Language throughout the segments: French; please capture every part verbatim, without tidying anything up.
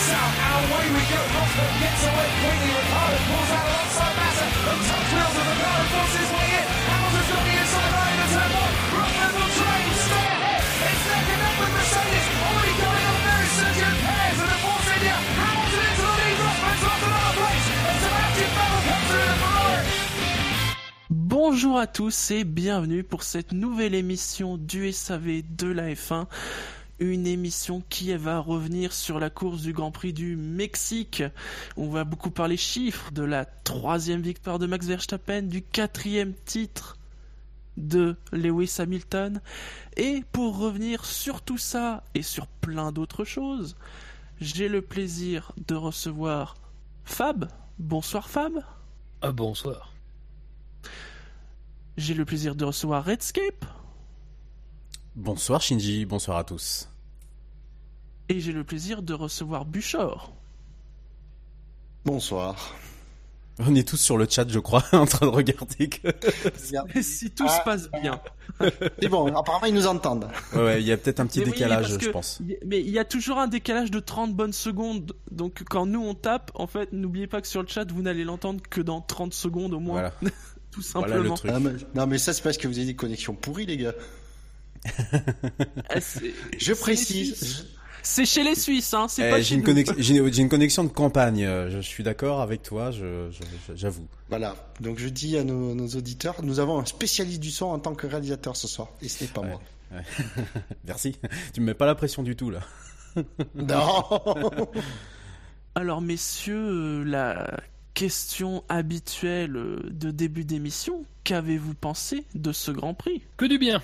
south, and away we go. Rosberg gets away quickly. Ricciardo pulls out alongside Massa. The top wheels of the car forces his way in. Hamilton's got the inside line into turn one. Rosberg will try and stay ahead. It's neck and neck with Mercedes. Already going on there is Sergio Perez and the Force India. Hamilton into the lead. Rosberg's lost another place. And Sebastian Vettel comes through the Ferrari. Bonjour à tous et bienvenue pour cette nouvelle émission du S A V de la F un. Une émission qui va revenir sur la course du Grand Prix du Mexique. On va beaucoup parler chiffres, de la troisième victoire de Max Verstappen, du quatrième titre de Lewis Hamilton. Et pour revenir sur tout ça et sur plein d'autres choses, j'ai le plaisir de recevoir Fab. Bonsoir Fab. Ah, bonsoir. J'ai le plaisir de recevoir Redscape. Bonsoir Shinji, bonsoir à tous. Et j'ai le plaisir de recevoir Buchor. Bonsoir. On est tous sur le chat, je crois, en train de regarder que... Et si tout ah, se passe bien. C'est bon, apparemment ils nous entendent. Ouais, il y a peut-être un petit mais décalage, oui, je pense. Mais il y a toujours un décalage de trente bonnes secondes. Donc quand nous on tape, en fait, n'oubliez pas que sur le chat, vous n'allez l'entendre que dans trente secondes au moins. Voilà. Tout simplement. Voilà le truc. Ah, mais, non mais ça c'est parce que vous avez des connexions pourries les gars. ah, je précise. C'est chez les Suisses, hein. C'est eh, pas j'ai chez une nous. connexion, j'ai, j'ai une connexion de campagne. Je suis d'accord avec toi. Je, je, j'avoue. Voilà. Donc je dis à nos, nos auditeurs, nous avons un spécialiste du son en tant que réalisateur ce soir, et ce n'est pas ouais, moi. Ouais. Merci. Tu me mets pas la pression du tout là. Non. Alors messieurs, la question habituelle de début d'émission, qu'avez-vous pensé de ce Grand Prix ? Que du bien.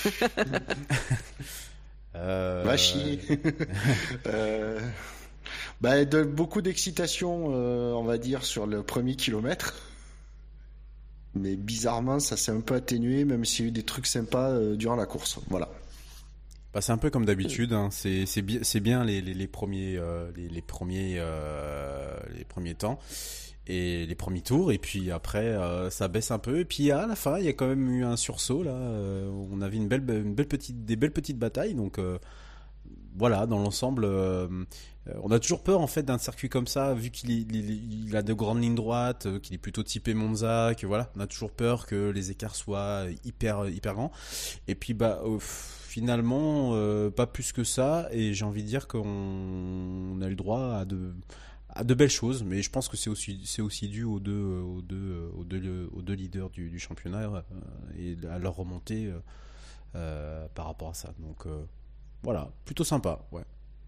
euh... Va chier. euh... bah, de, beaucoup d'excitation, euh, on va dire, sur le premier kilomètre. Mais bizarrement, ça s'est un peu atténué, même s'il y a eu des trucs sympas euh, durant la course. Voilà. Bah, c'est un peu comme d'habitude, hein. c'est, c'est, bi- c'est bien les, les, les premiers, euh, les, les, premiers, euh, les premiers temps. Et les premiers tours, et puis après euh, ça baisse un peu, et puis à la fin il y a quand même eu un sursaut là, euh, on avait une belle, une belle petite, des belles petites batailles, donc euh, voilà, dans l'ensemble euh, on a toujours peur en fait d'un circuit comme ça, vu qu'il est, il, il a de grandes lignes droites, euh, qu'il est plutôt typé Monza, que voilà, on a toujours peur que les écarts soient hyper, hyper grands, et puis bah euh, finalement euh, pas plus que ça, et j'ai envie de dire qu'on on a eu le droit à de à de belles choses, mais je pense que c'est aussi c'est aussi dû aux deux aux deux aux deux aux deux leaders du, du championnat euh, et à leur remontée euh, euh, par rapport à ça. Donc euh, voilà, plutôt sympa, ouais.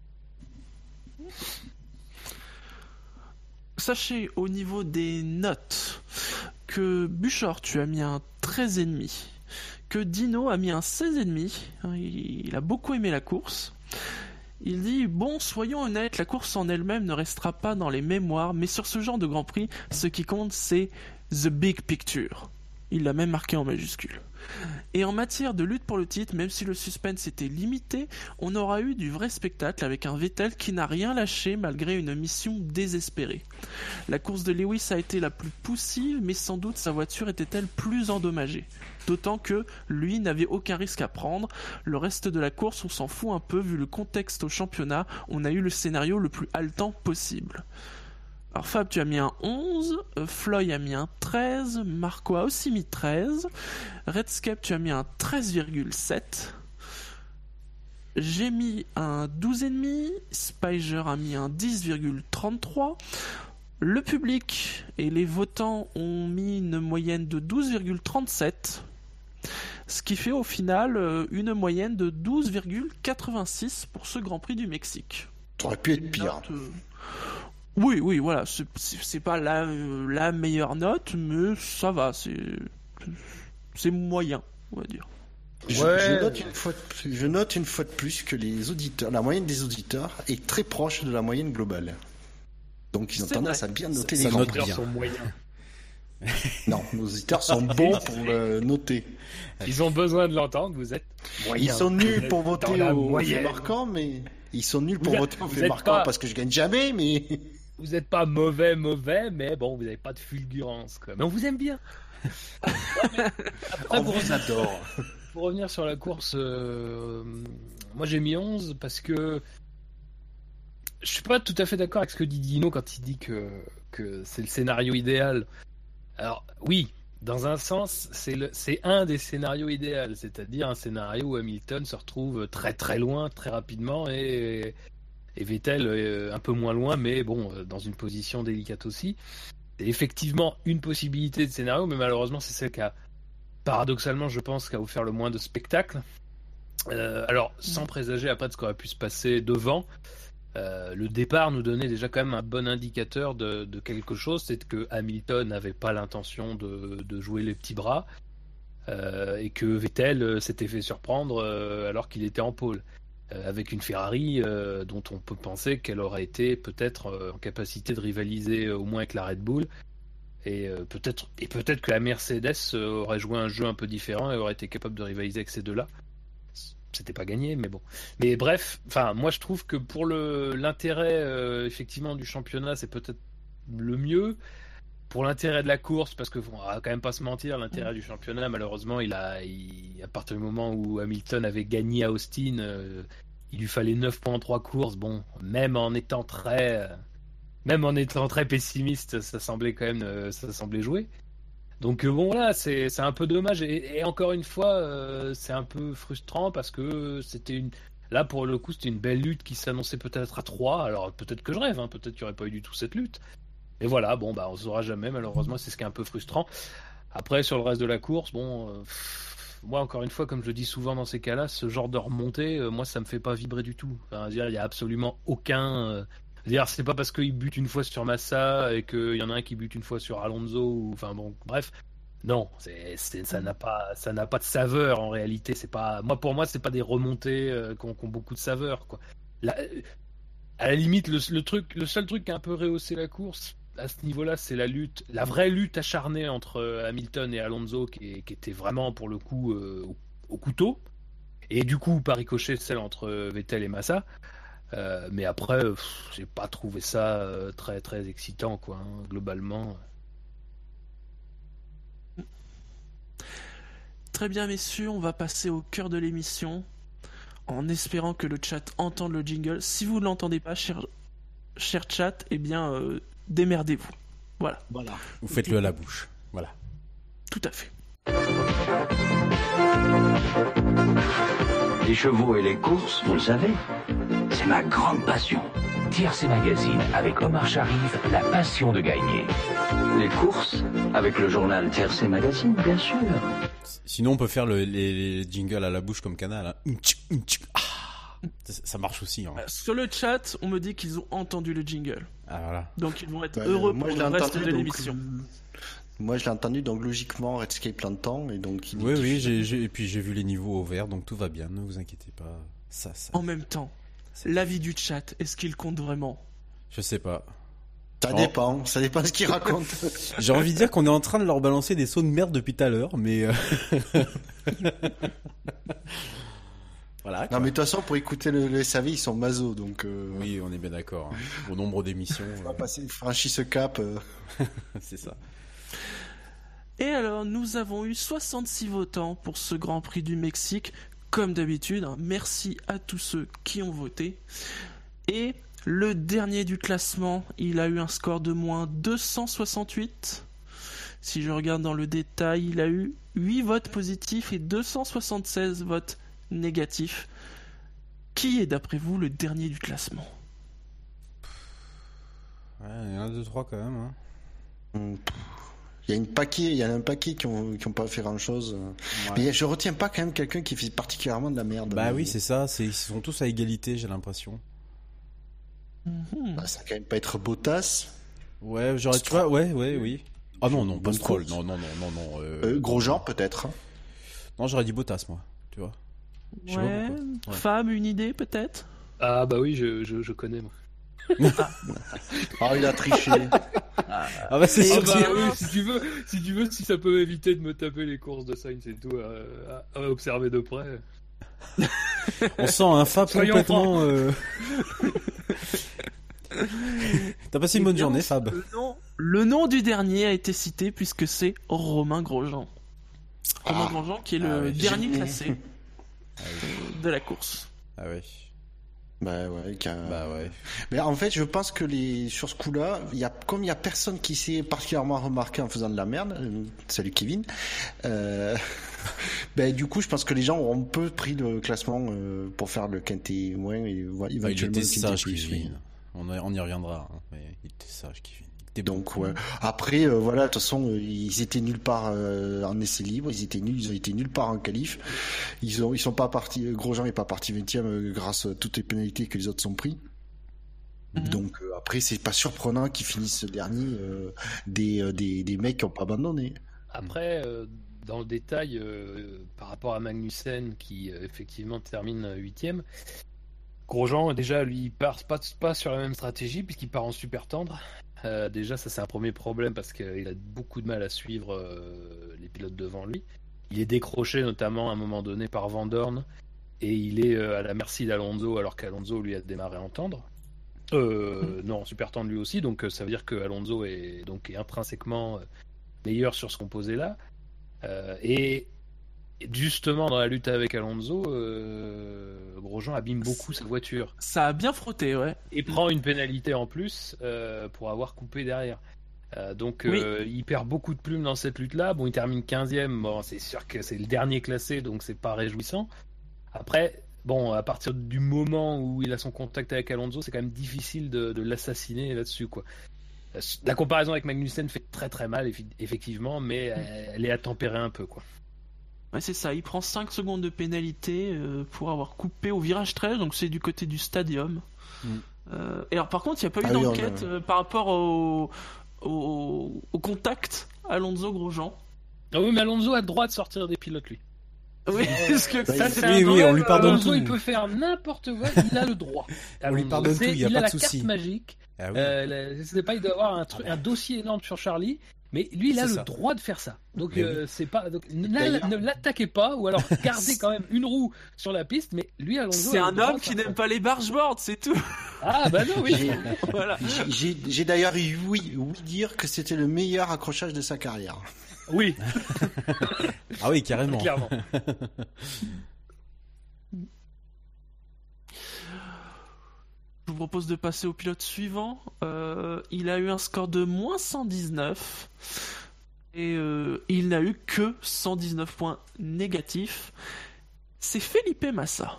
Sachez au niveau des notes que Buchor, tu as mis un treize virgule cinq, que Dino a mis un seize virgule cinq. Il a beaucoup aimé la course. Il dit, bon, soyons honnêtes, la course en elle-même ne restera pas dans les mémoires, mais sur ce genre de Grand Prix, ce qui compte, c'est the big picture. Il l'a même marqué en majuscule. Et en matière de lutte pour le titre, même si le suspense était limité, on aura eu du vrai spectacle avec un Vettel qui n'a rien lâché malgré une mission désespérée. La course de Lewis a été la plus poussive, mais sans doute sa voiture était-elle plus endommagée. D'autant que lui n'avait aucun risque à prendre. Le reste de la course, on s'en fout un peu vu le contexte au championnat. On a eu le scénario le plus haletant possible. Alors Fab, tu as mis un onze, Floyd a mis un treize, Marco a aussi mis treize, Redscape, tu as mis un treize virgule sept, j'ai mis un douze virgule cinq, Spiger a mis un dix virgule trente-trois, le public et les votants ont mis une moyenne de douze virgule trente-sept, ce qui fait au final une moyenne de douze virgule quatre-vingt-six pour ce Grand Prix du Mexique. Ça aurait pu être pire. Note, euh... Oui, oui, voilà, c'est, c'est, c'est pas la, euh, la meilleure note, mais ça va, c'est, c'est moyen, on va dire. Je, ouais. je, note une fois de, je note une fois de plus que les auditeurs, la moyenne des auditeurs est très proche de la moyenne globale. Donc ils ont c'est tendance vrai. à bien noter ça, les ça grands prix. Sont moyens. Non, nos auditeurs sont bons pour le noter. Ils ont besoin de l'entendre, vous êtes moyens. Ils sont nuls pour voter au fait marquant, mais ils sont nuls pour vous voter au êtes, fait marquant pas... parce que je gagne jamais, mais... Vous n'êtes pas mauvais, mauvais, mais bon, vous n'avez pas de fulgurance, quoi. Mais on vous aime bien. Après, on vous revenir, adore. Pour revenir sur la course, euh, moi j'ai mis onze parce que je suis pas tout à fait d'accord avec ce que dit Dino quand il dit que, que c'est le scénario idéal. Alors, oui, dans un sens, c'est, le, c'est un des scénarios idéaux, c'est-à-dire un scénario où Hamilton se retrouve très très loin, très rapidement, et, et Vettel euh, un peu moins loin, mais bon, dans une position délicate aussi. C'est effectivement une possibilité de scénario, mais malheureusement, c'est celle qui a, paradoxalement, je pense, qui a offert le moins de spectacle. Euh, alors, sans présager après de ce qui aurait pu se passer devant, euh, le départ nous donnait déjà quand même un bon indicateur de, de quelque chose, c'est que Hamilton n'avait pas l'intention de, de jouer les petits bras, euh, et que Vettel euh, s'était fait surprendre euh, alors qu'il était en pôle, euh, avec une Ferrari euh, dont on peut penser qu'elle aurait été peut-être euh, en capacité de rivaliser euh, au moins avec la Red Bull. Et, euh, peut-être, et peut-être que la Mercedes euh, aurait joué un jeu un peu différent et aurait été capable de rivaliser avec ces deux-là. C'était pas gagné, mais bon. Mais bref, enfin, moi je trouve que pour le, l'intérêt euh, effectivement du championnat, c'est peut-être le mieux. Pour l'intérêt de la course, parce que bon, on va quand même pas se mentir, l'intérêt du championnat, malheureusement, il a, il, à partir du moment où Hamilton avait gagné à Austin, euh, il lui fallait neuf points en trois courses. Bon, même en étant très, euh, même en étant très pessimiste, ça semblait quand même, euh, ça semblait jouer. Donc euh, bon voilà, c'est c'est un peu dommage et, et encore une fois, euh, c'est un peu frustrant parce que c'était une, là pour le coup, c'était une belle lutte qui s'annonçait peut-être à trois. Alors peut-être que je rêve, hein, peut-être qu'il n'y aurait pas eu du tout cette lutte. Et voilà, bon bah on saura jamais. Malheureusement, c'est ce qui est un peu frustrant. Après sur le reste de la course, bon, euh, pff, moi encore une fois, comme je le dis souvent dans ces cas-là, ce genre de remontée, euh, moi ça me fait pas vibrer du tout. Enfin, dire, il y a absolument aucun. Euh, Dire, c'est pas parce qu'il bute une fois sur Massa et qu'il y en a un qui bute une fois sur Alonso ou enfin bon bref non c'est, c'est ça n'a pas ça n'a pas de saveur en réalité. C'est pas moi pour moi c'est pas des remontées euh, qui, ont, qui ont beaucoup de saveur quoi. La, à la limite le, le truc le seul truc qui a un peu rehaussé la course à ce niveau-là c'est la lutte la vraie lutte acharnée entre Hamilton et Alonso qui, qui était vraiment pour le coup euh, au, au couteau et du coup par ricochet celle entre Vettel et Massa. Euh, mais après, pff, j'ai pas trouvé ça euh, très très excitant, quoi, hein, globalement. Très bien, messieurs, on va passer au cœur de l'émission, en espérant que le chat entende le jingle. Si vous ne l'entendez pas, cher, cher chat, eh bien, euh, démerdez-vous. Voilà. Voilà. Vous faites-le à la bouche. Voilà. Tout à fait. Les chevaux et les courses, vous le savez, c'est ma grande passion. T R C Magazine avec Omar Sharif, la passion de gagner. Les courses avec le journal T R C Magazine, bien sûr. Sinon, on peut faire le, les, les jingles à la bouche comme Canal. Hein. Ah, ça, ça marche aussi. Hein. Sur le chat, on me dit qu'ils ont entendu le jingle. Ah, voilà. Donc ils vont être Bah, heureux moi, pour je le l'ai reste entendu, de donc, l'émission. Moi, je l'ai entendu, donc logiquement, Redscape l'entend et donc. Il Oui, est oui, j'ai, j'ai, et puis j'ai vu les niveaux au vert, donc tout va bien. Ne vous inquiétez pas. Ça, ça. En même temps, l'avis du chat, est-ce qu'il compte vraiment? Je sais pas. Ça Oh. dépend, ça dépend de ce qu'il raconte. J'ai envie de dire qu'on est en train de leur balancer des sauts de merde depuis tout à l'heure, mais. euh, voilà. quoi. Non, mais de toute façon, pour écouter le, le S A V, ils sont maso, donc. Euh, Oui, on est bien d'accord. hein. Au nombre d'émissions, On va euh, passer, franchir ce cap. euh. c'est ça. Et alors, nous avons eu soixante-six votants pour ce Grand Prix du Mexique, comme d'habitude. Hein. Merci à tous ceux qui ont voté. Et le dernier du classement, il a eu un score de moins deux cent soixante-huit. Si je regarde dans le détail, il a eu huit votes positifs et deux cent soixante-seize votes négatifs. Qui est d'après vous le dernier du classement? Ouais, il y en a deux, trois quand même. Hein. Hum, pff. Il y a une paquet, il y en a un paquet qui ont, qui ont pas fait grand chose. Mais je retiens pas quand même quelqu'un qui fait particulièrement de la merde. Bah oui, c'est ça. C'est, ils sont tous à égalité, j'ai l'impression. Mhm. Bah, ça va quand même pas être Bottas. Ouais, j'aurais, tu vois, ouais, ouais, oui. Ah non, non, pas Bonne Stroll. course. Non, non, non, non, non. Euh... Euh, Grosjean peut-être. Non, j'aurais dit Bottas, moi. Tu vois. Je sais pas Ouais. pourquoi. Ouais. Fab, une idée peut-être? Ah bah oui, je, je, je connais moi. Ah, il a triché. Ah bah c'est Et Ah sûr. bah, que- bah oui, si tu veux, si tu veux, si ça peut éviter de me taper les courses de Sainz et tout à, à- à observer de près. On sent un Fab Soyons complètement. Euh... T'as passé une Eh bonne bien, journée, Fab. Le nom, le nom du dernier a été cité puisque c'est Romain Grosjean. Romain Ah. Grosjean qui est le Ah ouais. dernier J'ai- classé Ah oui. euh, de la course. Ah ouais. Bah ouais, car... Bah ouais. Mais en fait, je pense que les sur ce coup-là, il y a comme il y a personne qui s'est particulièrement remarqué en faisant de la merde. euh, Salut Kevin. Euh... ben du coup, je pense que les gens ont un peu pris le classement euh, pour faire le quintet moins et voilà, Bah, il éventuellement était le quintet sage, plus. Kevin. On, y- on y reviendra. Hein, mais il était sage, Kevin. Il était bon. Donc ouais. Après, euh, voilà, de toute façon, euh, ils étaient nulle part euh, en essai libre, ils étaient nuls, ils ont été nulle part en qualif. Ils ont, ils sont pas partis. Grosjean est pas parti vingtième euh, grâce à toutes les pénalités que les autres sont pris. Mhm. Donc euh, après, c'est pas surprenant qu'ils finissent dernier euh, des, euh, des des mecs qui ont pas abandonné. Après, euh, dans le détail, euh, par rapport à Magnussen qui euh, effectivement termine huitième, Grosjean déjà lui il part pas, pas sur la même stratégie puisqu'il part en super tendre. Euh, déjà ça c'est un premier problème parce qu'il a beaucoup de mal à suivre euh, les pilotes devant lui. Il est décroché notamment à un moment donné par Van Dorn et il est euh, à la merci d'Alonso alors qu'Alonso lui a démarré en tendre. Euh, non, en super tendre lui aussi, donc euh, ça veut dire que Alonso est donc est intrinsèquement euh, meilleur sur ce composé-là. Euh, et justement, dans la lutte avec Alonso, euh, Grosjean abîme beaucoup sa voiture Ça a bien frotté, ouais. et prend une pénalité en plus euh, pour avoir coupé derrière. Euh, donc euh, il perd beaucoup de plumes dans cette lutte-là. Bon, il termine quinzième. Bon, c'est sûr que c'est le dernier classé, donc c'est pas réjouissant. Après, bon, à partir du moment où il a son contact avec Alonso, c'est quand même difficile de, de l'assassiner là-dessus, quoi. La comparaison avec Magnussen fait très très mal, effi- effectivement, mais elle, elle est à tempérer un peu, quoi. Ouais, c'est ça, il prend cinq secondes de pénalité euh, pour avoir coupé au virage treize, donc c'est du côté du stadium. Mm. Euh, et alors par contre, il n'y a pas eu Ah oui, on d'enquête a- euh, par rapport au, au, au contact Alonso-Grosjean. Ah oui, mais Alonso a le droit de sortir des pilotes, lui. Oui, parce que Bah, Ça, il- c'est oui, un oui, droit. on lui pardonne Alonso, tout. il peut faire n'importe quoi, il a le droit. On lui Alonso, pardonne c'est- tout, il y a pas a de la souci. carte magique. Ah oui. Euh, la- je sais pas, il doit avoir un, truc, un dossier énorme sur Charlie, mais lui, il a C'est le ça. droit de faire ça. Donc, Mais euh, c'est pas. Donc, ne D'ailleurs- ne l'attaquez pas, ou alors gardez quand même une roue sur la piste, mais lui, Alonso. c'est a le un droit homme de qui faire n'aime ça. pas les bargeboards, c'est tout. Ah, bah non, oui. J'ai- Voilà. J'ai- J'ai j'ai d'ailleurs eu oui, oui dire que c'était le meilleur accrochage de sa carrière. Oui, Ah oui, carrément. clairement. Je vous propose de passer au pilote suivant. Euh, il a eu un score de moins cent dix-neuf et euh, il n'a eu que cent dix-neuf points négatifs. C'est Felipe Massa.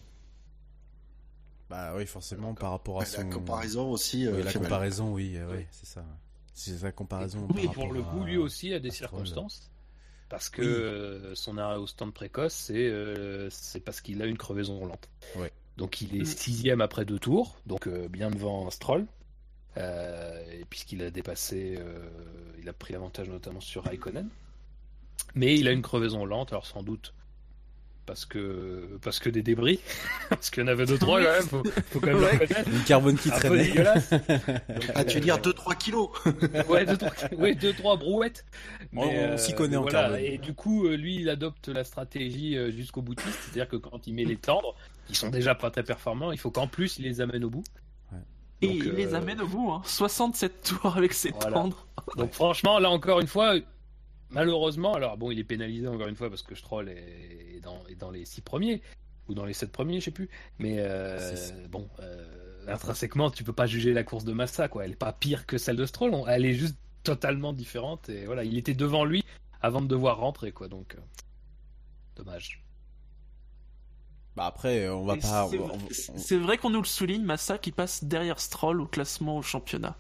Bah oui, forcément, par rapport à La son... comparaison aussi. euh, Oui, la fait mal. comparaison, oui, euh, oui, c'est ça. C'est la comparaison. Oui, par pour rapport le coup, à- lui aussi a des à Stroll. circonstances. Parce que Oui. euh, son arrêt au stand précoce, c'est euh, c'est parce qu'il a une crevaison roulante. Ouais. Donc il est sixième après deux tours, donc euh, bien devant Stroll. Euh, et puisqu'il a dépassé, euh, il a pris l'avantage notamment sur Raikkonen. Mais il a une crevaison lente, alors sans doute parce que parce que des débris, parce qu'il y en avait deux trois quand même. Faut, faut quand même le Ouais. reconnaître. Une carbone qui Un peu traînait. dégueulasse. Donc, Ah, tu veux euh, dire deux trois kilos. Ouais, deux, trois, ouais, deux, trois brouettes. On- on s'y connaît en voilà. carbone. Et du coup, euh, lui, il adopte la stratégie euh, jusqu'au boutiste. C'est-à-dire que quand il met les tendres, qui sont déjà pas très performants, il faut qu'en plus, il les amène au bout. Et Donc, il euh, les amène au bout, hein. soixante-sept tours avec ses Voilà. tendres. Donc franchement, là encore une fois, malheureusement, alors bon, il est pénalisé encore une fois parce que Stroll est dans, est dans les six premiers, ou dans les sept premiers, je sais plus. Mais euh, Six. bon, euh, intrinsèquement, tu peux pas juger la course de Massa, quoi. Elle est pas pire que celle de Stroll, on- elle est juste totalement différente. Et voilà, il était devant lui avant de devoir rentrer, quoi. Donc, euh, dommage. Bah après, on va Et pas... c'est- on- on- C'est vrai qu'on nous le souligne, Massa qui passe derrière Stroll au classement au championnat.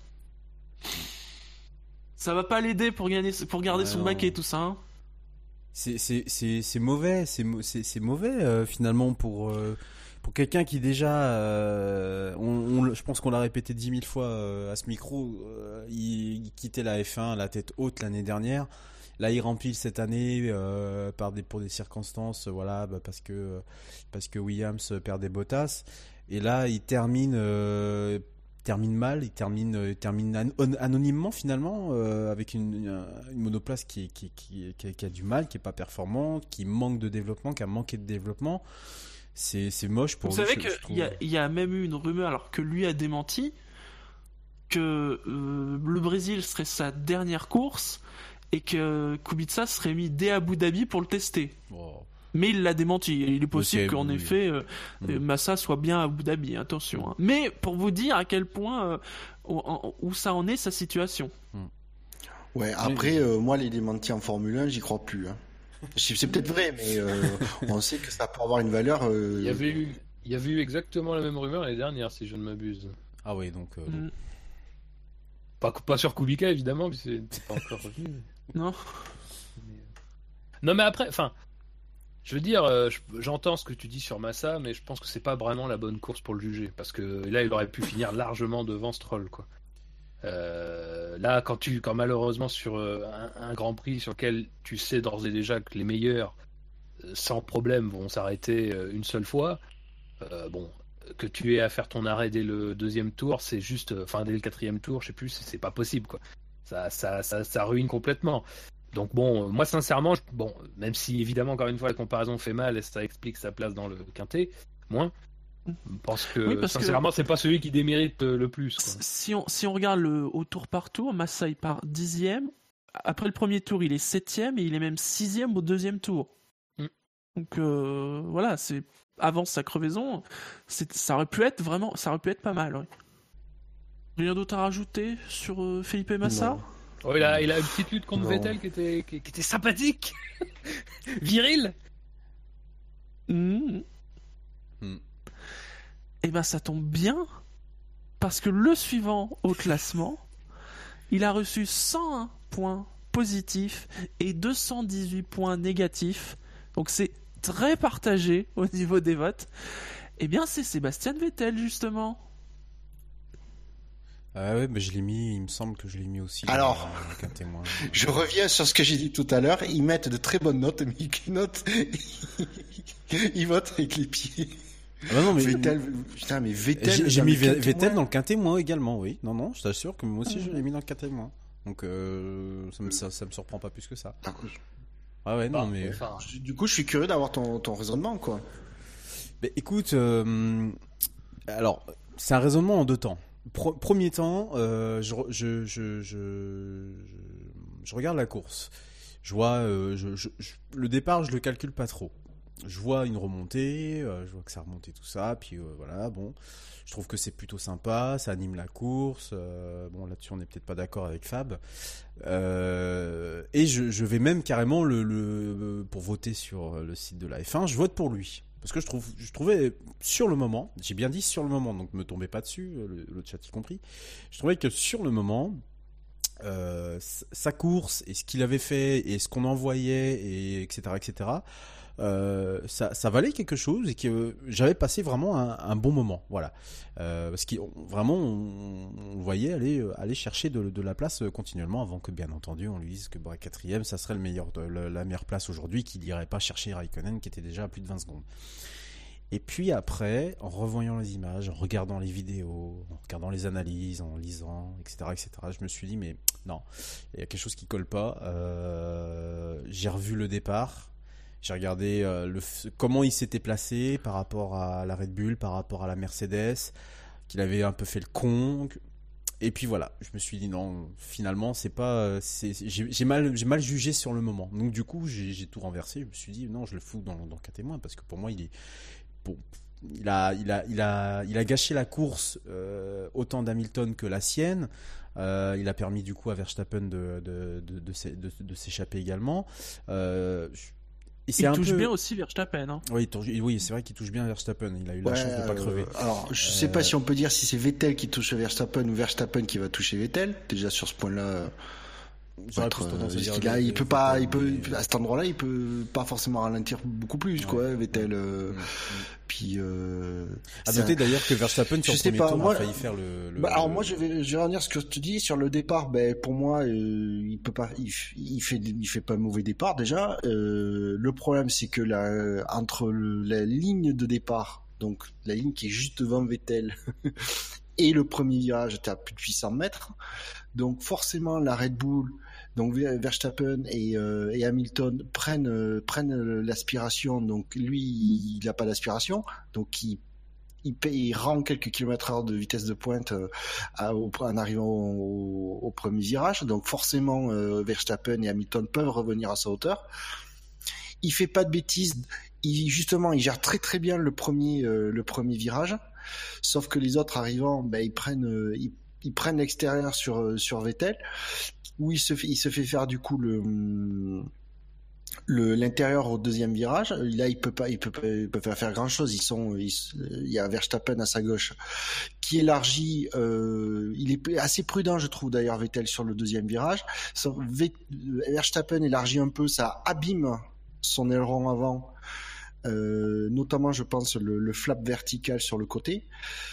Ça va pas l'aider pour gagner, pour garder Ouais, son non. baquet et tout ça. Hein. C'est c'est c'est c'est mauvais, c'est mo- c'est c'est mauvais euh, finalement pour euh, pour quelqu'un qui déjà euh, on, on le- je pense qu'on l'a répété dix mille fois euh, à ce micro, euh, il, il quittait la F un la tête haute l'année dernière. Là, il remplit cette année euh, par des pour des circonstances, euh, voilà, bah, parce que parce que Williams perd des Bottas et là, il termine euh, termine mal, il termine euh, termine an- anonymement finalement euh, avec une, une, une monoplace qui, qui, qui, qui, a, qui a du mal, qui est pas performante, qui manque de développement, qui a manqué de développement. C'est c'est moche pour Vous lui. savez je- je trouve. qu'il y a, il y a même eu une rumeur, alors que lui a démenti, que euh, le Brésil serait sa dernière course et que Kubica serait mis dès Abu Dhabi pour le tester. Oh. Mais il l'a démenti. Il est possible Ok, qu'en oui. effet, euh, Mm. Massa soit bien à Abu Dhabi, attention. Hein. Mais pour vous dire à quel point euh, où, en- où ça en est sa situation. Ouais, après, euh, moi, les démentis en Formule un, j'y crois plus. Hein. C'est c'est peut-être vrai, mais euh, on sait que ça peut avoir une valeur. euh, Il y avait eu, il y avait eu exactement la même rumeur l'année dernière, si je ne m'abuse. Ah oui, donc. euh, Mm. Pas, pas sur Kubica évidemment, puis c'est c'est pas encore revenu. Non. Non mais après, enfin, je veux dire, euh, je- j'entends ce que tu dis sur Massa, mais je pense que c'est pas vraiment la bonne course pour le juger, parce que là, il aurait pu finir largement devant Stroll, quoi. Euh, là, quand tu, quand malheureusement sur euh, un, un Grand Prix sur lequel tu sais d'ores et déjà que les meilleurs, euh, sans problème, vont s'arrêter euh, une seule fois, euh, bon, que tu aies à faire ton arrêt dès le deuxième tour, c'est juste, euh, enfin dès le quatrième tour, je sais plus, c'est c'est pas possible, quoi. Ça, ça, ça, ça ruine complètement. Donc bon, euh, moi sincèrement, je- bon, même si évidemment encore une fois la comparaison fait mal et ça explique sa place dans le quintet, moins, je pense que Oui, parce que- sincèrement c'est pas celui qui démérite euh, le plus, quoi. Si on, si on regarde le, au tour par tour, Massa il part dixième. Après le premier tour, il est septième et il est même sixième au deuxième tour. Mm. Donc euh, voilà, c'est avant sa crevaison, c'est, ça aurait pu être vraiment, ça aurait pu être pas mal. Ouais. Rien d'autre à rajouter sur euh, Felipe Massa? non. Oh, il, a, il a une petite lutte contre Non. Vettel qui était, qui, qui était sympathique, viril. Mmh. Hmm. Eh ben ça tombe bien parce que le suivant au classement, il a reçu cent un points positifs et deux cent dix-huit points négatifs. Donc c'est très partagé au niveau des votes. Eh bien c'est Sébastien Vettel justement. Ah ouais, mais je l'ai mis, il me semble que je l'ai mis aussi. Alors, dans- avec un témoin. Je reviens sur ce que j'ai dit tout à l'heure. Ils mettent de très bonnes notes, mais ils notent. Ils votent avec les pieds. Ah bah non, mais Vettel, putain, mais Vettel. j'ai, j'ai dans mis le Ve- quintet, Vettel moi. dans le quintet moi également, oui. Non, non, je t'assure que moi aussi je l'ai mis dans le quintet moi. Donc euh, ça, me, ça, ça me surprend pas plus que ça. Ah ouais, non, Bah, mais. enfin, Du coup, je suis curieux d'avoir ton, ton raisonnement, quoi. Mais écoute, euh, alors c'est un raisonnement en deux temps. Pro- premier temps, euh, je, re- je, je, je, je, je regarde la course. Je vois, euh, je, je, je- le départ, je le calcule pas trop. Je vois une remontée, euh, je vois que ça remonte et tout ça, puis euh, voilà, bon, je trouve que c'est plutôt sympa, ça anime la course. Euh, bon, là-dessus, on n'est peut-être pas d'accord avec Fab. Euh, et je, je vais même carrément le, le pour voter sur le site de la F un, je vote pour lui. Parce que je trouve, je trouvais sur le moment, j'ai bien dit sur le moment, donc me tombez pas dessus, le, le chat y compris. Je trouvais que sur le moment, euh, sa course et ce qu'il avait fait et ce qu'on envoyait et etc etc. Euh, ça, ça valait quelque chose et que euh, j'avais passé vraiment un, un bon moment, voilà. Euh, parce que vraiment, on, on le voyait aller, aller chercher de, de la place continuellement avant que, bien entendu, on lui dise que bah, quatrième, ça serait le meilleur, le, la meilleure place aujourd'hui, qu'il n'irait pas chercher Raikkonen, qui était déjà à plus de vingt secondes. Et puis après, en revoyant les images, en regardant les vidéos, en regardant les analyses, en lisant, et cetera, et cetera, je me suis dit, mais non, il y a quelque chose qui colle pas. Euh, j'ai revu le départ. J'ai regardé euh, le, comment il s'était placé par rapport à la Red Bull, par rapport à la Mercedes, qu'il avait un peu fait le con. Et puis voilà, je me suis dit non, finalement, c'est pas, c'est, j'ai, j'ai mal, j'ai mal jugé sur le moment. Donc du coup, j'ai, j'ai tout renversé. Je me suis dit non, je le fous dans, dans quatre témoins parce que pour moi, il est, bon, il a, il a, il a, il a gâché la course euh, autant d'Hamilton que la sienne. Euh, il a permis du coup à Verstappen de, de, de, de, de, de, de s'échapper également. Euh, Et c'est il un touche peu... bien aussi Verstappen. Hein. Oui, oui, c'est vrai qu'il touche bien Verstappen. Il a eu la ouais, chance de pas crever. Euh, alors, je euh... sais pas si on peut dire si c'est Vettel qui touche Verstappen ou Verstappen qui va toucher Vettel. Déjà sur ce point-là, être, euh, il, a, il peut pas, il peut à cet endroit-là, il peut pas forcément ralentir beaucoup plus, ouais. quoi, Vettel. Euh, mmh. Puis. Euh, à noter un... d'ailleurs que Verstappen sur le premier pas, tour moi, a failli faire le. le bah, alors le... moi, je vais, je vais revenir sur ce que tu dis sur le départ. Ben pour moi, euh, il peut pas, il, il fait, il fait pas un mauvais départ déjà. Euh, le problème, c'est que la, entre le, la ligne de départ, donc la ligne qui est juste devant Vettel. Et le premier virage était à plus de huit cents mètres. Donc forcément, la Red Bull, donc Verstappen et, euh, et Hamilton prennent, euh, prennent l'aspiration. Donc lui, il n'a pas d'aspiration. Donc il, il, paye, il rend quelques kilomètres heure de vitesse de pointe euh, à, au, en arrivant au, au premier virage. Donc forcément, euh, Verstappen et Hamilton peuvent revenir à sa hauteur. il fait pas de bêtises. Il, justement, il gère très très bien le premier, euh, le premier virage. Sauf que les autres arrivants, ben, ils prennent, euh, ils, ils prennent l'extérieur sur, euh, sur Vettel, où il se fait, il se fait faire du coup le, le, l'intérieur au deuxième virage. Là, il peut pas, il peut pas, il peut pas faire grand chose. Ils sont, ils, il y a Verstappen à sa gauche qui élargit, euh, il est assez prudent, je trouve d'ailleurs, Vettel sur le deuxième virage. Verstappen élargit un peu, ça abîme son aileron avant, euh, notamment je pense le, le flap vertical sur le côté.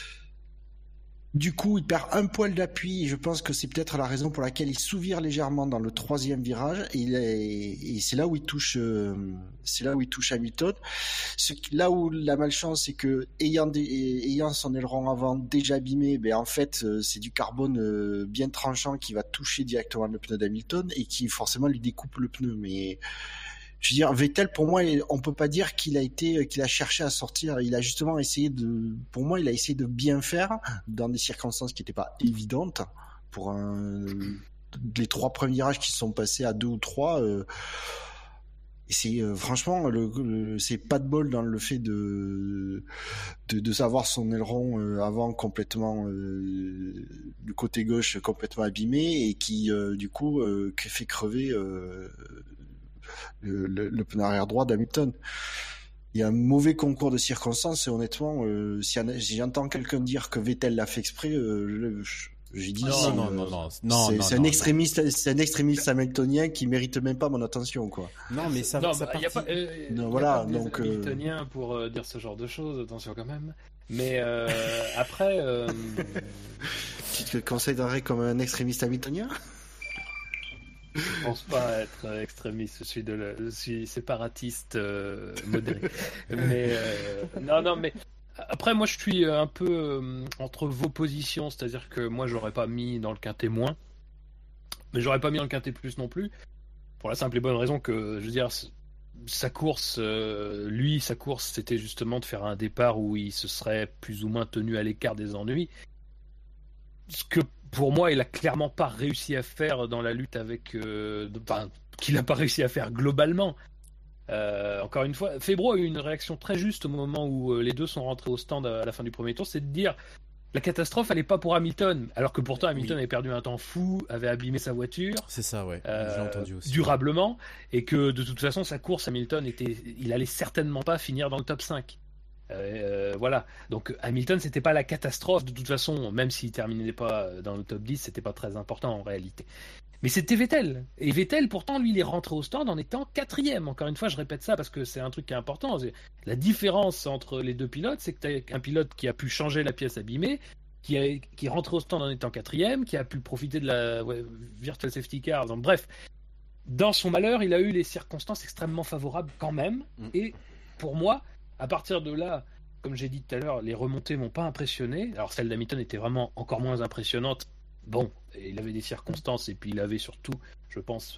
Du coup, il perd un poil d'appui, et je pense que c'est peut-être la raison pour laquelle il souvire légèrement dans le troisième virage, et, il est, et c'est là où il touche, euh, c'est là où il touche Hamilton. Ce, là où la malchance, c'est que ayant, des, ayant son aileron avant déjà abîmé, ben en fait, euh, c'est du carbone euh, bien tranchant qui va toucher directement le pneu d'Hamilton et qui forcément lui découpe le pneu. Mais je veux dire, Vettel, pour moi, on peut pas dire qu'il a été, qu'il a cherché à sortir. Il a justement essayé de, pour moi, il a essayé de bien faire dans des circonstances qui n'étaient pas évidentes. Pour un, les trois premiers virages qui se sont passés à deux ou trois, euh, et c'est euh, franchement, le, le, c'est pas de bol dans le fait de de, de savoir son aileron euh, avant complètement euh, du côté gauche complètement abîmé et qui euh, du coup euh, fait crever. Euh, Le, le, le pneu arrière droit d'Hamilton. Il y a un mauvais concours de circonstances et honnêtement, euh, si, si j'entends quelqu'un dire que Vettel l'a fait exprès, euh, je, j'ai dit non, c'est, non, euh, non, non, non, c'est, non, c'est non, un non. extrémiste, c'est un extrémiste hamiltonien qui mérite même pas mon attention, quoi. Non, mais ça, non, ça bah, y a partit- pas, euh, Non, y a voilà, pas des donc, euh, Hamiltoniens pour euh, dire ce genre de choses, attention quand même. Mais euh, après, euh, Tu te considérerais comme un extrémiste hamiltonien? je pense pas être extrémiste, je suis, de la- je suis séparatiste euh, modéré. Mais euh, non, non, mais après, moi, je suis un peu euh, entre vos positions, c'est-à-dire que moi, j'aurais pas mis dans le quintet moins, mais j'aurais pas mis dans le quintet plus non plus, pour la simple et bonne raison que, je veux dire, sa course, euh, lui, sa course, c'était justement de faire un départ où il se serait plus ou moins tenu à l'écart des ennuis. Ce que pour moi, il a clairement pas réussi à faire dans la lutte avec, euh, enfin, qu'il a pas réussi à faire globalement. Euh, encore une fois, Febro a eu une réaction très juste au moment où euh, les deux sont rentrés au stand à la fin du premier tour, c'est de dire la catastrophe, elle n'est pas pour Hamilton, alors que pourtant Hamilton Oui. avait perdu un temps fou, avait abîmé sa voiture. C'est ça, ouais. Euh, J'ai entendu aussi. durablement, et que de toute façon sa course Hamilton était, il allait certainement pas finir dans le top cinq. Euh, voilà, donc Hamilton c'était pas la catastrophe de toute façon, même s'il terminait pas dans le top dix, c'était pas très important en réalité. Mais c'était Vettel, et Vettel pourtant lui il est rentré au stand en étant quatrième. Encore une fois je répète ça parce que c'est un truc qui est important. La différence entre les deux pilotes, c'est que tu as un pilote qui a pu changer la pièce abîmée, qui, a, qui est rentré au stand en étant quatrième, qui a pu profiter de la ouais, Virtual Safety Car. Donc, bref, dans son malheur, il a eu les circonstances extrêmement favorables quand même. Mm. Et pour moi, à partir de là, comme j'ai dit tout à l'heure, les remontées m'ont pas impressionné. Alors celle d'Hamilton était vraiment encore moins impressionnante. Bon, il avait des circonstances et puis il avait surtout, je pense,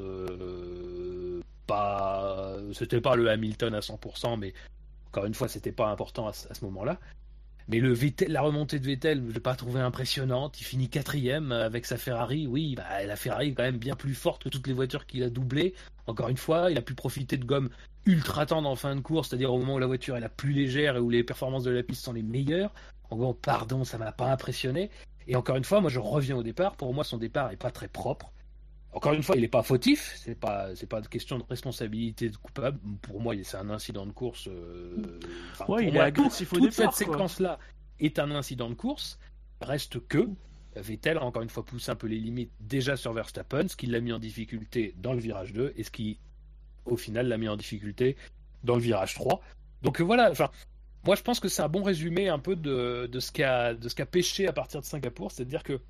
euh, pas, c'était pas le Hamilton à cent pour cent, mais encore une fois, c'était pas important à, à ce moment-là. Mais le Vettel, la remontée de Vettel, je l'ai pas trouvé impressionnante. Il finit quatrième avec sa Ferrari. Oui, bah, la Ferrari est quand même bien plus forte que toutes les voitures qu'il a doublées. Encore une fois, il a pu profiter de gommes ultra tendres en fin de course, c'est-à-dire au moment où la voiture est la plus légère et où les performances de la piste sont les meilleures. En gros, pardon, ça m'a pas impressionné. Et encore une fois, moi je reviens au départ. Pour moi, son départ est pas très propre. Encore une fois, il n'est pas fautif. C'est pas, c'est pas une question de responsabilité de coupable. Pour moi, c'est un incident de course. Euh... Enfin, Ouais, pour il moi, est agressif au toute départ, cette quoi. séquence-là est un incident de course. Reste que Vettel a encore une fois poussé un peu les limites déjà sur Verstappen, ce qui l'a mis en difficulté dans le virage deux et ce qui, au final, l'a mis en difficulté dans le virage trois. Donc euh, voilà. Enfin, moi, je pense que c'est un bon résumé un peu de, de ce qu'a de ce qu'a pêché à partir de Singapour, c'est-à-dire que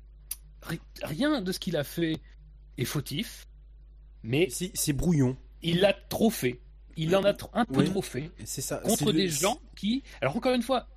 ri- rien de ce qu'il a fait est fautif, mais Si, c'est brouillon. il l'a trop fait. Il en a tr- un peu Oui. trop fait C'est ça. contre c'est des le- gens qui... Alors encore une fois,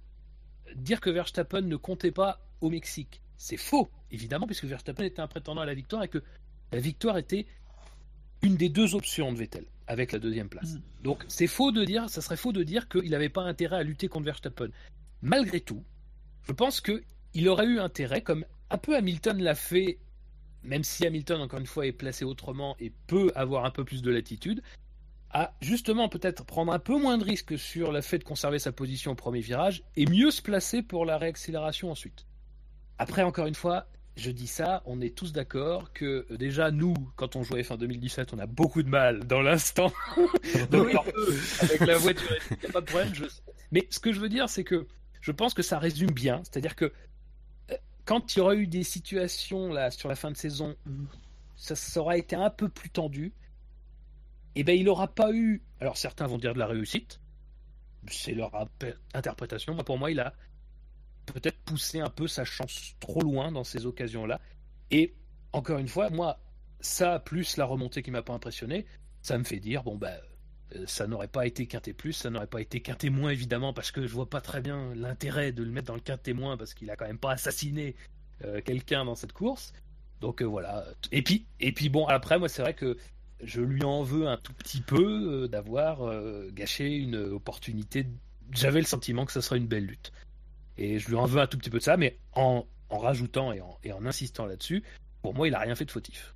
dire que Verstappen ne comptait pas au Mexique, c'est faux, évidemment, puisque Verstappen était un prétendant à la victoire et que la victoire était une des deux options de Vettel, avec la deuxième place. Mm. Donc c'est faux de dire, ça serait faux de dire qu'il n'avait pas intérêt à lutter contre Verstappen. Malgré tout, je pense qu'il aurait eu intérêt, comme un peu Hamilton l'a fait, même si Hamilton, encore une fois, est placé autrement et peut avoir un peu plus de latitude, à justement peut-être prendre un peu moins de risques sur le fait de conserver sa position au premier virage et mieux se placer pour la réaccélération ensuite. Après, encore une fois, je dis ça, on est tous d'accord que euh, déjà nous, quand on jouait fin deux mille dix-sept, on a beaucoup de mal dans l'instant. Donc alors, eux, avec la voiture, il n'y a pas de problème. Je... Mais ce que je veux dire, c'est que je pense que ça résume bien. C'est-à-dire que euh, quand il y aura eu des situations là sur la fin de saison où ça, ça aura été un peu plus tendu, eh ben il n'aura pas eu. Alors certains vont dire de la réussite, c'est leur ap- interprétation. Moi, pour moi, il a peut-être poussé un peu sa chance trop loin dans ces occasions-là. Et encore une fois, moi, ça plus la remontée qui m'a pas impressionné, ça me fait dire bon bah euh, ça n'aurait pas été quinté plus, ça n'aurait pas été quinté moins évidemment parce que je vois pas très bien l'intérêt de le mettre dans le quinté moins parce qu'il a quand même pas assassiné euh, quelqu'un dans cette course. Donc euh, voilà. Et puis et puis bon après moi c'est vrai que je lui en veux un tout petit peu euh, d'avoir euh, gâché une opportunité. J'avais le sentiment que ça serait une belle lutte. Et je lui en veux un tout petit peu de ça, mais en, en rajoutant et en, et en insistant là-dessus, pour moi, il n'a rien fait de fautif.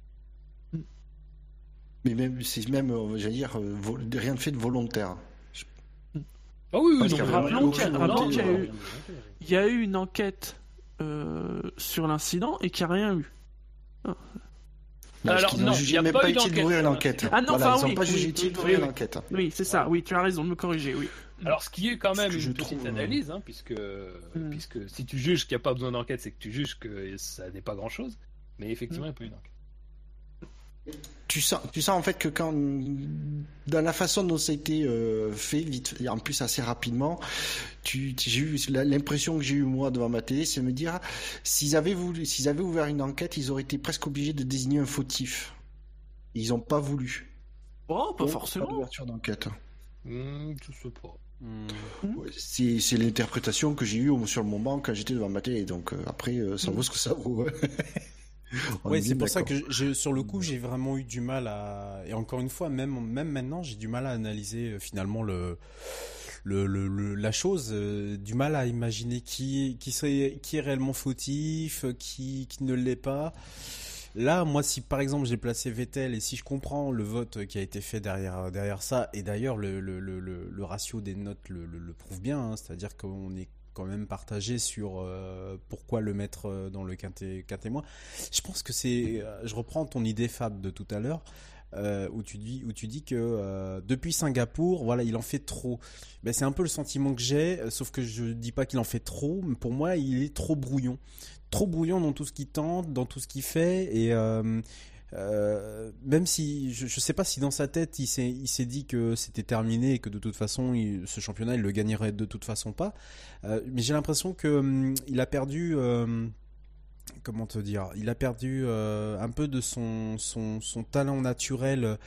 Mais même, c'est même, euh, j'allais dire, euh, vo- rien de fait de volontaire. Ah oui, oui, Parce non, qu'il y a mais- Rappelons qu'il y a- aucune rappelons volonté, qu'il y a euh, eu- il y a eu une enquête euh, sur l'incident et qu'il n'y a rien eu. Parce Alors, qu'ils n'ont non, jugé il y a même pas pas eu utile d'enquête d'ouvrir sur l'enquête. Ah non, Voilà, enfin, ils n'ont oui, pas oui, jugé oui, utile oui, d'ouvrir oui. l'enquête. Oui, c'est ça, oui, tu as raison de me corriger, oui. Alors, ce qui est quand même Ce que je une petite trouve, analyse, hein, puisque, Mm. puisque si tu juges qu'il n'y a pas besoin d'enquête, c'est que tu juges que ça n'est pas grand-chose. Mais effectivement, il n'y a pas eu d'enquête. Tu sens, tu sens en fait que quand, dans la façon dont ça a été euh, fait, vite, et en plus assez rapidement, tu, tu- j'ai eu la- l'impression que j'ai eu moi devant ma télé, c'est de me dire, ah, s'ils avaient voulu, s'ils avaient ouvert une enquête, ils auraient été presque obligés de désigner un fautif. Ils n'ont pas voulu. Oh, pas Donc, forcément. Pas d'ouverture d'enquête. Hmm, je sais pas. Ouais, C'est, c'est l'interprétation que j'ai eue au- sur le moment quand j'étais devant ma télé. Donc euh, après, euh, ça vaut ce que ça vaut. On Ouais, est c'est bien pour ça d'accord. que je, sur le coup, j'ai vraiment eu du mal à, et encore une fois, même, même maintenant, j'ai du mal à analyser euh, finalement le, le, le, le- la chose, euh, du mal à imaginer qui, qui serait, qui est réellement fautif, euh, qui, qui ne l'est pas. Là, moi, si par exemple j'ai placé Vettel et si je comprends le vote qui a été fait derrière, derrière ça, et d'ailleurs le, le, le, le, le ratio des notes le, le, le prouve bien, hein, c'est-à-dire qu'on est quand même partagé sur euh, pourquoi le mettre euh, dans le quinté, quinté moins. Je pense que c'est, euh, je reprends ton idée Fab de tout à l'heure, euh, où tu dis, où tu dis que euh, depuis Singapour, voilà, il en fait trop. Ben, c'est un peu le sentiment que j'ai, euh, sauf que je dis pas qu'il en fait trop, mais pour moi, il est trop brouillon, trop brouillon dans tout ce qu'il tente, dans tout ce qu'il fait, et euh, euh, même si je, je sais pas si dans sa tête il s'est il s'est dit que c'était terminé et que de toute façon il, ce championnat il le gagnerait de toute façon pas, euh, mais j'ai l'impression que hum, il a perdu euh, comment te dire, il a perdu euh, un peu de son son, son talent naturel,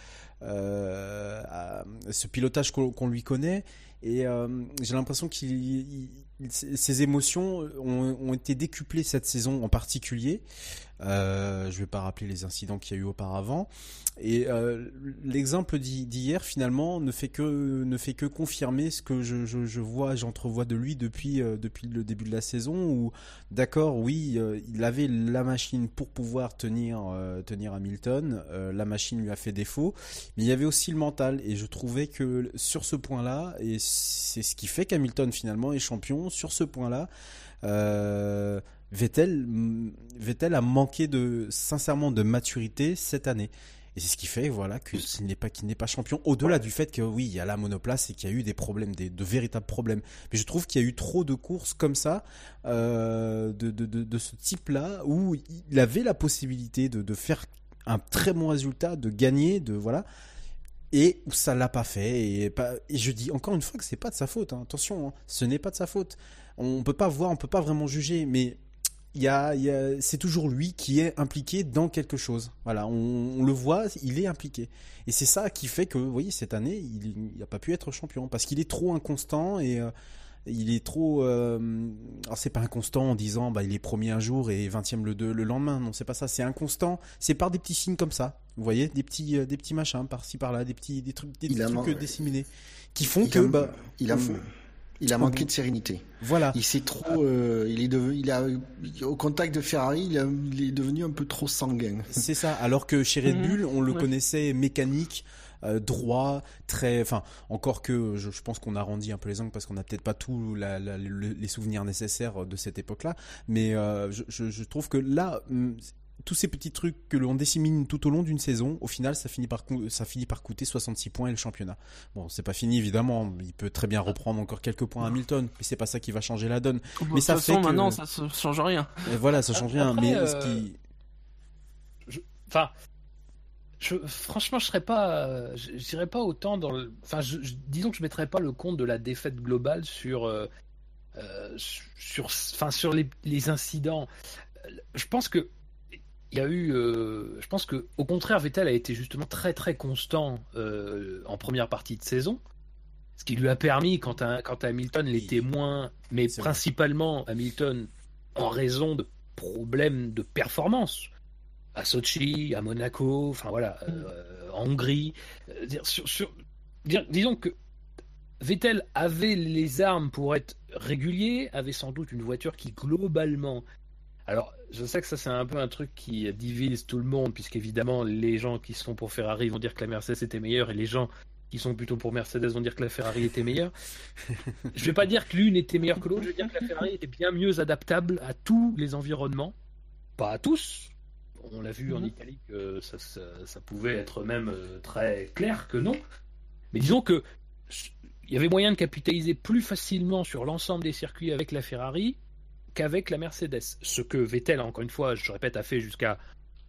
euh, à, ce pilotage qu'on, qu'on lui connaît. Et euh, j'ai l'impression qu'il, il, il, ses émotions ont, ont été décuplées cette saison en particulier. Euh, je vais pas rappeler les incidents qu'il y a eu auparavant. Et euh, l'exemple d'hier finalement ne fait que ne fait que confirmer ce que je, je, je vois, j'entrevois de lui depuis euh, depuis le début de la saison. Où d'accord, oui, euh, il avait la machine pour pouvoir tenir euh, tenir Hamilton. Euh, la machine lui a fait défaut, mais il y avait aussi le mental. Et je trouvais que sur ce point-là, et c'est ce qui fait qu'Hamilton finalement est champion. Sur ce point-là. Euh, Vettel, Vettel a manqué de, sincèrement, de maturité cette année. Et c'est ce qui fait, voilà, qu'il n'est pas, qu'il n'est pas champion. Au-delà du fait que, oui, il y a la monoplace et qu'il y a eu des problèmes, des, de véritables problèmes. Mais je trouve qu'il y a eu trop de courses comme ça, euh, de, de, de, de ce type-là, où il avait la possibilité de, de faire un très bon résultat, de gagner, de, voilà. Et où ça l'a pas fait. Et, pas, et je dis encore une fois que c'est pas de sa faute, hein. Attention, hein, ce n'est pas de sa faute. On peut pas voir, on peut pas vraiment juger, mais il y a, il y a, c'est toujours lui qui est impliqué dans quelque chose. Voilà, on, on le voit, il est impliqué. Et c'est ça qui fait que, vous voyez, cette année, il n'a pas pu être champion parce qu'il est trop inconstant et euh, il est trop. Euh, alors c'est pas inconstant en disant, bah il est premier un jour et vingtième le deux le lendemain. Non, c'est pas ça. C'est inconstant. C'est par des petits signes comme ça. Vous voyez, des petits, euh, des petits machins par-ci par-là, des petits, des trucs, des Il euh, a trucs man- disséminés qui Il font a, que, bah, il a, au fond- il a manqué de sérénité. voilà. Il s'est trop, euh, il est devenu, il a, au contact de Ferrari, il, a- il est devenu un peu trop sanguin. C'est ça. Alors que chez Red Mhm. Bull, on le Ouais. connaissait mécanique, euh, droit, très, enfin, encore que je, je pense qu'on arrondit un peu les angles parce qu'on n'a peut-être pas tous la, la, le, les souvenirs nécessaires de cette époque-là, mais euh, je, je, je trouve que là, tous ces petits trucs que l'on dissémine tout au long d'une saison, au final, ça finit par ça finit par coûter soixante-six points et le championnat. Bon, c'est pas fini évidemment, il peut très bien reprendre encore quelques points à Hamilton, mais c'est pas ça qui va changer la donne. Bon, mais ça de toute fait façon, que maintenant, ça ne change rien. Et voilà, ça change rien. Après, mais euh... ce qui, je... enfin, je... franchement, je serais pas, je dirais pas autant dans le, enfin, je... Je... disons que je mettrais pas le compte de la défaite globale sur, euh... Euh... sur, enfin, sur les... les incidents. Je pense que il y a eu, euh, je pense que au contraire, Vettel a été justement très très constant euh, en première partie de saison, ce qui lui a permis, quand, à, quand Hamilton l'était moins, mais c'est principalement vrai. Hamilton en raison de problèmes de performance à Sochi, à Monaco, enfin voilà, euh, en Hongrie, euh, dire, sur, sur, dire, disons que Vettel avait les armes pour être régulier, avait sans doute une voiture qui globalement. Alors, je sais que ça, c'est un peu un truc qui divise tout le monde, puisqu'évidemment, les gens qui sont pour Ferrari vont dire que la Mercedes était meilleure, et les gens qui sont plutôt pour Mercedes vont dire que la Ferrari était meilleure. Je ne vais pas dire que l'une était meilleure que l'autre, je vais dire que la Ferrari était bien mieux adaptable à tous les environnements. Pas à tous. On l'a vu en Italie que ça, ça, ça pouvait être même très clair que non. Mais disons que il y avait moyen de capitaliser plus facilement sur l'ensemble des circuits avec la Ferrari qu'avec la Mercedes. Ce que Vettel, encore une fois, je répète, a fait jusqu'à,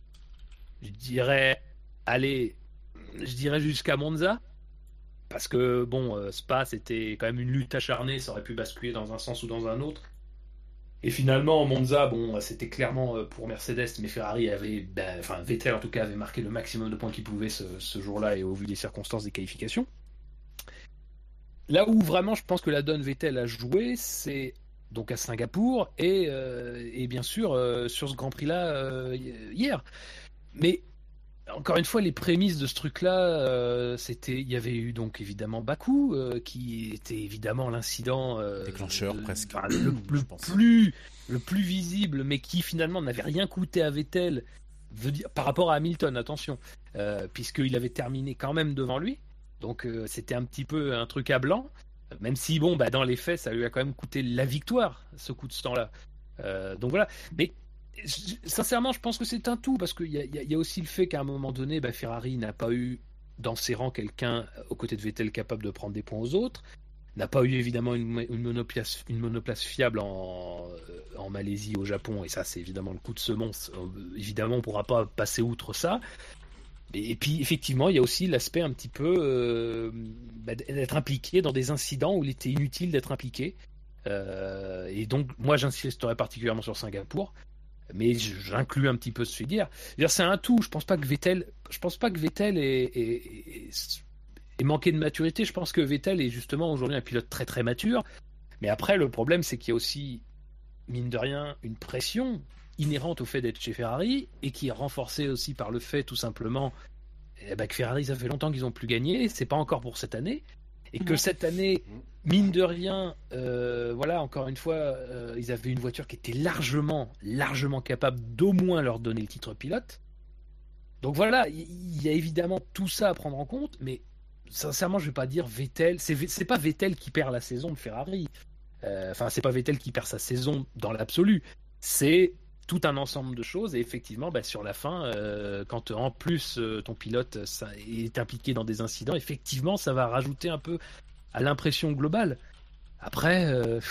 je dirais, allez, je dirais jusqu'à Monza, parce que, bon, euh, Spa, c'était quand même une lutte acharnée, ça aurait pu basculer dans un sens ou dans un autre. Et finalement, Monza, bon, c'était clairement pour Mercedes, mais Ferrari avait, ben, enfin, Vettel en tout cas, avait marqué le maximum de points qu'il pouvait ce, ce jour-là et au vu des circonstances des qualifications. Là où vraiment, je pense que la donne Vettel a joué, c'est donc à Singapour, et, euh, et bien sûr euh, sur ce Grand Prix-là euh, hier. Mais encore une fois, les prémices de ce truc-là, euh, c'était, il y avait eu donc évidemment Bakou, euh, qui était évidemment l'incident euh, déclencheur de, presque, enfin, le, le plus le plus visible, mais qui finalement n'avait rien coûté à Vettel, veut dire, par rapport à Hamilton, attention, euh, puisqu'il avait terminé quand même devant lui. Donc euh, c'était un petit peu un truc à blanc. Même si, bon, bah, dans les faits, ça lui a quand même coûté la victoire, ce coup de temps-là. Euh, donc voilà. Mais sincèrement, je pense que c'est un tout, parce qu'il y, y, y a aussi le fait qu'à un moment donné, bah, Ferrari n'a pas eu dans ses rangs quelqu'un aux côtés de Vettel capable de prendre des points aux autres, n'a pas eu évidemment une, une, monoplace, une monoplace fiable en, en Malaisie, au Japon, et ça, c'est évidemment le coup de semonce. Évidemment, on ne pourra pas passer outre ça. Et puis effectivement, il y a aussi l'aspect un petit peu euh, bah, d'être impliqué dans des incidents où il était inutile d'être impliqué. Euh, et donc, moi, j'insisterai particulièrement sur Singapour, mais j'inclus un petit peu ce dire. C'est un tout. Je pense pas que Vettel, je pense pas que Vettel est, est, est, est manqué de maturité. Je pense que Vettel est justement aujourd'hui un pilote très très mature. Mais après, le problème, c'est qu'il y a aussi, mine de rien, une pression inhérente au fait d'être chez Ferrari et qui est renforcée aussi par le fait tout simplement eh ben, que Ferrari, ça fait longtemps qu'ils n'ont plus gagné, c'est pas encore pour cette année, et que cette année, mine de rien, euh, voilà, encore une fois, euh, ils avaient une voiture qui était largement, largement capable d'au moins leur donner le titre pilote. Donc voilà, il y, y a évidemment tout ça à prendre en compte, mais sincèrement, je vais pas dire Vettel, c'est, c'est pas Vettel qui perd la saison de Ferrari, enfin, euh, c'est pas Vettel qui perd sa saison dans l'absolu, c'est tout un ensemble de choses, et effectivement, bah, sur la fin, euh, quand en plus euh, ton pilote ça, est impliqué dans des incidents, effectivement, ça va rajouter un peu à l'impression globale. Après, euh,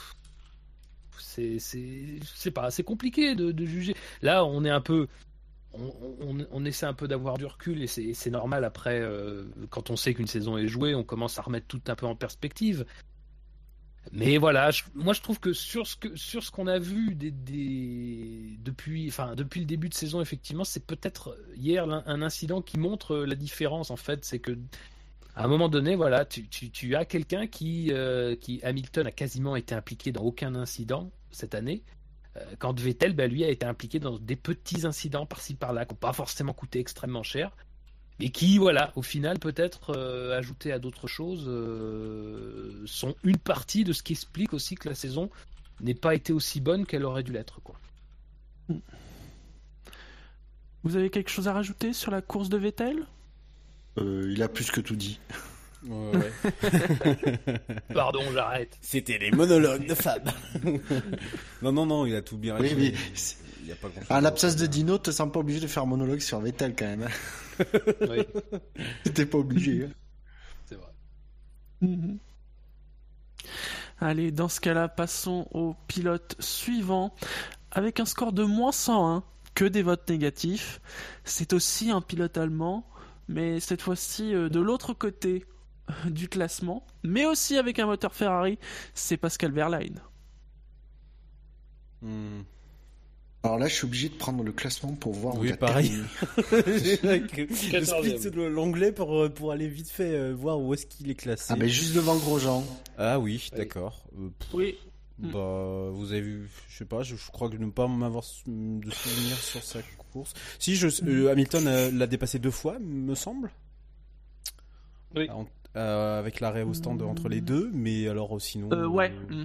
c'est, c'est, c'est pas, c'est compliqué de, de juger. Là, on est un peu, on, on, on essaie un peu d'avoir du recul, et c'est, c'est normal. Après, euh, quand on sait qu'une saison est jouée, on commence à remettre tout un peu en perspective. Mais voilà, je, moi je trouve que sur ce que sur ce qu'on a vu des, des, depuis, enfin depuis le début de saison, effectivement, c'est peut-être hier un incident qui montre la différence. En fait, c'est que à un moment donné, voilà, tu, tu, tu as quelqu'un qui, euh, qui Hamilton a quasiment été impliqué dans aucun incident cette année, euh, quand Vettel, bah, lui, a été impliqué dans des petits incidents par-ci par-là qui n'ont pas forcément coûté extrêmement cher. Et qui, voilà, au final, peut-être euh, ajouté à d'autres choses, euh, sont une partie de ce qui explique aussi que la saison n'ait pas été aussi bonne qu'elle aurait dû l'être, quoi. Vous avez quelque chose à rajouter sur la course de Vettel ? Euh, il a plus que tout dit. Ouais, ouais. Pardon, j'arrête. C'était les monologues de Fab. non, non, non, il a tout bien Oui, résumé. mais Il y a pas grand-chose à à l'absence de dire. Dino, te sens pas obligé de faire un monologue sur Vettel quand même. hein. Oui, T'étais pas obligé. hein. c'est vrai. Mhm. Allez, dans ce cas-là, passons au pilote suivant. Avec un score de moins cent un, que des votes négatifs. C'est aussi un pilote allemand, mais cette fois-ci euh, de l'autre côté euh, du classement, mais aussi avec un moteur Ferrari, c'est Pascal Wehrlein. Hmm. Alors là, je suis obligé de prendre le classement pour voir où Oui, il a pareil. terminé. Je quatorzième. split l'onglet pour, pour aller vite fait euh, voir où est-ce qu'il est classé. Ah, ben juste devant Grosjean. Ah oui, Oui. d'accord. Euh, pff, Oui. bah, vous avez vu, je sais pas, je, je crois que ne pas m'avoir s- de souvenirs sur sa course. Si, je, euh, Hamilton euh, l'a dépassé deux fois, me semble. Oui. En- euh, avec l'arrêt au stand entre les deux, mais alors euh, sinon. Euh, ouais. euh, Mm.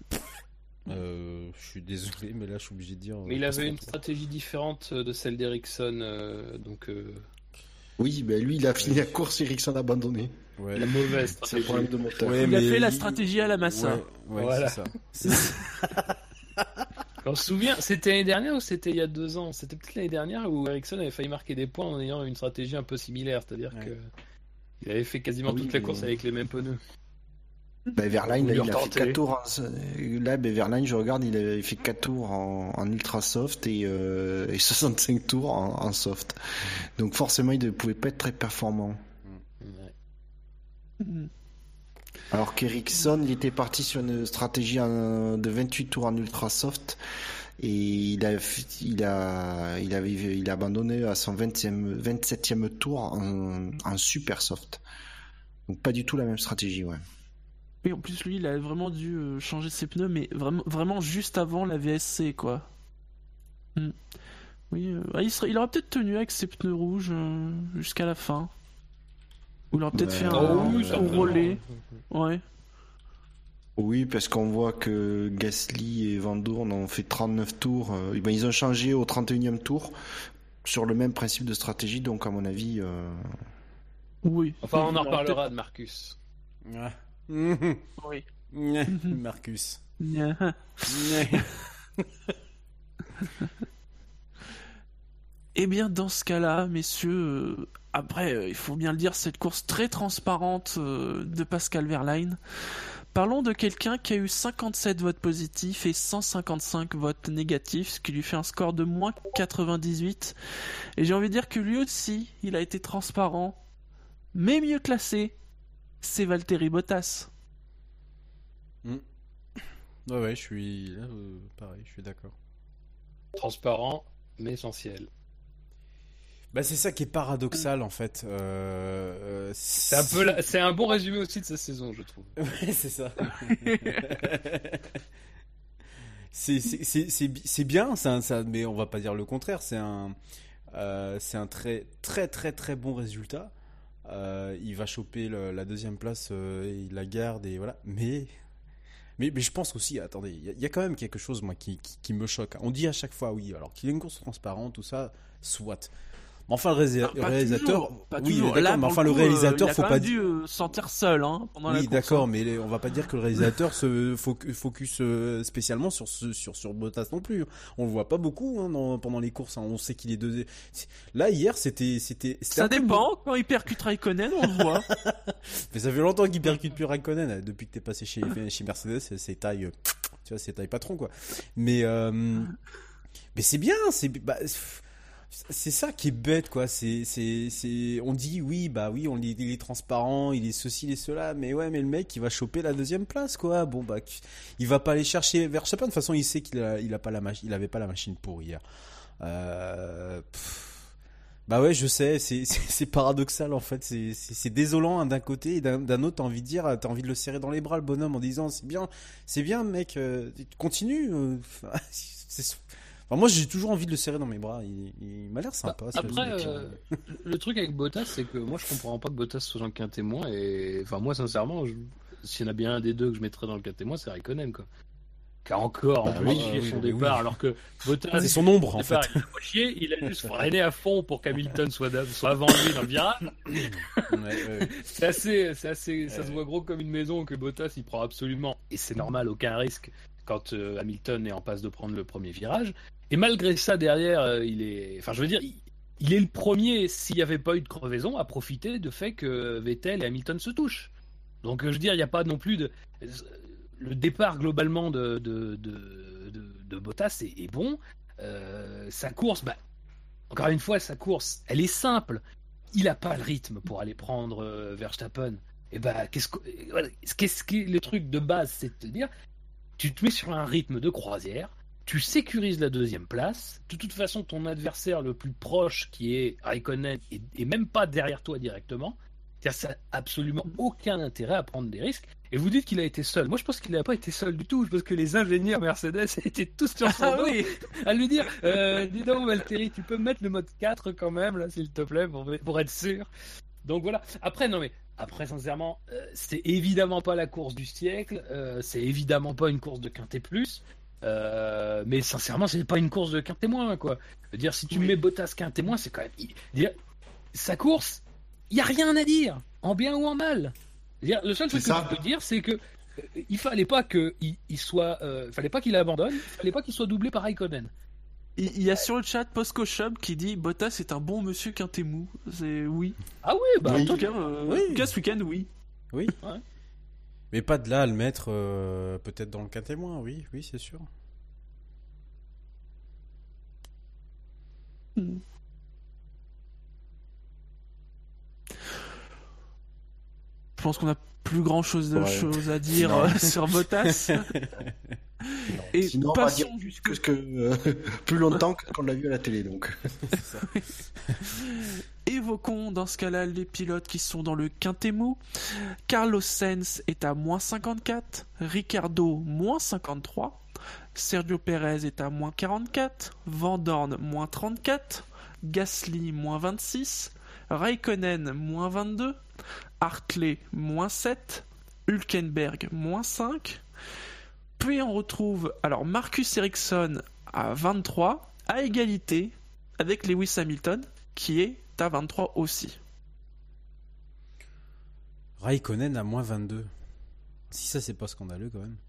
euh, je suis désolé, mais là je suis obligé de dire. Mais euh, il avait une Pascal. stratégie différente de celle d'Ericsson, euh, donc euh, Oui, ben lui, il a fini la course, Ericsson a abandonné. Ouais. la mauvaise C'est un stratégie. problème de moteur. Ouais, Il a mais fait la stratégie à la Massa. Ouais, ouais, Voilà. c'est ça. C'est ça. On se souvient, c'était l'année dernière ou c'était il y a deux ans? C'était peut-être l'année dernière où Ericsson avait failli marquer des points en ayant une stratégie un peu similaire, c'est-à-dire Ouais. que il avait fait quasiment Ah oui, toutes les mais- courses avec les mêmes pneus. Ben Verlaine, Ou là, lui il a fait retenter. quatre tours. En... Là, ben Verlaine, je regarde, il a fait quatre tours en, en ultra soft et, euh, et soixante-cinq tours en, en soft. Donc forcément, il ne pouvait pas être très performant. Ouais. Mm. Alors qu'Ericsson, il était parti sur une stratégie en- de vingt-huit tours en ultra soft et il a, il a, il avait, il a abandonné à son vingtième, vingt-septième tour en, en super soft. Donc pas du tout la même stratégie, ouais. Et en plus, lui, il a vraiment dû euh, changer ses pneus, mais vraiment, vraiment juste avant la V S C, quoi. Mm. Oui, euh, ah, il, serait, il aurait peut-être tenu avec ses pneus rouges euh, jusqu'à la fin. Ou il aurait peut-être Ouais. fait un, Oh oui, un certainement. relais. Ouais. Oui, parce qu'on voit que Gasly et Van Doorn ont fait trente-neuf tours. Euh, et ben, ils ont changé au trente et unième tour sur le même principe de stratégie, donc à mon avis... euh, Oui. Enfin, on en Il aurait reparlera de Marcus. Ouais. peut-être- Oui. Marcus. Nya. Eh bien, dans ce cas-là, messieurs, euh, après, euh, il faut bien le dire, cette course très transparente euh, de Pascal Wehrlein. Parlons de quelqu'un qui a eu cinquante-sept votes positifs et cent cinquante-cinq votes négatifs, ce qui lui fait un score de moins quatre-vingt-dix-huit. Et j'ai envie de dire que lui aussi, il a été transparent, mais mieux classé. C'est Valtteri Bottas. Ouais, ouais, je suis là, euh, pareil, je suis d'accord. Transparent, mais essentiel. Bah, c'est ça qui est paradoxal en fait. Euh, euh, C'est un peu, la- c'est un bon résumé aussi de sa saison, je trouve. Ouais, c'est ça. c'est c'est- c'est- c'est bi- c'est bien, c'est un- ça, mais on va pas dire le contraire. C'est un, euh, c'est un très très très très bon résultat. Euh, il va choper le- la deuxième place, euh, il la garde et voilà. Mais mais, mais je pense aussi, attendez, il y, a- il y a quand même quelque chose moi qui, qui, qui me choque. On dit à chaque fois oui, alors qu'il y a une course transparente, tout ça, soit. Mais enfin, le, résa- Ah, le pas réalisateur, toujours, pas oui, toujours. d'accord, Là, mais pour enfin le le coup, euh, réalisateur, il a faut quand pas même dire. dû euh, sentir seul hein, pendant la Oui, course. d'accord, hein. mais les- on va pas dire que le réalisateur se foc- focus euh, spécialement sur ce, sur sur Bottas non plus. On le voit pas beaucoup hein, dans- pendant les courses. hein. On sait qu'il est deux. Là hier, c'était c'était. c'était Ça un peu dépend, quand il percute Raikkonen, on le voit. Mais ça fait longtemps qu'il percute plus Raikkonen. hein. Depuis que t'es passé chez chez Mercedes, c'est c'est taille. euh, Tu vois, c'est taille patron quoi. Mais euh, mais c'est bien, c'est bah, c'est ça qui est bête quoi. C'est c'est c'est on dit oui bah oui on il est transparent, il est ceci il est cela, mais ouais mais le mec il va choper la deuxième place quoi. Bon bah il va pas aller chercher vers je sais pas de toute façon il sait qu'il a il a pas la machine, il avait pas la machine pour hier. Euh, pff, bah ouais je sais c'est c'est, c'est paradoxal en fait c'est c'est, c'est désolant hein, d'un côté et d'un, d'un autre t'as envie de dire t'as envie de le serrer dans les bras le bonhomme en disant c'est bien c'est bien mec euh, continue euh, c'est Enfin, moi, j'ai toujours envie de le serrer dans mes bras. Il, il m'a l'air sympa. ce- Après, ce mec. euh, le truc avec Bottas, c'est que moi, je comprends pas que Bottas soit dans le quintet moins. Et enfin, moi, sincèrement, je... s'il y en a bien un des deux que je mettrais dans le quintet moins, c'est Raikkonen, quoi. qui a encore Bah envoyé oui, chier oui, son oui, départ, oui. alors que Bottas, C'est son ombre, au en fait. départ, il a pas chié, il a juste freiné à fond pour qu'Hamilton soit, da- soit avant lui dans le virage. Ouais, ouais. C'est assez, c'est assez, ça se voit gros comme une maison que Bottas il prend absolument, et c'est normal, aucun risque quand euh, Hamilton est en passe de prendre le premier virage. Et malgré ça, derrière, euh, il est, enfin, je veux dire, il, il est le premier, s'il n'y avait pas eu de crevaison, à profiter du fait que Vettel et Hamilton se touchent. Donc, euh, je veux dire, il n'y a pas non plus de, le départ globalement de de de, de, de Bottas est, est bon. Euh, sa course, bah, encore une fois, sa course, elle est simple. Il a pas le rythme pour aller prendre euh, Verstappen. Et bah, qu'est-ce que, voilà, qu'est-ce qui le truc de base, c'est de te dire, tu te mets sur un rythme de croisière, tu sécurises la deuxième place. De toute façon, ton adversaire le plus proche, qui est Raikkonen, est, est même pas derrière toi directement. C'est-à-dire, ça n'a absolument aucun intérêt à prendre des risques. Et vous dites qu'il a été seul. Moi, je pense qu'il n'a pas été seul du tout. Je pense que les ingénieurs Mercedes étaient tous sur son Ah dos oui. à lui dire euh, dis donc, Valtteri, tu peux mettre le mode quatre quand même, là, s'il te plaît, pour, pour être sûr. Donc voilà. Après, non mais, après, sincèrement, euh, c'est évidemment pas la course du siècle. Euh, c'est évidemment pas une course de quintet plus. Euh, mais sincèrement, c'est pas une course de quintet moins, quoi. Je veux dire, si tu Oui. mets Bottas quintet moins, c'est quand même. il- dire, sa course, il y a rien à dire, en bien ou en mal. Je veux dire, le seul truc C'est que ça. je peux dire, c'est que euh, il fallait pas que il, il soit, euh, fallait pas qu'il abandonne, il fallait pas qu'il soit doublé par Raikkonen. Il il y a sur le chat Posco Shop qui dit Bottas est un bon monsieur quintet mou. C'est oui. Ah oui, bah Oui. En tout cas, euh, Oui. en tout cas, ce week-end, oui. Oui. Ouais. Mais pas de là à le mettre euh, peut-être dans le cas témoin, oui, oui, c'est sûr. Je pense qu'on a plus grand chose de Ouais. choses à dire Non. euh, sur Bottas. Et Sinon, on va dire passons jusque plus, que, euh, plus longtemps que- qu'on l'a vu à la télé, donc. Évoquons dans ce cas-là les pilotes qui sont dans le quintet mou. Carlos Sainz est à moins cinquante-quatre, Ricciardo moins cinquante-trois, Sergio Perez est à moins quarante-quatre, Van Dorn moins trente-quatre, Gasly moins vingt-six, Raikkonen moins vingt-deux, Hartley moins sept, Hülkenberg moins cinq. Puis on retrouve alors Marcus Ericsson à vingt-trois, à égalité avec Lewis Hamilton qui est à vingt-trois aussi. Raikkonen à moins vingt-deux. Si ça, c'est pas scandaleux quand même.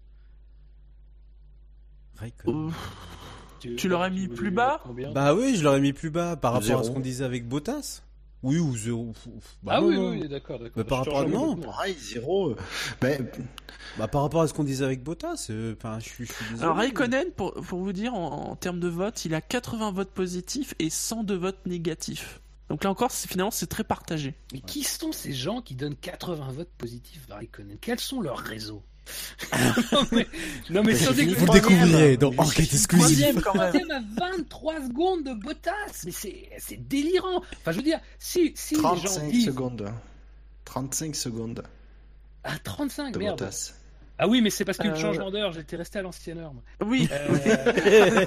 Raikkonen. Euh, Tu l'aurais mis plus bas ? Combien Bah oui, je l'aurais mis plus bas par rapport Zéro. à ce qu'on disait avec Bottas. Oui, ou zéro. Bah Ah non, oui, non. oui, d'accord, d'accord. Mais par Je te rapport à- rejoins non, complètement. Pareil, zéro. Ben, Bah par rapport à ce qu'on disait avec Bottas, euh, enfin, je suis je suis désolé. Alors Raikkonen, pour, pour vous dire, en, en termes de vote, il a quatre-vingts votes positifs et cent deux votes négatifs. Donc là encore, c'est- finalement, c'est très partagé. Mais qui sont ces gens qui donnent quatre-vingts votes positifs à Raikkonen? Quels sont leurs réseaux? non mais, non mais sans Vous déconner. Vous le découvrirez dans Enquête exclusive. Troisième, troisième à vingt-trois secondes de Bottas, mais c'est c'est délirant. Enfin, je veux dire, si si les gens trente-cinq disent secondes. trente-cinq secondes à trente-cinq, de merde. Bottas. Ah oui, mais c'est parce que le Euh, changement d'heure, j'étais resté à l'ancienne heure. moi. Oui, Euh...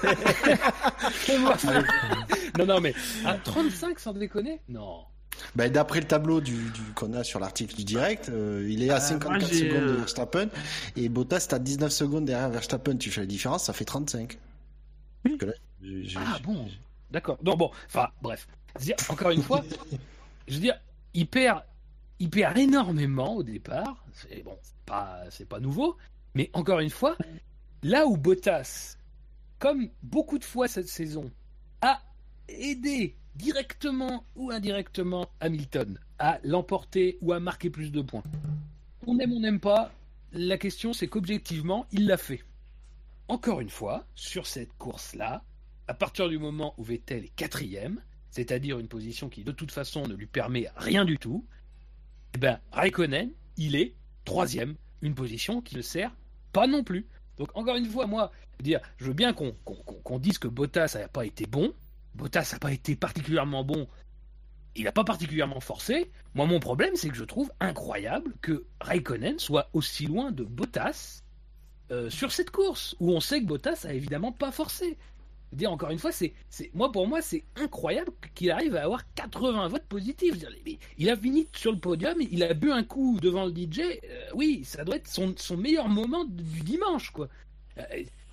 non non mais à trente-cinq sans déconner, non. Ben, d'après le tableau du, du, qu'on a sur l'article du direct, euh, il est à Euh, cinquante-quatre moi, j'ai, secondes de euh, Verstappen et Bottas est à dix-neuf secondes derrière Verstappen. Tu fais la différence, ça fait trente-cinq. Oui. Parce que là, j'ai- j'ai- Ah bon, d'accord. Non, bon, enfin, bref. C'est-à-dire, encore une fois, je veux dire, il perd, il perd énormément au départ. C'est bon, c'est pas, c'est pas nouveau. Mais encore une fois, là où Bottas, comme beaucoup de fois cette saison, a aidé directement ou indirectement Hamilton à l'emporter ou à marquer plus de points. On aime, on n'aime pas. La question, c'est qu'objectivement, il l'a fait. Encore une fois, sur cette course-là, à partir du moment où Vettel est quatrième, c'est-à-dire une position qui de toute façon ne lui permet rien du tout, eh ben Raikkonen, il est troisième, une position qui ne sert pas non plus. Donc encore une fois, moi, je veux dire, je veux bien qu'on qu'on, qu'on, qu'on dise que Bottas n'a pas été bon. Bottas n'a pas été particulièrement bon. Il n'a pas particulièrement forcé. Moi, mon problème, c'est que je trouve incroyable que Raikkonen soit aussi loin de Bottas euh, sur cette course, où on sait que Bottas a évidemment pas forcé. Je veux dire, encore une fois, c'est, c'est, moi, pour moi, c'est incroyable qu'il arrive à avoir quatre-vingts votes positifs. Je veux dire, il a fini sur le podium, il a bu un coup devant le D J. Euh, oui, ça doit être son, son meilleur moment du dimanche, quoi. Euh,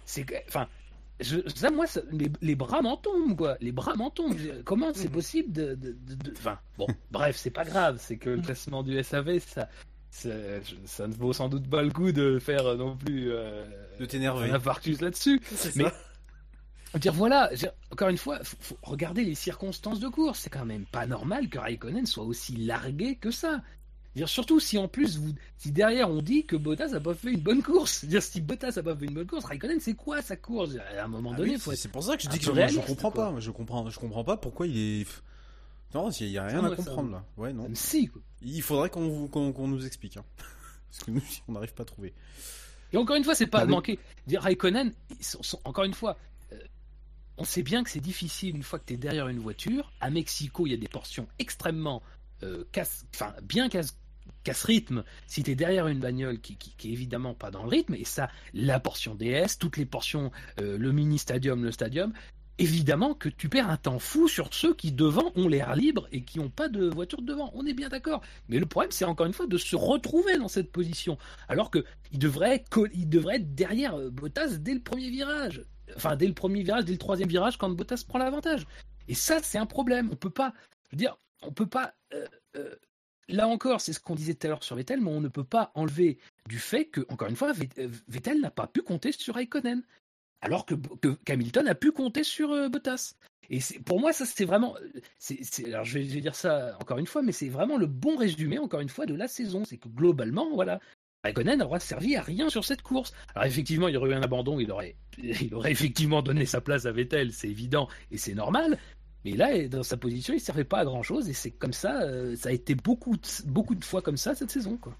c'est, enfin, je, ça, moi, ça, les, les bras m'en tombent, quoi. Les bras m'en tombent. Comment c'est possible de, de, de, de... Enfin, bon, bref, c'est pas grave. C'est que le classement du S A V, ça, ça, ça ne vaut sans doute pas le coup de faire non plus euh, de t'énerver un infarctus là-dessus. C'est mais ça. dire voilà, dire, encore une fois, faut, faut regarder les circonstances de course. C'est quand même pas normal que Raikkonen soit aussi largué que ça. Dire, surtout si en plus, vous, si derrière on dit que Bottas a pas fait une bonne course. Dire, si Bottas a pas fait une bonne course, Raikkonen, c'est quoi sa course? À un moment Ah donné, oui, faut c'est, être c'est pour ça que je dis que je, réaliste, je comprends quoi. pas. Moi, je comprends, je comprends pas pourquoi il est. Non, il y a rien Ça, à moi, comprendre ça- là. Ouais, non. Même si, quoi. Il faudrait qu'on, vous- qu'on, qu'on nous explique, hein. Parce que nous, on n'arrive pas à trouver. Et encore une fois, c'est pas Ah oui. manquer. Dire Raikkonen, ils sont, sont- encore une fois, euh, on sait bien que c'est difficile une fois que tu es derrière une voiture. À Mexico, il y a des portions extrêmement euh, casse, enfin bien casse, casse rythme. Si tu es derrière une bagnole qui, qui, qui est évidemment pas dans le rythme, et ça, la portion D S, toutes les portions, euh, le mini stadium, le stadium. Évidemment que tu perds un temps fou sur ceux qui devant ont l'air libre et qui n'ont pas de voiture devant. On est bien d'accord. Mais le problème, c'est encore une fois de se retrouver dans cette position. Alors qu'il devrait, co- il devrait être derrière euh, Bottas dès le premier virage. Enfin, dès le premier virage, dès le troisième virage, quand Bottas prend l'avantage. Et ça, c'est un problème. On peut pas, je veux dire, on peut pas. euh, euh, là encore, c'est ce qu'on disait tout à l'heure sur Vettel, mais on ne peut pas enlever du fait que, encore une fois, Vett- euh, Vettel n'a pas pu compter sur Raikkonen. Alors que, que qu'Hamilton a pu compter sur euh, Bottas. Et c'est, pour moi, ça, c'est vraiment. C'est, c'est, alors, je vais, je vais dire ça encore une fois, mais c'est vraiment le bon résumé, encore une fois, de la saison. C'est que globalement, voilà, Raikkonen n'aura servi à rien sur cette course. Alors, effectivement, il y aurait eu un abandon, il aurait, il aurait effectivement donné sa place à Vettel, c'est évident, et c'est normal. Mais là, dans sa position, il ne servait pas à grand chose, et c'est comme ça, euh, ça a été beaucoup, de- beaucoup de fois comme ça cette saison, quoi.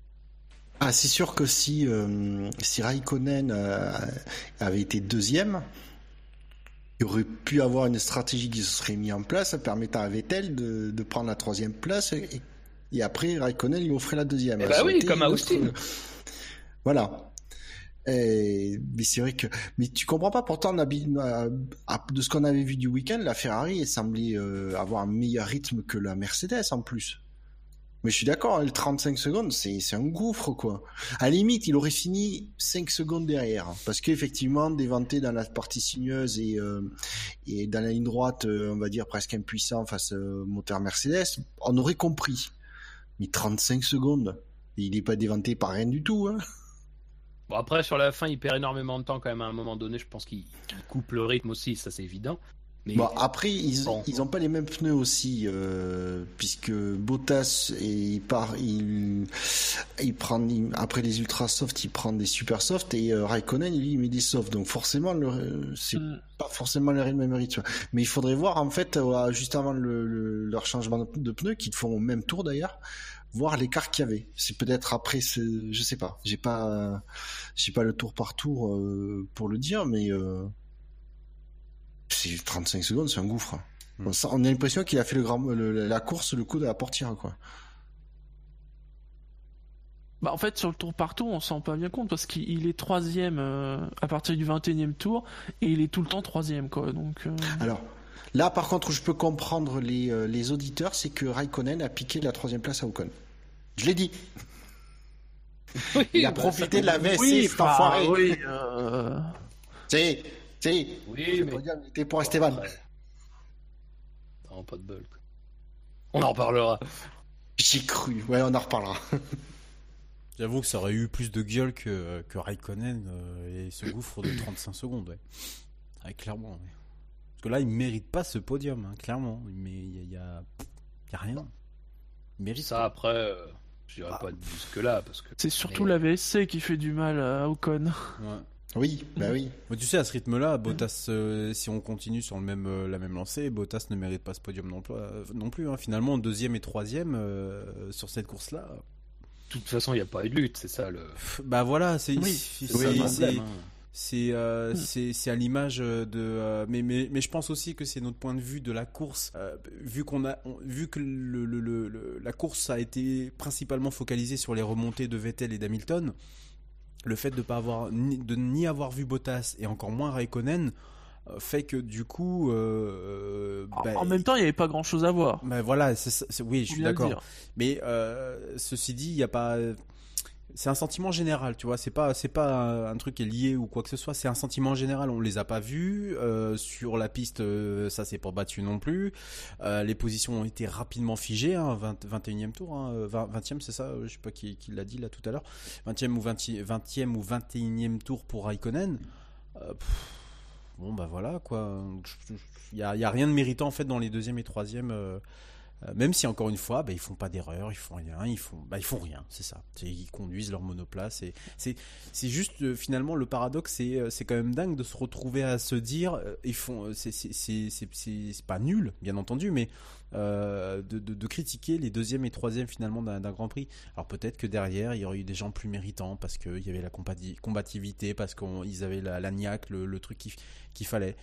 Ah, c'est sûr que si, euh, si Raikkonen euh, avait été deuxième, il aurait pu avoir une stratégie qui se serait mise en place permettant à Vettel de, de prendre la troisième place et, et après Raikkonen lui offrait la deuxième. Eh Ça bah aurait oui, été comme à une autre- Austin. Voilà. Et, mais c'est vrai que, mais tu comprends pas pourtant Nabi- euh, de ce qu'on avait vu du week-end, la Ferrari elle semblait euh, avoir un meilleur rythme que la Mercedes en plus. Mais je suis d'accord, hein, le trente-cinq secondes, c'est, c'est un gouffre, quoi. À la limite, il aurait fini cinq secondes derrière. Parce qu'effectivement, déventé dans la partie sinueuse et, euh, et dans la ligne droite, euh, on va dire presque impuissant face au moteur Mercedes, on aurait compris. Mais trente-cinq secondes, il n'est pas déventé par rien du tout, hein. Bon, après, sur la fin, il perd énormément de temps quand même. À un moment donné, je pense qu'il, qu'il coupe le rythme aussi, ça c'est évident. Mais Bon, après, ils Bon. ils ont pas les mêmes pneus aussi, euh, puisque Bottas et il part, il, il prend il- après les ultra soft, il prend des super soft et euh, Raikkonen lui il met des soft, donc forcément le, c'est Mm. pas forcément le même rythme. Mais il faudrait voir en fait euh, juste avant le, le- leur changement de pneus, qu'ils font au même tour d'ailleurs, voir l'écart qu'il y avait. C'est peut-être après, ce, je sais pas, j'ai pas, j'ai pas le tour par tour euh, pour le dire, mais. Euh, c'est trente-cinq secondes, c'est un gouffre. Mm. On, sent- on a l'impression qu'il a fait le grand, le- la course, le coup de la portière, quoi. Bah, en fait, sur le tour par tour, on s'en rend pas bien compte parce qu'il il est troisième euh, à partir du vingt et unième tour et il est tout le temps troisième, quoi. Donc, euh, Alors, là, par contre, où je peux comprendre les, euh, les auditeurs, c'est que Raikkonen a piqué la troisième place à Ocon. Je l'ai dit. oui, Il a bah, profité ça- de la V S C, oui, cet enfoiré. enfin, oui, euh, C'est, c'est. Oui, Le mais podium était pour Esteban. Ouais. Non, pas de bol. quoi. On en reparlera. J'ai cru. Ouais, on en reparlera. J'avoue que ça aurait eu plus de gueule que, que Raikkonen euh, et ce gouffre de trente-cinq secondes, ouais. Ouais, clairement, ouais. Parce que là, il mérite pas ce podium, hein, clairement. Mais il y a, il y a, il y a rien. Il mérite Ça, pas. après, euh, je dirais Ah. pas jusque-là, parce que... c'est surtout Mais- la V S C qui fait du mal à Ocon. Ouais. Oui, bah oui. Mais tu sais, à ce rythme-là, Bottas, euh, si on continue sur le même, euh, la même lancée, Bottas ne mérite pas ce podium non plus. euh, non plus hein. Finalement, deuxième et troisième euh, sur cette course-là. De toute façon, il n'y a pas eu de lutte, c'est ça le... pff, Bah voilà, c'est Oui. c'est- c'est ça, le c'est- problème, c'est- hein. c'est euh, Mm. c'est c'est à l'image de euh, mais mais mais je pense aussi que c'est notre point de vue de la course euh, vu qu'on a on- vu que le, le, le, le- la course a été principalement focalisée sur les remontées de Vettel et d'Hamilton. Le fait de pas avoir ni, de ni avoir vu Bottas et encore moins Raikkonen euh, fait que du coup euh, En- bah, en même temps, il n'y avait pas grand chose à voir. bah voilà c'est, ça- c'est- oui je Faut suis bien le d'accord dire. mais euh, ceci dit il y a pas c'est un sentiment général, tu vois. C'est pas, c'est pas un truc qui est lié ou quoi que ce soit. C'est un sentiment général. On les a pas vus euh, sur la piste. Euh, ça s'est pas battu non plus. Euh, les positions ont été rapidement figées. Hein, vingt, vingt et unième tour, hein, vingt, vingtième, c'est ça. Je sais pas qui, qui l'a dit là tout à l'heure. vingtième ou vingtième ou vingt et unième tour pour Raikkonen. Euh, pff, bon bah voilà quoi. Il y a, y a rien de méritant en fait dans les deuxième et troisième. Euh, Même si encore une fois, bah, ils font pas d'erreur, ils font rien, ils font, bah, ils font rien, c'est ça. C'est, ils conduisent leur monoplace. Et c'est, c'est juste euh, finalement le paradoxe, c'est, euh, c'est quand même dingue de se retrouver à se dire, euh, ils font, c'est, c'est, c'est, c'est, c'est, c'est pas nul, bien entendu, mais euh, de, de, de critiquer les deuxième et troisième finalement d'un, d'un Grand Prix. Alors peut-être que derrière, il y aurait eu des gens plus méritants parce qu'il y avait la compati- combativité, parce qu'ils avaient la, la niaque, le, le truc qu'il, qu'il fallait.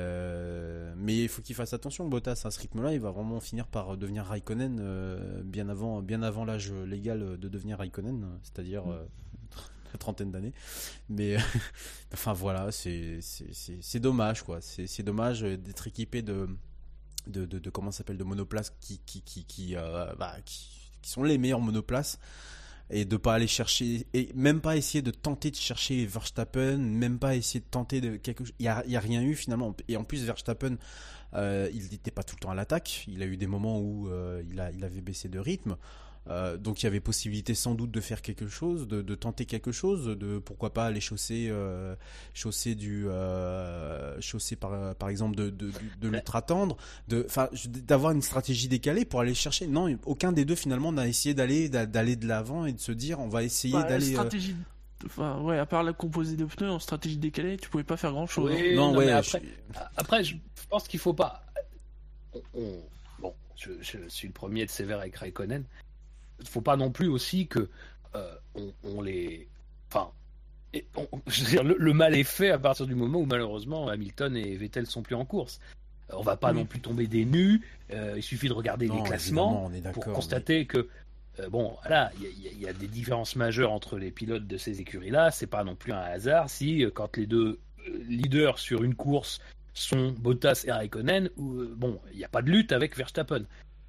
Euh, mais il faut qu'il fasse attention, Bottas à ce rythme-là, il va vraiment finir par devenir Raikkonen euh, bien avant, bien avant l'âge légal de devenir Raikkonen, c'est-à-dire euh, la trentaine d'années. Mais enfin voilà, c'est, c'est, c'est, c'est dommage quoi. C'est, c'est dommage d'être équipé de de, de, de comment ça s'appelle de monoplaces qui qui qui qui, euh, bah, qui qui sont les meilleurs monoplaces. Et de pas aller chercher, et même pas essayer de tenter de chercher Verstappen, même pas essayer de tenter de quelque chose. Il y a, il y a rien eu finalement. Et en plus Verstappen, euh, il n'était pas tout le temps à l'attaque. Il a eu des moments où euh, il a, il avait baissé de rythme. Euh, donc il y avait possibilité sans doute de faire quelque chose, de, de tenter quelque chose, de pourquoi pas aller chausser, euh, chausser du, euh, chausser par, par exemple de, de, de, de l'ultra tendre, de, enfin, d'avoir une stratégie décalée pour aller chercher. Non, aucun des deux finalement n'a essayé d'aller, d'aller de l'avant et de se dire on va essayer Bah, d'aller. stratégie... euh... Enfin, ouais, à part la composée de pneus en stratégie décalée, tu pouvais pas faire grand chose. Oui, non, non, ouais. mais après, je... après, je pense qu'il faut pas. On, on... Bon, je, je suis le premier de sévère avec Raikkonen. Il faut pas non plus aussi que euh, on, on les, enfin, et on, je veux dire, le, le mal est fait à partir du moment où malheureusement Hamilton et Vettel sont plus en course. On va pas oui. non plus tomber des nues. Euh, il suffit de regarder non, les classements pour constater mais... que euh, bon, voilà, il y, y a des différences majeures entre les pilotes de ces écuries-là. C'est pas non plus un hasard si quand les deux leaders sur une course sont Bottas et Raikkonen, où, bon, il n'y a pas de lutte avec Verstappen.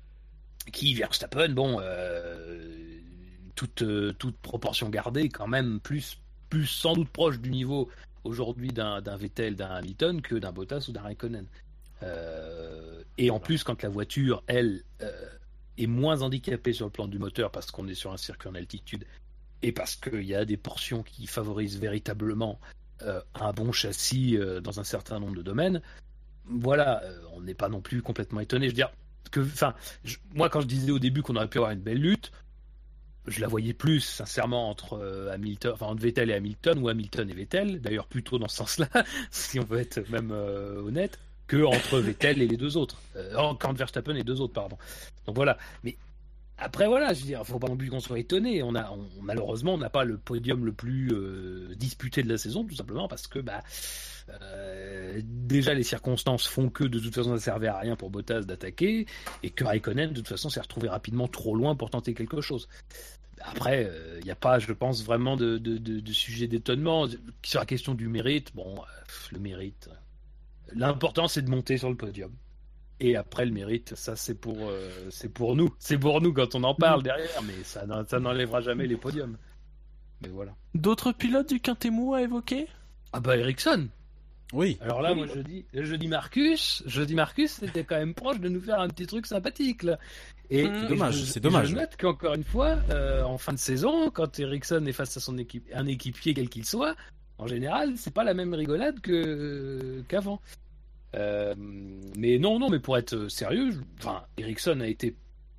Qui, Verstappen, bon, euh, toute, euh, toute proportion gardée, quand même plus, plus sans doute proche du niveau aujourd'hui d'un, d'un Vettel, d'un Hamilton que d'un Bottas ou d'un Raikkonen. Euh, et en plus, quand la voiture, elle, euh, est moins handicapée sur le plan du moteur parce qu'on est sur un circuit en altitude et parce qu'il y a des portions qui favorisent véritablement euh, un bon châssis euh, dans un certain nombre de domaines, voilà, euh, on n'est pas non plus complètement étonné. Je veux dire, que, enfin, je, moi quand je disais au début qu'on aurait pu avoir une belle lutte, je la voyais plus sincèrement entre euh, Hamilton, enfin entre Vettel et Hamilton ou Hamilton et Vettel, d'ailleurs plutôt dans ce sens-là, si on veut être même euh, honnête, que entre Vettel et les deux autres, euh, entre Verstappen et les deux autres, pardon. Donc voilà, mais après voilà, je veux dire, faut pas non plus qu'on soit étonné. On a, on, malheureusement, on n'a pas le podium le plus euh, disputé de la saison, tout simplement parce que bah. Euh, déjà les circonstances font que de toute façon ça servait à rien pour Bottas d'attaquer et que Raikkonen de toute façon s'est retrouvé rapidement trop loin pour tenter quelque chose. Après il euh, n'y a pas, je pense, vraiment de, de, de, de sujet d'étonnement sur la question du mérite. Bon, euh, le mérite, l'important c'est de monter sur le podium et après le mérite, ça c'est pour euh, c'est pour nous c'est pour nous quand on en parle derrière, mais ça, ça n'enlèvera jamais les podiums. Mais voilà. D'autres pilotes du Quintet Mou à évoquer? Ah bah Ericsson. Oui. Alors là, moi je dis, je dis Marcus, je dis Marcus, c'était quand même proche de nous faire un petit truc sympathique là. Et c'est et dommage, je, c'est dommage. Je note qu'encore une fois, euh, en fin de saison, quand Ericsson est face à son équipe, un équipier quel qu'il soit, en général, c'est pas la même rigolade que qu'avant. Euh, mais non, non, mais pour être sérieux, je... enfin, Ericsson a été,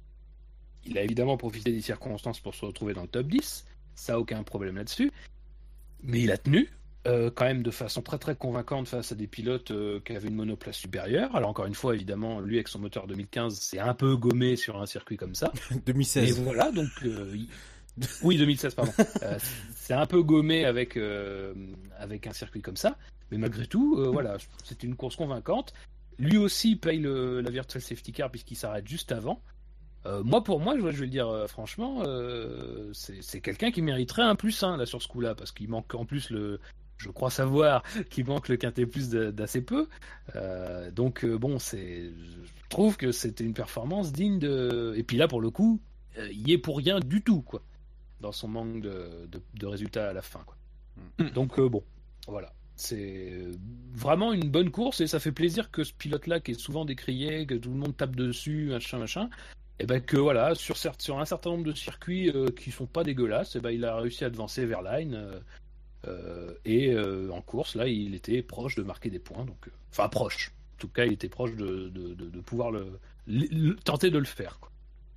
il a évidemment profité des circonstances pour se retrouver dans le top dix, ça aucun problème là-dessus. Mais il a tenu. Euh, quand même de façon très très convaincante face à des pilotes euh, qui avaient une monoplace supérieure. Alors encore une fois, évidemment, lui avec son moteur deux mille quinze, c'est un peu gommé sur un circuit comme ça. deux mille seize. Et voilà, donc euh, il... oui, deux mille seize, pardon. euh, c'est un peu gommé avec euh, avec un circuit comme ça, mais malgré tout, euh, voilà, c'est une course convaincante. Lui aussi paye le, la virtual safety car puisqu'il s'arrête juste avant. Euh, moi, pour moi, je, je vais le dire euh, franchement, euh, c'est, c'est quelqu'un qui mériterait un plus un là sur ce coup-là, parce qu'il manque en plus le je crois savoir qu'il manque le quintet plus d'assez peu. Euh, donc euh, bon, c'est, je trouve que c'était une performance digne de. Et puis là, pour le coup, euh, il y est pour rien du tout, quoi. dans son manque de, de, de résultats à la fin, quoi. Mm. Donc euh, bon, voilà. C'est vraiment une bonne course et ça fait plaisir que ce pilote-là, qui est souvent décrié, que tout le monde tape dessus, machin, machin, et ben que voilà, sur, certes, sur un certain nombre de circuits euh, qui sont pas dégueulasses, et ben il a réussi à avancer vers Line euh, euh, et euh, en course là, il était proche de marquer des points, donc euh, enfin proche. En tout cas, il était proche de, de, de, de pouvoir le, le, le tenter de le faire, quoi.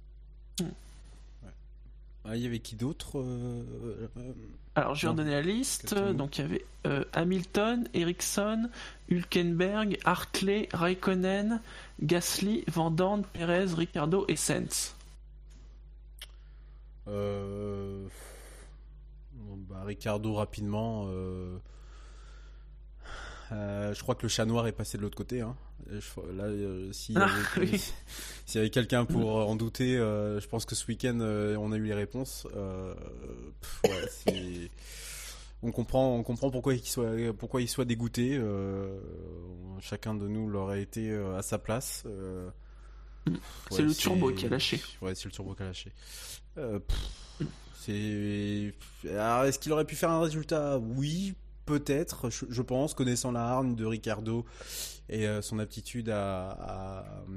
Ah, il y avait qui d'autre euh, euh, Alors, je vais Non. redonner la liste. Exactement. Donc, il y avait euh, Hamilton, Ericsson, Hülkenberg, Hartley, Raikkonen, Gasly, Van Dorn, Perez, Ricciardo et Sainz. euh, bon, bah, Ricardo rapidement. Euh, euh, je crois que le chat noir est passé de l'autre côté. Hein. Je- là, euh, s'il y Ah, avait, oui. s'il y avait quelqu'un pour en douter, euh, je pense que ce week-end, euh, on a eu les réponses. Euh, pff, ouais, c'est... On comprend, on comprend pourquoi il soit, pourquoi il soit dégoûté. Euh, chacun de nous l'aurait été euh, à sa place. Euh, C'est ouais, le turbo qui a lâché. Ouais, c'est le turbo qui a lâché. Euh, pff, c'est. Alors, est-ce qu'il aurait pu faire un résultat? Oui, peut-être. Je, je pense, connaissant la hargne de Ricardo et euh, son aptitude à, à,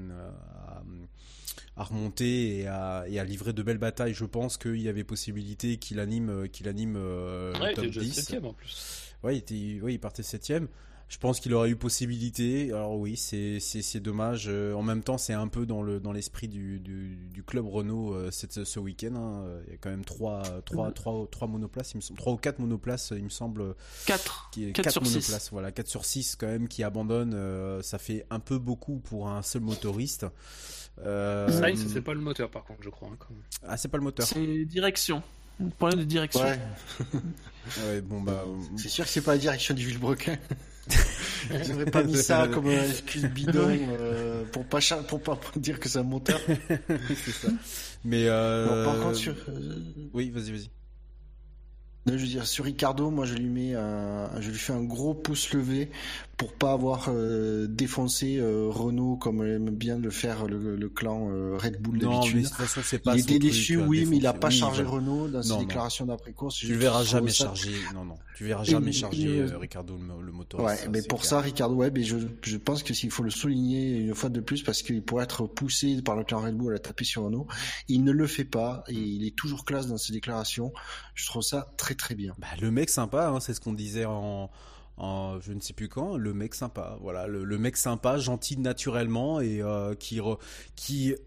à, à remonter et à, et à livrer de belles batailles, je pense qu'il y avait possibilité qu'il anime, qu'il anime euh, Ouais, le top il était déjà dix. septième en plus. Ouais, il, était, ouais, il partait septième. Je pense qu'il aurait eu possibilité. Alors oui, c'est, c'est, c'est dommage. Euh, en même temps, c'est un peu dans, le, dans l'esprit du, du, du club Renault euh, cette, ce week-end. Hein. Il y a quand même trois, trois, trois, trois monoplaces, il me semble, trois ou quatre monoplaces, il me semble. quatre. Qui est quatre quatre sur six. monoplaces, voilà, quatre sur six quand même qui abandonnent. Euh, ça fait un peu beaucoup pour un seul motoriste. Euh, Sainz, c'est pas le moteur par contre, je crois. Hein, quand même. Ah, c'est pas le moteur. C'est direction. Problème de direction. Ouais, Ouais, bon bah. c'est sûr que c'est pas la direction du Villebrequin. Ils auraient pas mis ça comme euh, excuse bidon euh, pour pas cha- pour pas dire que c'est un moteur. c'est ça. Mais euh... Non, par contre, sur, euh, oui, vas-y, vas-y. non, je veux dire, sur Ricardo, moi je lui mets un, je lui fais un gros pouce levé pour pas avoir euh, défoncé euh, Renault comme aime bien le faire le, le clan euh, Red Bull Non, mais d'habitude. de toute façon, c'est pas Il son était truc, déçu, euh, oui, mais il a défoncer. pas Oui, chargé voilà. Renault dans ses Non, non. déclarations d'après-course. Tu le verras Je jamais trouve ça- charger. Non, non. Tu verras jamais Et- charger et- euh, Ricardo le, le motoriste. Ouais, ça, mais c'est pour clair. ça, Ricardo Webb, et je, je pense que s'il faut le souligner une fois de plus, parce qu'il pourrait être poussé par le clan Red Bull à taper sur Renault, il ne le fait pas, et il est toujours classe dans ses déclarations. Je trouve ça très très bien. Bah, le mec sympa, hein, c'est ce qu'on disait en, en je ne sais plus quand. Le mec sympa, voilà, le, le mec sympa, gentil naturellement et euh, qui re- qui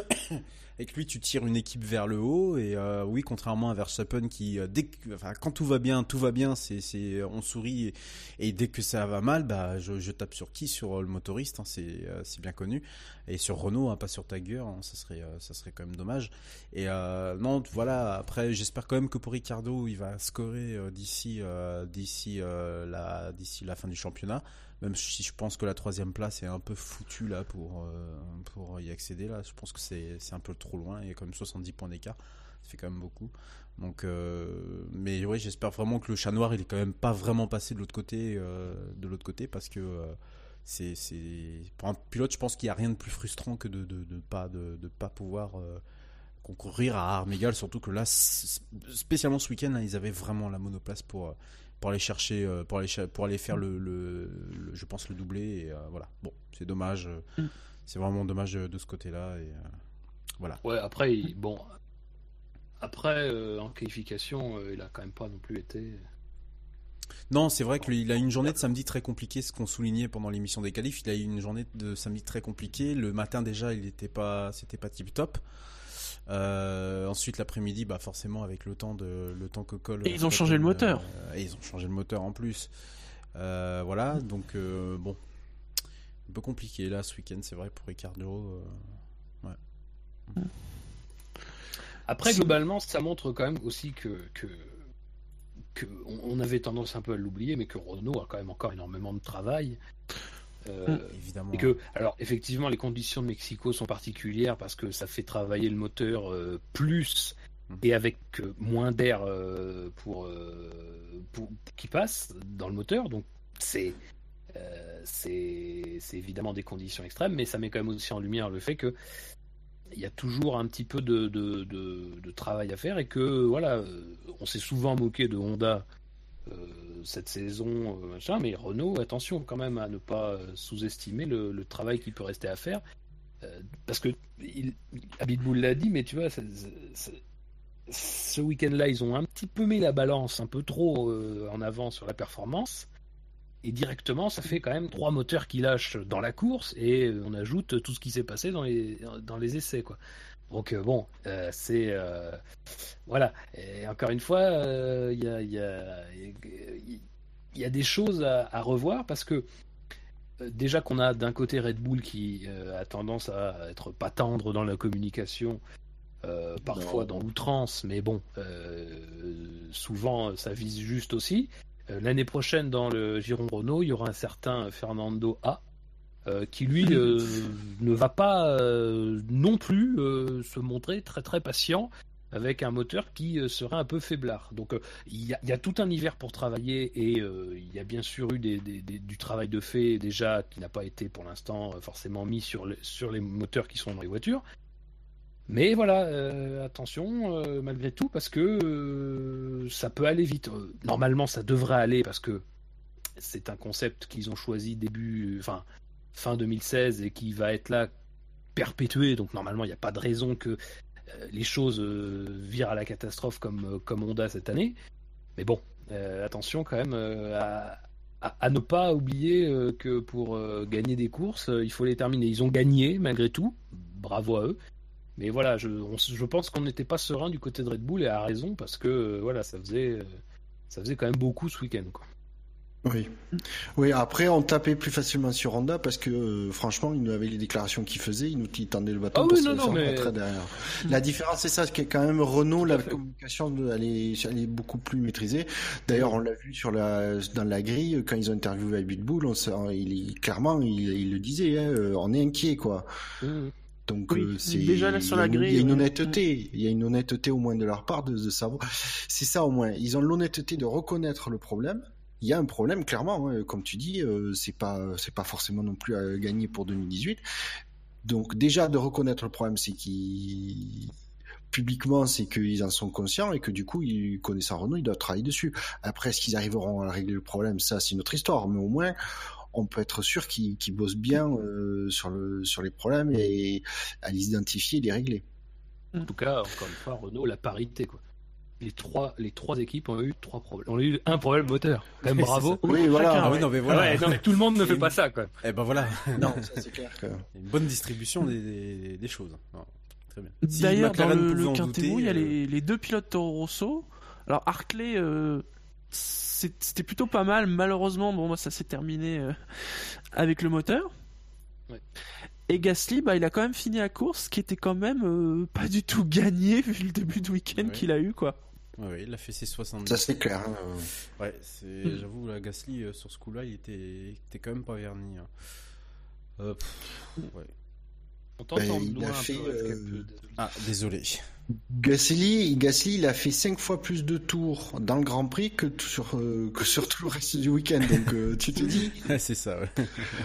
avec lui tu tires une équipe vers le haut et euh, oui, contrairement à Verstappen qui euh, dès que, enfin, quand tout va bien, tout va bien, c'est c'est on sourit et, et dès que ça va mal, bah je, je tape sur qui? Sur euh, le motoriste, hein, c'est euh, c'est bien connu, et sur Renault, hein, pas sur Tiger, hein, ça serait euh, ça serait quand même dommage. Et euh, non, voilà, après j'espère quand même que pour Ricardo, il va scorer euh, d'ici euh, d'ici euh, la d'ici la fin du championnat. Même si je pense que la troisième place est un peu foutue là pour euh, pour y accéder là, je pense que c'est c'est un peu trop loin. Il y a quand même soixante-dix points d'écart, ça fait quand même beaucoup. Donc, euh, mais oui, j'espère vraiment que le chat noir il est quand même pas vraiment passé de l'autre côté euh, de l'autre côté parce que euh, c'est c'est pour un pilote, je pense qu'il y a rien de plus frustrant que de de, de pas de, de pas pouvoir euh, concourir à armes égales, surtout que là, spécialement ce week-end, là, ils avaient vraiment la monoplace pour pour aller chercher, pour aller pour aller faire le, le, le je pense le doublé. Et euh, voilà. Bon, c'est dommage, mm. c'est vraiment dommage de ce côté-là. Et euh, voilà. Ouais, après, il, bon, après euh, en qualification, euh, il a quand même pas non plus été. Non, c'est vrai qu'il a eu une journée de samedi très compliquée, ce qu'on soulignait pendant l'émission des qualifs. Il a eu une journée de samedi très compliquée. Le matin déjà, il était pas, c'était pas tip top. Euh, ensuite l'après-midi, bah forcément avec le temps de le temps que colle. Et ils ont changé le moteur. Euh, et ils ont changé le moteur en plus. Euh, voilà, donc euh, bon, un peu compliqué là ce week-end, c'est vrai pour Ricardo. Euh, ouais. Après globalement, ça montre quand même aussi que que que on avait tendance un peu à l'oublier, mais que Renault a quand même encore énormément de travail. Euh, mmh, évidemment. Et que, alors effectivement, les conditions de Mexico sont particulières parce que ça fait travailler le moteur euh, plus mmh. et avec euh, moins d'air euh, pour, euh, pour qui passe dans le moteur. Donc c'est euh, c'est c'est évidemment des conditions extrêmes, mais ça met quand même aussi en lumière le fait que il y a toujours un petit peu de, de, de, de travail à faire et que voilà, on s'est souvent moqué de Honda euh, cette saison, euh, machin, mais Renault, attention quand même à ne pas sous-estimer le, le travail qui peut rester à faire. Euh, parce que il, Abitboul l'a dit, mais tu vois, ça, ça, ce week-end-là, ils ont un petit peu mis la balance un peu trop euh, en avant sur la performance. Et directement, ça fait quand même trois moteurs qui lâchent dans la course et on ajoute tout ce qui s'est passé dans les, dans les essais, quoi. Donc, euh, bon, euh, c'est. Euh, voilà. Et encore une fois, il euh, y, a, y, a, y a des choses à, à revoir parce que euh, déjà qu'on a d'un côté Red Bull qui euh, a tendance à être pas tendre dans la communication, euh, parfois non. dans l'outrance, mais bon, euh, souvent ça vise juste aussi. L'année prochaine, dans le Giron Renault, il y aura un certain Fernando A, euh, qui lui euh, ne va pas euh, non plus euh, se montrer très très patient avec un moteur qui euh, serait un peu faiblard. Donc euh, il y, y a tout un hiver pour travailler et euh, il y a bien sûr eu des, des, des, du travail de fait déjà qui n'a pas été pour l'instant forcément mis sur, le, sur les moteurs qui sont dans les voitures. Mais voilà, euh, attention euh, malgré tout parce que euh, ça peut aller vite. Euh, normalement, ça devrait aller parce que c'est un concept qu'ils ont choisi début, enfin fin deux mille seize et qui va être là perpétué. Donc normalement, il n'y a pas de raison que euh, les choses euh, virent à la catastrophe comme comme Honda cette année. Mais bon, euh, attention quand même euh, à, à, à ne pas oublier euh, que pour euh, gagner des courses, euh, il faut les terminer. Ils ont gagné malgré tout. Bravo à eux. Mais voilà, je, on, je pense qu'on n'était pas serein du côté de Red Bull et à raison parce que euh, voilà, ça faisait, euh, ça faisait quand même beaucoup ce week-end, quoi. Oui, oui. Après, on tapait plus facilement sur Honda parce que euh, franchement, ils nous avaient les déclarations qu'ils faisaient, ils nous tendaient le bâton ah pour oui, se non, faire non, mais... très derrière. La différence, c'est ça, c'est que quand même Renault, la communication, elle est, elle est beaucoup plus maîtrisée. D'ailleurs, on l'a vu sur la, dans la grille quand ils ont interviewé Abitboul, on s'est, il, clairement, il, il le disait, hein, on est inquiet, quoi. Mmh. Donc oui, euh, c'est déjà là sur la grille, il y a une honnêteté, il y a une honnêteté au moins de leur part de, de savoir. C'est ça au moins. Ils ont l'honnêteté de reconnaître le problème. Il y a un problème clairement, hein. Comme tu dis, euh, c'est pas c'est pas forcément non plus à gagner pour deux mille dix-huit. Donc déjà de reconnaître le problème, c'est qu'ils publiquement, c'est qu'ils en sont conscients et que du coup, ils connaissent Renault, ils doivent travailler dessus. Après, est-ce qu'ils arriveront à régler le problème? Ça, c'est une autre histoire. Mais au moins, on peut être sûr qu'ils, qu'ils bossent bien euh, sur, le, sur les problèmes et à les identifier et les régler. En tout cas, encore une fois, Renault, la parité, quoi. Les trois, les trois équipes ont eu trois problèmes. On a eu un problème moteur. Quand même, bravo. Oui, voilà. Chacun, ah oui, non, mais voilà. Ouais, non, mais tout le monde ne fait pas ça, quoi. Eh ben voilà. Non, ça c'est clair que... Une bonne distribution des, des, des choses. Non, très bien. Si D'ailleurs, dans McLaren le, pouvait le en Quintet, douter, il y a euh... les, les deux pilotes Toro Rosso. Alors, Hartley, euh, c'est, c'était plutôt pas mal. Malheureusement, bon, moi, ça s'est terminé euh, avec le moteur. Ouais. Et Gasly, bah, il a quand même fini la course, qui était quand même euh, pas du tout gagné vu le début de week-end Ouais. qu'il a eu, quoi. Ouais, ouais, il a fait ses soixante-dix. Ça c'est clair. Hein. Ouais, c'est... Mm. j'avoue, la Gasly, euh, sur ce coup-là, il était, il était quand même pas verni. Hein. Euh, pff, ouais. On t'entend Ben, de il loin a un fait, peu, avec euh, un peu de- Ah, désolé. Gasly, Gasly, il a fait cinq fois plus de tours dans le Grand Prix que t- sur euh, que sur tout le reste du week-end. Donc euh, tu te dis, C'est ça, ouais.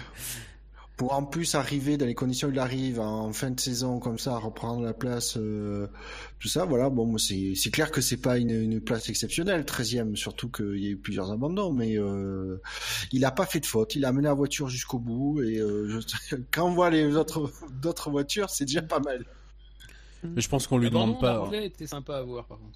pour en plus arriver dans les conditions où il arrive en fin de saison comme ça, à reprendre la place, euh, tout ça, voilà. Bon, c'est c'est clair que c'est pas une, une place exceptionnelle, treizième, surtout qu'il y a eu plusieurs abandons, mais euh, il a pas fait de faute. Il a mené la voiture jusqu'au bout et euh, je, quand on voit les autres d'autres voitures, c'est déjà pas mal. Mais je pense qu'on lui L'abandon demande pas. d'Hartley était sympa à voir, par contre.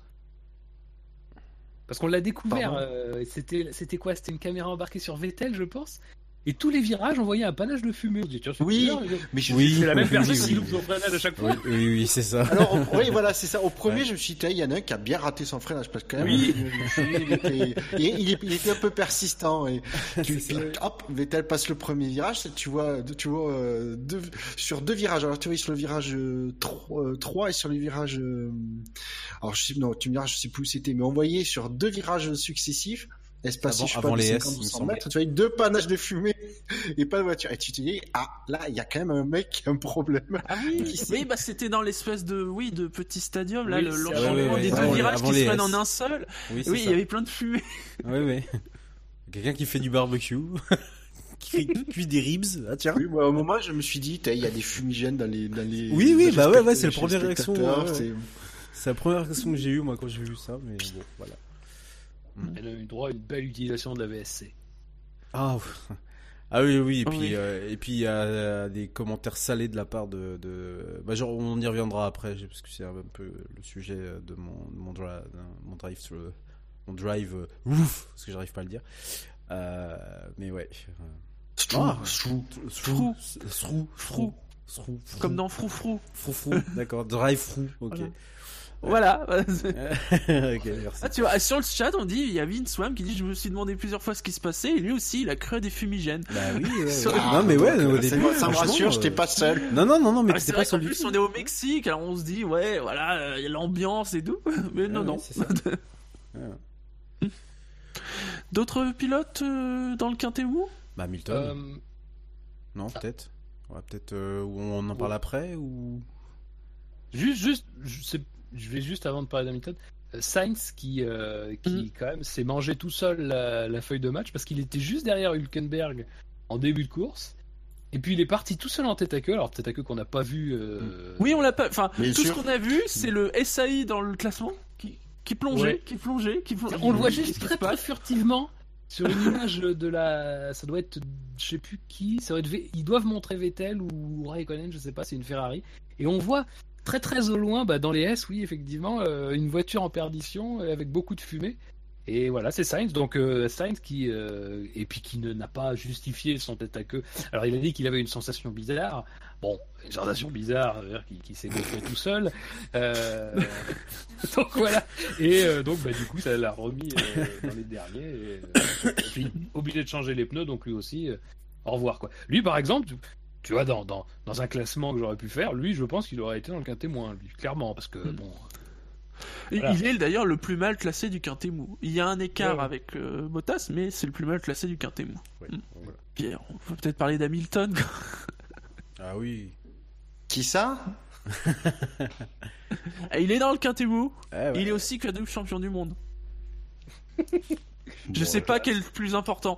Parce qu'on l'a découvert. Pardon euh, c'était, c'était quoi? C'était une caméra embarquée sur Vettel, je pense. Et tous les virages, on voyait un panache de fumée. On se dit, tiens, c'est Oui, bizarre, mais- mais je Oui. c'est la même oui, personne oui, qui oui. loupe son freinage à chaque fois. Oui, oui, oui, c'est ça. Alors, au- oui, voilà, c'est ça. Au premier, Ouais. je me suis dit, il y en a un qui a bien raté son freinage parce que quand même, Oui. il, était, il, il est- il était un peu persistant et tu, C'est puis, hop, Vettel passe le premier virage, tu vois, tu vois euh, deux, sur deux virages. Alors, tu vois, sur le virage trois et sur le virage, euh, alors je sais, non, tu me diras, je sais plus où c'était, mais on voyait sur deux virages successifs, espacés, Avant- je sais avant pas, de les S, cinquante il ou me cent semble. mètres, tu vois, deux panaches de fumée et pas de voiture. Et tu te dis, ah, là, il y a quand même un mec qui a un problème. Ah oui, Qui c'est oui, bah c'était dans l'espèce de, oui, de petit stadium là, Oui, le, c'est l'enchaînement vrai, ouais, des ouais, deux ouais, virages avant qui les se prennent S. en un seul. Oui, c'est Oui, il ça. y avait plein de fumée. Oui, oui. Quelqu'un qui fait du barbecue. qui cuit des ribs. Ah tiens. Oui, bah, au moment, je me suis dit, il y a des fumigènes dans les, dans les. Oui, oui, dans bah les ouais, ouais, c'est la chez première les réaction. spectateurs, ouais, ouais. c'est- C'est la première réaction que j'ai eue moi quand j'ai vu ça, mais bon, voilà. Elle a eu droit à une belle utilisation de la V S C. Ah, ah oui, oui, et puis Oui. euh, et puis il y a euh, des commentaires salés de la part de, de... Bah, genre, on y reviendra après, parce que c'est un peu le sujet de mon de mon, dra... de mon drive sur le... mon drive euh, ouf, parce que j'arrive pas à le dire. Euh, mais ouais. Strou, Ah. strou. Frou, frou, frou, frou, Comme dans Froufrou. frou, frou, d'accord, drive frou, ok. Voilà. ok, merci. Ah, tu vois, sur le chat, on dit, il y a Vince Wham qui dit, je me suis demandé plusieurs fois ce qui se passait, et lui aussi, il a cru à des fumigènes. Bah oui, ouais, ouais. Sur- non mais ouais, donc, au euh, c'est- début, ça me franchement, rassure, j'étais euh, pas seul. Non, non, non, non, mais Ah, t'étais c'est pas vrai qu'en seul du plus, tout. on est au Mexique, alors on se dit, ouais, voilà, euh, il y a l'ambiance et tout. Mais non, Ouais, non. ouais, c'est ça. Ouais. D'autres pilotes euh, dans le quintet mou? Bah Milton, Euh, non, peut-être. Ouais, peut-être euh, où on en parle après ou. Juste, juste, je, sais- je vais juste avant de parler d'Hamilton. euh, Sainz qui, euh, qui Mhm. quand même s'est mangé tout seul la, la feuille de match parce qu'il était juste derrière Hülkenberg en début de course. Et puis il est parti tout seul en tête à queue. Alors tête à queue qu'on n'a pas vu. euh, Oui, on l'a pas. Enfin, Bien tout sûr. ce qu'on a vu, c'est le S A I dans le classement qui, qui plongeait, Ouais. qui plongeait, qui plongeait. On le voit Qu'est-ce juste qui très se très passe furtivement sur une image de la. Ça doit être, je sais plus qui. Ça doit être. V- Ils doivent montrer Vettel ou Raikkonen, je sais pas. C'est une Ferrari. Et on voit très très au loin, bah, dans les S, oui effectivement, euh, une voiture en perdition euh, avec beaucoup de fumée. Et voilà, c'est Sainz. Donc euh, Sainz qui euh, et puis qui ne n'a pas justifié son tête à queue. Alors il a dit qu'il avait une sensation bizarre. Bon, une sensation bizarre, euh, qui, qui s'est gonflé tout seul. Euh, donc voilà. Et euh, donc bah, du coup ça l'a remis euh, dans les derniers. Et, euh, et puis obligé de changer les pneus, donc lui aussi. euh, au revoir quoi. Lui par exemple. Tu, tu vois, dans, dans, dans un classement que j'aurais pu faire, lui, je pense qu'il aurait été dans le quintet moins, lui, clairement, parce que Mm. bon. Il Voilà. il est d'ailleurs le plus mal classé du quintet mou. Il y a un écart Ouais, ouais. avec euh, Bottas, mais c'est le plus mal classé du quintet mou. Ouais, Mm. voilà. Pierre, on peut peut-être parler d'Hamilton. Ah oui. Qui ça? Il est dans le quintet mou. Eh ouais. Il est aussi quadruple champion du monde. Je Bon, sais pas quel est le plus important.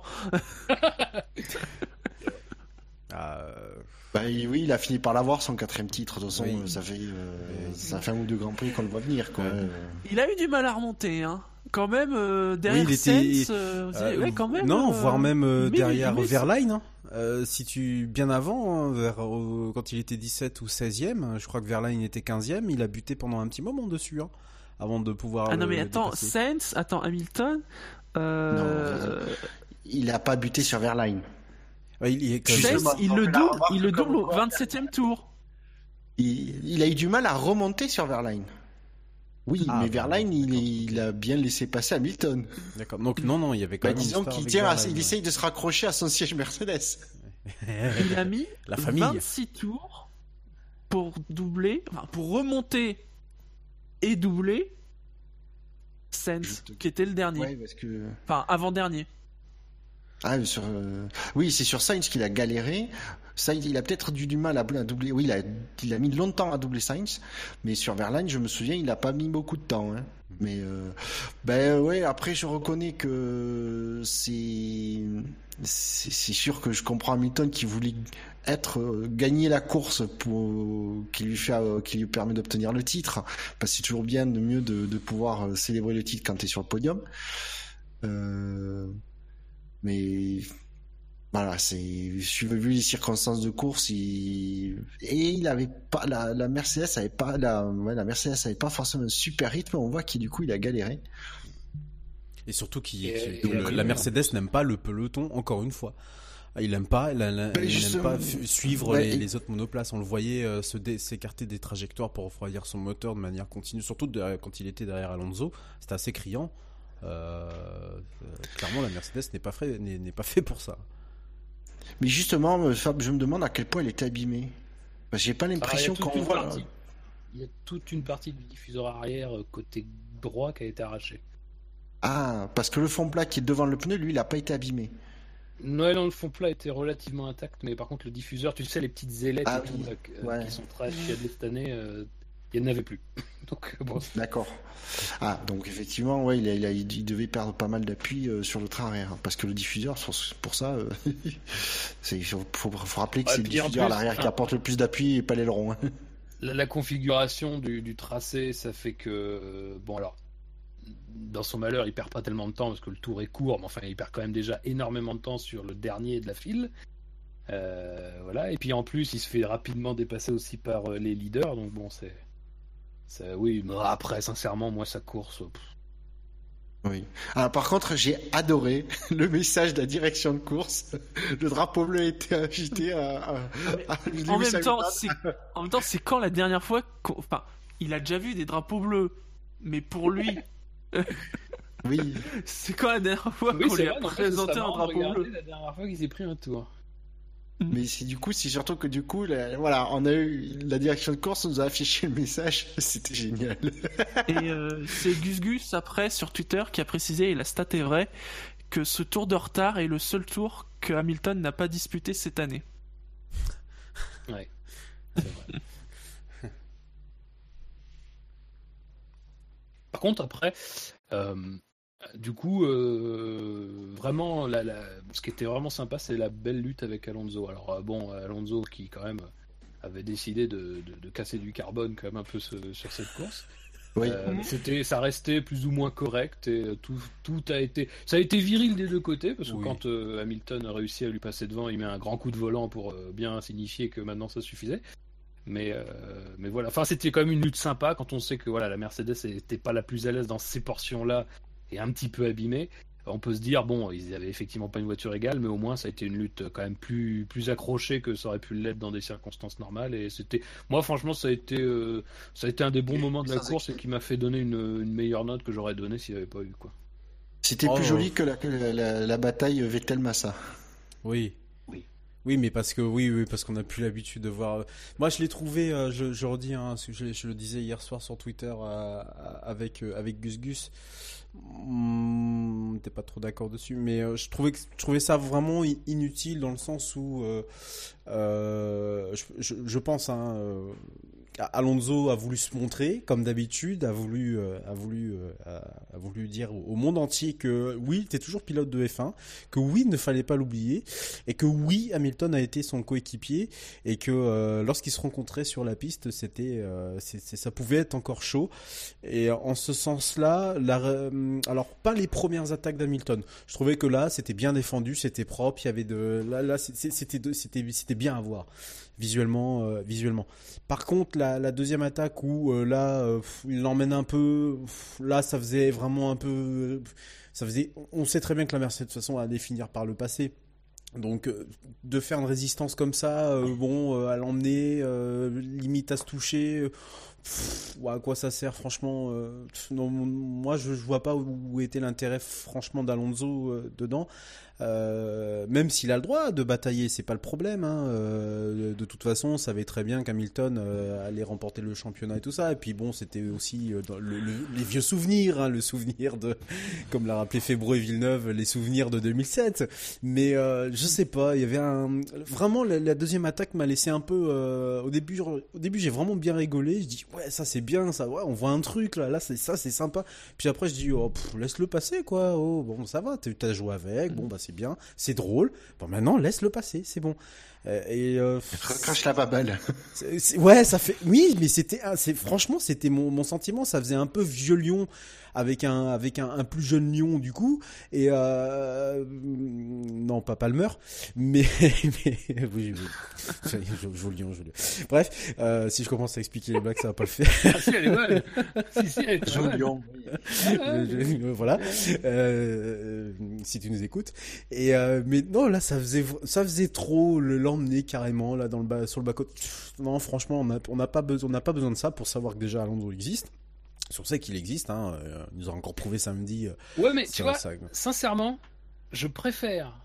Ah, euh, Bah, il- oui, il a fini par l'avoir son quatrième titre. De toute façon, Oui. euh, ça fait euh, Oui. ça fait un ou deux grands prix qu'on le voit venir, quoi. Ouais. Euh, Il a eu du mal à remonter, hein. Quand même, euh, derrière Oui, il était- Sainz, euh, vous euh, avez- ouais, quand même. non, euh, voire même euh, il met- derrière il met- Verlaine. Hein. Euh, si tu bien avant, hein, vers, euh, quand il était dix-sept ou seizième, je crois que Verlaine était quinzième, il a buté pendant un petit moment dessus, hein, avant de pouvoir. Ah non, le- mais le attends, dépasser. Sainz, attends, Hamilton. Euh... Il a pas buté sur Verlaine. Ouais, il, il est quand même- Sainz, Justement, il donc le la double, remarque, il le comme double au quoi- vingt-septième tour. Il, il a eu du mal à remonter sur Verlaine. Oui, Ah, mais bah, Verlaine, il, d'accord. est- il a bien laissé passer Hamilton. D'accord. Donc non, non, il y avait quand Bah, même. une disons star qu'il avec tient, à- Verlaine, il ouais. essaye de se raccrocher à son siège Mercedes. Il a mis La famille. vingt-six tours pour doubler, enfin, pour remonter et doubler Sainz, Je te- qui était le dernier. Ouais, parce que Enfin, avant-dernier. ah, sur euh, oui, c'est sur Sainz qu'il a galéré. Sainz, il a peut-être eu du mal à, à doubler. Oui, il a, il a mis longtemps à doubler Sainz, mais sur Verlaine, je me souviens, il a pas mis beaucoup de temps. Hein. Mais euh, ben ouais, après, je reconnais que c'est c'est c'est sûr que je comprends Hamilton qui voulait être euh, gagner la course pour qui lui fait euh, qui lui permet d'obtenir le titre, parce que c'est toujours bien de mieux de, de pouvoir euh, célébrer le titre quand tu es sur le podium. Euh, mais voilà, c'est vu les circonstances de course, il... et il avait pas la, la Mercedes avait pas la ouais, la Mercedes avait pas forcément un super rythme. On voit qu'il du coup il a galéré. Et surtout qu'il, Et- qu'il- et- le- et- la Mercedes n'aime pas le peloton, encore une fois. Il aime pas, il, a- il n'aime justement, pas f- suivre ouais, les, et- les autres monoplaces. On le voyait euh, se dé- s'écarter des trajectoires pour refroidir son moteur de manière continue, surtout de- quand il était derrière Alonso. C'était assez criant. Euh, euh, clairement, la Mercedes n'est pas fait, n'est, n'est pas fait pour ça. Mais justement, euh, Fab, je me demande à quel point il était abîmé. Parce que j'ai pas Alors, il y a l'impression toute qu'on une voit. partie- Il y a toute une partie du diffuseur arrière euh, côté droit qui a été arrachée. Ah, parce que le fond plat qui est devant le pneu, lui, il a pas été abîmé. Noël dans le fond plat était relativement intact, mais par contre le diffuseur, tu sais, les petites ailettes Ah et oui, tout, là, que- ouais. qui sont très chiadées cette année, euh, il n'y en avait plus. Donc, bon, D'accord. Ah, donc effectivement, ouais, il, a, il, a, il devait perdre pas mal d'appui euh, sur le train arrière, hein, parce que le diffuseur, pour, pour ça, euh, il faut, faut, faut rappeler que Ouais, c'est le puis en diffuseur à plus, l'arrière qui hein. apporte le plus d'appui et pas l'aileron. Hein. la, la configuration du, du tracé, ça fait que euh, bon alors. Dans son malheur, il perd pas tellement de temps parce que le tour est court, mais enfin, il perd quand même déjà énormément de temps sur le dernier de la file. Euh, voilà. Et puis en plus, il se fait rapidement dépasser aussi par euh, les leaders. Donc bon, c'est, c'est oui. Mais après, sincèrement, moi, sa course. Pff. Oui. Alors, par contre, j'ai adoré le message de la direction de course. Le drapeau bleu a été agité à. à, à En Lewis même temps, Hamilton. c'est en même temps, c'est quand la dernière fois qu'on... Enfin, il a déjà vu des drapeaux bleus, mais pour lui, Oui. c'est quand la dernière fois Oui, qu'on c'est lui a vrai, donc, présenté c'est un marrant de drapeau regarder bleu. La dernière fois qu'il s'est pris un tour. Mais c'est du coup, c'est surtout que du coup, la- voilà, on a eu la direction de course, on nous a affiché le message, c'était génial. Et euh, c'est Gus Gus après sur Twitter qui a précisé, et la stat est vraie, que ce tour de retard est le seul tour que Hamilton n'a pas disputé cette année. Ouais. C'est vrai. Par contre, après, euh, du coup, euh, vraiment, la, la, ce qui était vraiment sympa, c'est la belle lutte avec Alonso. Alors, euh, bon, Alonso qui, quand même, avait décidé de, de, de casser du carbone, quand même, un peu ce, sur cette course. Oui. Euh, c'était, ça restait plus ou moins correct et tout, tout a été, ça a été viril des deux côtés parce que Oui. quand euh, Hamilton a réussi à lui passer devant, il met un grand coup de volant pour euh, bien signifier que maintenant ça suffisait. Mais, euh, mais voilà, enfin c'était quand même une lutte sympa quand on sait que voilà la Mercedes n'était pas la plus à l'aise dans ces portions-là et un petit peu abîmée. On peut se dire bon, ils avaient effectivement pas une voiture égale, mais au moins ça a été une lutte quand même plus plus accrochée que ça aurait pu l'être dans des circonstances normales. Et c'était, moi franchement, ça a été euh, ça a été un des bons Et moments de la sans course et qui m'a fait donner une, une meilleure note que j'aurais donnée s'il n'y avait pas eu quoi. C'était Oh. plus joli que la, que la, la, la bataille Vettel-Massa. Oui. Oui. Oui, mais parce que oui, oui, parce qu'on n'a plus l'habitude de voir. Moi, je l'ai trouvé. euh, je, je redis, hein, ce que je, je le disais hier soir sur Twitter euh, avec euh, avec Gus Gus. Hmm, t'es pas trop d'accord dessus, mais euh, je trouvais que je trouvais ça vraiment i- inutile dans le sens où euh, euh, je, je, je pense hein, euh, Alonso a voulu se montrer comme d'habitude, a voulu euh, a voulu euh, a, a voulu dire au, au monde entier que oui, il était toujours pilote de F un, que oui, il ne fallait pas l'oublier et que oui, Hamilton a été son coéquipier et que euh, lorsqu'ils se rencontraient sur la piste, c'était euh, c'est, c'est, ça pouvait être encore chaud. Et en ce sens-là, la, euh, alors pas les premières attaques d'Hamilton. Je trouvais que là, c'était bien défendu, c'était propre, il y avait de là là c'était c'était c'était c'était bien à voir visuellement euh, visuellement. Par contre, la, la deuxième attaque où euh, là euh, il l'emmène un peu, pff, là ça faisait vraiment un peu, euh, ça faisait. On sait très bien que la Mercedes de toute façon allait finir par le passer. Donc euh, de faire une résistance comme ça, euh, bon, euh, à l'emmener, euh, limite à se toucher, euh, pff, ouais, à quoi ça sert franchement euh, pff, non, moi je, je vois pas où, où était l'intérêt franchement d'Alonso euh, dedans. Euh, même s'il a le droit de batailler, c'est pas le problème. Hein. Euh, de toute façon, on savait très bien qu'Hamilton euh, allait remporter le championnat et tout ça. Et puis bon, c'était aussi euh, dans le, le, les vieux souvenirs, hein, le souvenir de, comme l'a rappelé Febro et Villeneuve, les souvenirs de deux mille sept. Mais euh, je sais pas, il y avait un vraiment la, la deuxième attaque m'a laissé un peu. Euh, au début, au début, j'ai vraiment bien rigolé. Je dis ouais, ça c'est bien, ça. Ouais, on voit un truc là, là c'est ça, c'est sympa. Puis après, je dis oh, pff, laisse-le passer quoi. Oh bon, ça va, t'as joué avec. Bon bah c'est bien, c'est drôle. Bon maintenant laisse-le passer, c'est bon. Euh, et euh, Crache la babelle. c'est, c'est, ouais, ça fait. Oui, mais c'était, c'est franchement, c'était mon, mon sentiment. Ça faisait un peu vieux lion avec un avec un, un plus jeune lion du coup. Et euh, non, pas Palmer, mais mais oui, je, je, je, je lion, je lion. Bref, euh, si je commence à expliquer les blagues, ça va pas le faire. Ah si, elle est bonne. si, si, elle est très bonne. Jolion. Je- je- voilà, euh, si tu nous écoutes. Et euh, mais non, là, ça faisait, ça faisait trop le l'emmener carrément là dans le bas, sur le bas côté. Non, franchement, on a, on n'a pas besoin, on n'a pas besoin de ça pour savoir que déjà Alonso existe. On sait qu'il existe, hein. Euh, il nous a encore prouvé samedi. Euh, Ouais, mais tu sur vois, ça. sincèrement, je préfère.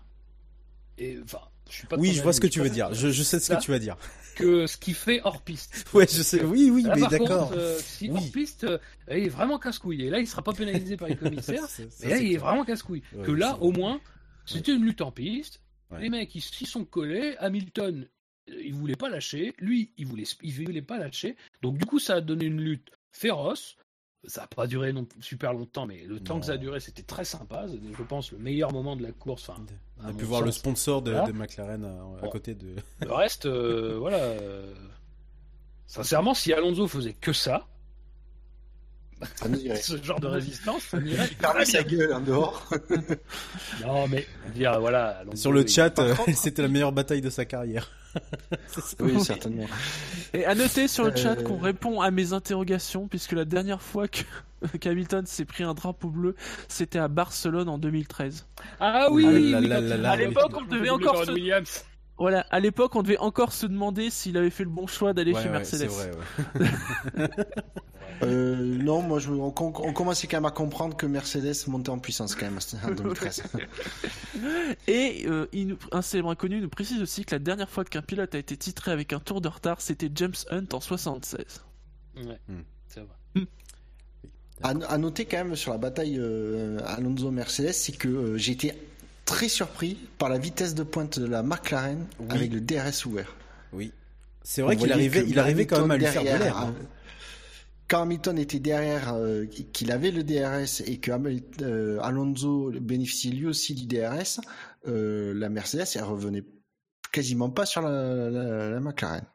Et enfin, je suis pas. Oui, ton je vois avis, ce que mais tu je veux préfère dire. Je, je sais ce ça que tu vas dire. Que ce qu'il fait hors piste. Ouais, je sais. Oui, oui, Là, mais par d'accord. contre, euh, si Oui. hors piste, euh, il est vraiment casse-couille. Et là, il sera pas pénalisé par les commissaires. Ça, ça, Et là, c'est il est clair. vraiment casse-couille. Ouais, que là, c'est vrai. au moins, c'était une lutte en piste. Ouais. Les mecs, ils s'y sont collés. Hamilton, il voulait pas lâcher, lui, il voulait, il voulait pas lâcher. Donc du coup, ça a donné une lutte féroce. Ça n'a pas duré non super longtemps, mais le temps Non. que ça a duré, c'était très sympa. C'est, je pense, le meilleur moment de la course. Enfin, On à a mon pu voir sens. le sponsor de, Voilà. de McLaren à, à Bon. côté de. Le reste, euh, voilà. euh, Sincèrement, si Alonso faisait que ça, Ça nous irait. ce genre de résistance, ça m'irait Il fermait très sa bien. gueule en dehors. Non, mais dire, voilà. Alonso, Sur le il- chat, par euh, contre- c'était la meilleure bataille de sa carrière. Oui, certainement. Et à noter sur le chat Euh. qu'on répond à mes interrogations, puisque la dernière fois que qu'Hamilton s'est pris un drapeau bleu, c'était à Barcelone en deux mille treize. Ah oui, Ah oui, là oui, là quand là il- là, à oui. l'époque, on quand devait il encore Jordan se... Williams. Voilà, à l'époque, on devait encore se demander s'il avait fait le bon choix d'aller Ouais, chez ouais, Mercedes. c'est vrai. Ouais. Euh, non, moi, je, on, on commençait quand même à comprendre que Mercedes montait en puissance quand même en deux mille treize. Et euh, il nous- un célèbre inconnu nous précise aussi que la dernière fois qu'un pilote a été titré avec un tour de retard, c'était James Hunt en soixante-seize. Ouais, Hmm. c'est vrai. À, à noter quand même sur la bataille euh, Alonso-Mercedes, c'est que euh, j'ai été très surpris par la vitesse de pointe de la McLaren Oui. avec le D R S ouvert. Oui. C'est vrai On qu'il voyait arrivait, que il arrivait quand même à lui Hamilton faire de derrière, l'air. hein. euh, Quand Hamilton était derrière, euh, qu'il avait le D R S et que Hamil- euh, Alonso bénéficiait lui aussi du D R S, euh, la Mercedes elle revenait quasiment pas sur la, la, la McLaren.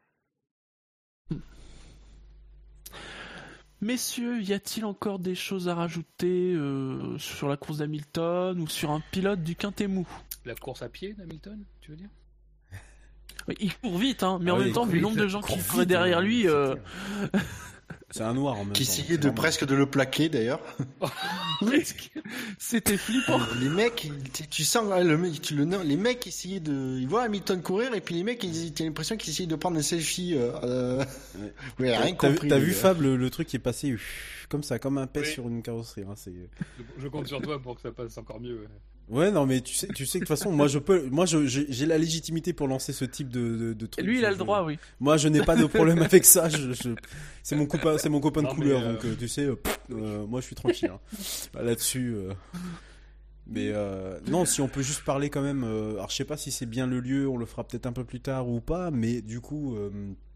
Messieurs, y a-t-il encore des choses à rajouter euh, sur la course d'Hamilton ou sur un pilote du quintet mou? La course à pied d'Hamilton, tu veux dire? Oui, il court vite, hein, mais en Ah oui, même temps, il vu le court nombre de vite, gens il qui court couraient vite, derrière hein, lui, c'est euh, clair. C'est un noir en même Qui temps. essayait c'est de normal. presque de le plaquer d'ailleurs. c'était flippant. Les mecs, tu, tu sens là, le mec, tu le les mecs essayaient de, ils voient Hamilton courir et puis les mecs, ils, t'as l'impression qu'ils essayaient de prendre un selfie. Euh, euh... Ouais. Ouais, rien T'as, compris. t'as les vu gars. Fab, le, le truc qui est passé uff, comme ça, comme un pet Oui. sur une carrosserie. Hein, c'est... Je, je compte sur toi pour que ça passe encore mieux. ouais. Ouais, non, mais tu sais, tu sais que de toute façon, moi, je peux, moi, je, j'ai, j'ai la légitimité pour lancer ce type de, de, de truc. Lui, il a Je- le droit, oui. Moi, je n'ai pas de problème avec ça. Je, je- c'est mon copain, c'est mon copain de Non, mais, couleur, euh, donc euh, tu sais, euh, pff, euh, moi, je suis tranquille hein. Bah, là-dessus. euh. Mais euh, non, si on peut juste parler quand même. euh, alors, je sais pas si c'est bien le lieu, on le fera peut-être un peu plus tard ou pas, mais du coup. euh,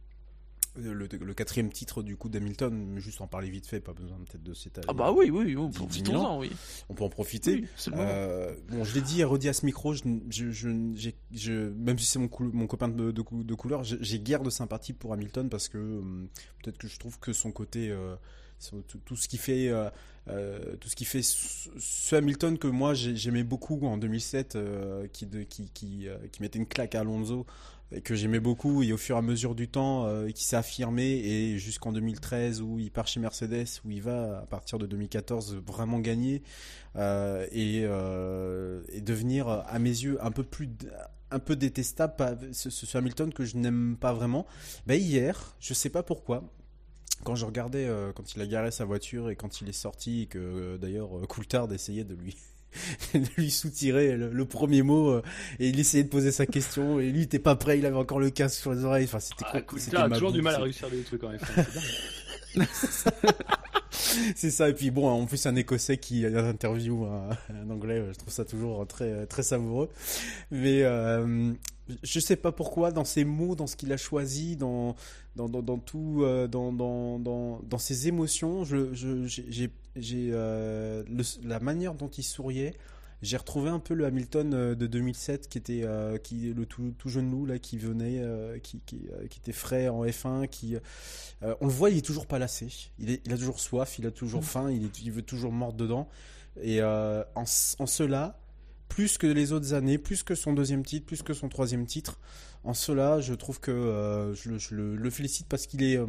Le, le quatrième titre du coup d'Hamilton, juste en parler vite fait, pas besoin peut-être de s'étaler. Ah bah oui, oui, oui, dix- dix profitons-en, oui. On peut en profiter. Oui, c'est le moment. Euh, bon, je l'ai dit et redit à ce micro, je, je, je, j'ai- je- même si c'est mon, cou- mon copain de, de, cou- de couleur, j'ai, j'ai guère de sympathie pour Hamilton parce que euh, peut-être que je trouve que son côté, euh, son- tout, tout ce qui fait, euh, euh, tout ce qui fait ce, ce Hamilton que moi j'ai- j'aimais beaucoup en deux mille sept, euh, qui, de, qui, qui, euh, qui mettait une claque à Alonso. Et que j'aimais beaucoup, et au fur et à mesure du temps, euh, qui s'est affirmé, et jusqu'en deux mille treize, où il part chez Mercedes, où il va, à partir de deux mille quatorze, vraiment gagner, euh, et, euh, et devenir, à mes yeux, un peu plus, un peu détestable, pas- ce, ce Hamilton que je n'aime pas vraiment. Ben, hier, je sais pas pourquoi, quand je regardais, euh, quand il a garé sa voiture, et quand il est sorti, et que, euh, d'ailleurs, euh, Coulthard essayait de lui... de lui soutirer le, le premier mot euh, et il essayait de poser sa question et lui il était pas prêt, il avait encore le casque sur les oreilles, enfin c'était Ah, con- écoute, c'était t'as ma toujours bouffe, du mal à c'est- réussir des trucs en F un. C'est dingue. c'est ça. Et puis bon, en plus un Écossais qui interview un, un Anglais, je trouve ça toujours très très savoureux. Mais euh, je sais pas pourquoi dans ses mots, dans ce qu'il a choisi, dans dans dans, dans tout, euh, dans, dans dans dans ses émotions, je je j'ai j'ai, j'ai euh, le, la manière dont il souriait. J'ai retrouvé un peu le Hamilton euh, de deux mille sept qui était euh, qui le tout, tout jeune loup là qui venait euh, qui qui, euh, qui était frais en F un, qui euh, on le voit, il est toujours pas lassé, il est il a toujours soif, il a toujours faim, il est, il veut toujours mordre dedans, et euh, en en cela, plus que les autres années, plus que son deuxième titre, plus que son troisième titre, en cela je trouve que euh, je, je le, le félicite parce qu'il est euh,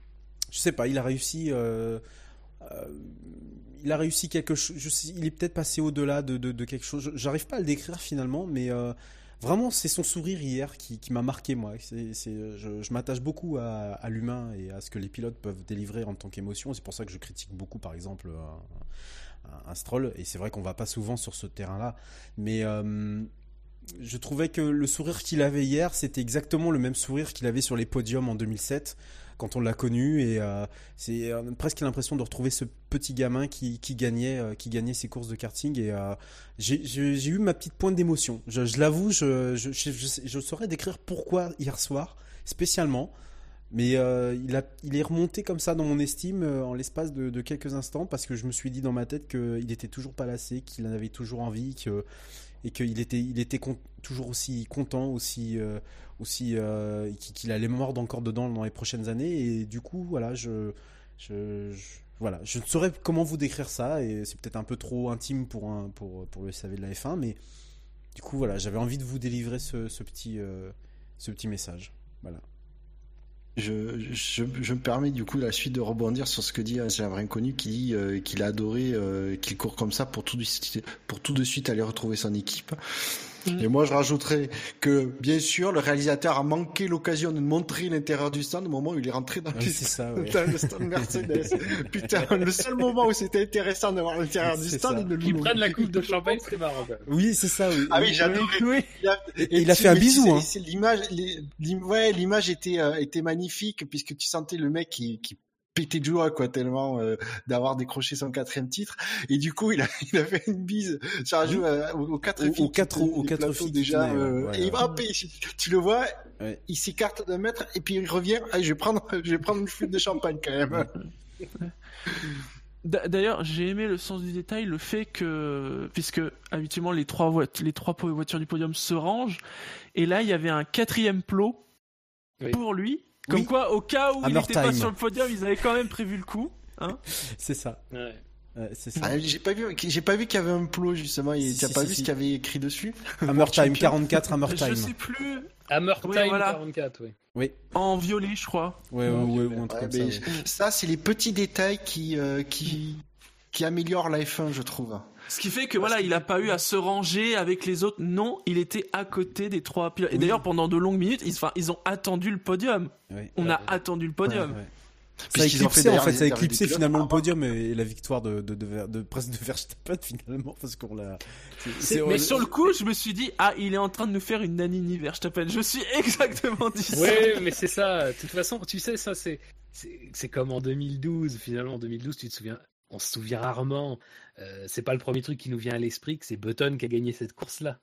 je sais pas, il a réussi euh, euh, il a réussi quelque chose. Je sais, il est peut-être passé au-delà de, de, de quelque chose. J'arrive pas à le décrire finalement, mais euh, vraiment, c'est son sourire hier qui, qui m'a marqué, moi. C'est, c'est, je, je m'attache beaucoup à, à l'humain et à ce que les pilotes peuvent délivrer en tant qu'émotion. C'est pour ça que je critique beaucoup, par exemple, un, un, un Stroll. Et c'est vrai qu'on va pas souvent sur ce terrain-là, mais euh, je trouvais que le sourire qu'il avait hier, c'était exactement le même sourire qu'il avait sur les podiums en deux mille sept. quand on l'a connu, et euh, c'est euh, presque l'impression de retrouver ce petit gamin qui, qui gagnait, euh, qui gagnait ses courses de karting, et euh, j'ai, j'ai, j'ai eu ma petite pointe d'émotion. Je, je l'avoue, je, je, je, je, je saurais décrire pourquoi hier soir, spécialement. Mais euh, il, a, il est remonté comme ça dans mon estime euh, en l'espace de, de quelques instants, parce que je me suis dit dans ma tête qu'il était toujours pas lassé, qu'il en avait toujours envie, que, et qu'il était, il était con, toujours aussi content, aussi, euh, aussi euh, qu'il allait mordre encore dedans dans les prochaines années. Et du coup, voilà, je, je, je, voilà, je ne saurais comment vous décrire ça, et c'est peut-être un peu trop intime pour, un, pour, pour le S A V de la F un, mais du coup, voilà, j'avais envie de vous délivrer ce, ce, petit, euh, ce petit message. Voilà. Je, je, je me permets du coup la suite de rebondir sur ce que dit un vrai inconnu qui dit euh, qu'il a adoré euh, qu'il court comme ça pour tout, de suite, pour tout de suite aller retrouver son équipe. Mmh. Et moi je rajouterais que bien sûr le réalisateur a manqué l'occasion de montrer l'intérieur du stand au moment où il est rentré dans, oui, les... c'est ça, ouais. dans le stand Mercedes. Putain, le seul moment où c'était intéressant de voir l'intérieur du stand, il ne Qu'ils prennent la coupe de champagne, c'était marrant quand même. Oui, c'est ça, oui. Ah oui, j'adorais. Oui. Il a... Et, et il a fait un bisou, hein. C'est l'image, les... ouais, l'image était euh, était magnifique puisque tu sentais le mec qui qui pété de joie quoi tellement euh, d'avoir décroché son quatrième titre, et du coup il a il a fait une bise ça rajoute oui. euh, aux, aux quatre au, filles aux quatre aux quatre filles déjà tenaient, euh, ouais, et ouais. hop, tu le vois, ouais. Il s'écarte d'un mètre et puis il revient, ah, je vais prendre je vais prendre une flûte de champagne quand même. D'ailleurs, j'ai aimé le sens du détail, le fait que, puisque habituellement les trois, vo- les trois voitures du podium se rangent, et là il y avait un quatrième plot oui. pour lui. Comme oui. quoi, au cas où Hammer il n'était pas sur le podium, ils avaient quand même prévu le coup. Hein c'est ça. Ouais. Ouais, c'est ça. Ah, j'ai pas vu, j'ai pas vu qu'il y avait un plot justement. Si, T'as si, pas si, vu si. ce qu'il y avait écrit dessus? Hammer Time quarante-quatre, Hammer Time. Je sais plus. Hammer Time oui, voilà. quarante-quatre, oui. Oui. En violet, je crois. Ouais, ouais, ouais, ouais, ouais, ouais, ça, ouais. ça, c'est les petits détails qui, euh, qui, qui améliorent la F un, je trouve. Ce qui fait que voilà, il a pas eu à se ranger avec les autres. Non, il était à côté des trois pilotes. Et oui. d'ailleurs, pendant de longues minutes, ils, enfin, ils ont attendu le podium. Oui. On ouais, a ouais. attendu le podium. Ouais, ouais. Ça a éclipsé, en fait, ça a éclipsé finalement le podium et la victoire de, de, de, de, de presque de Verstappen finalement, parce qu'on l'a. C'est, c'est, mais sur le coup, je me suis dit, ah, il est en train de nous faire une Nannini Verstappen. Je suis exactement dit ça. Oui, mais c'est ça. De toute façon, tu sais, ça, c'est, c'est, c'est comme en deux mille douze. Finalement, en deux mille douze, tu te souviens, on se souvient rarement. Euh, c'est pas le premier truc qui nous vient à l'esprit que c'est Button qui a gagné cette course-là.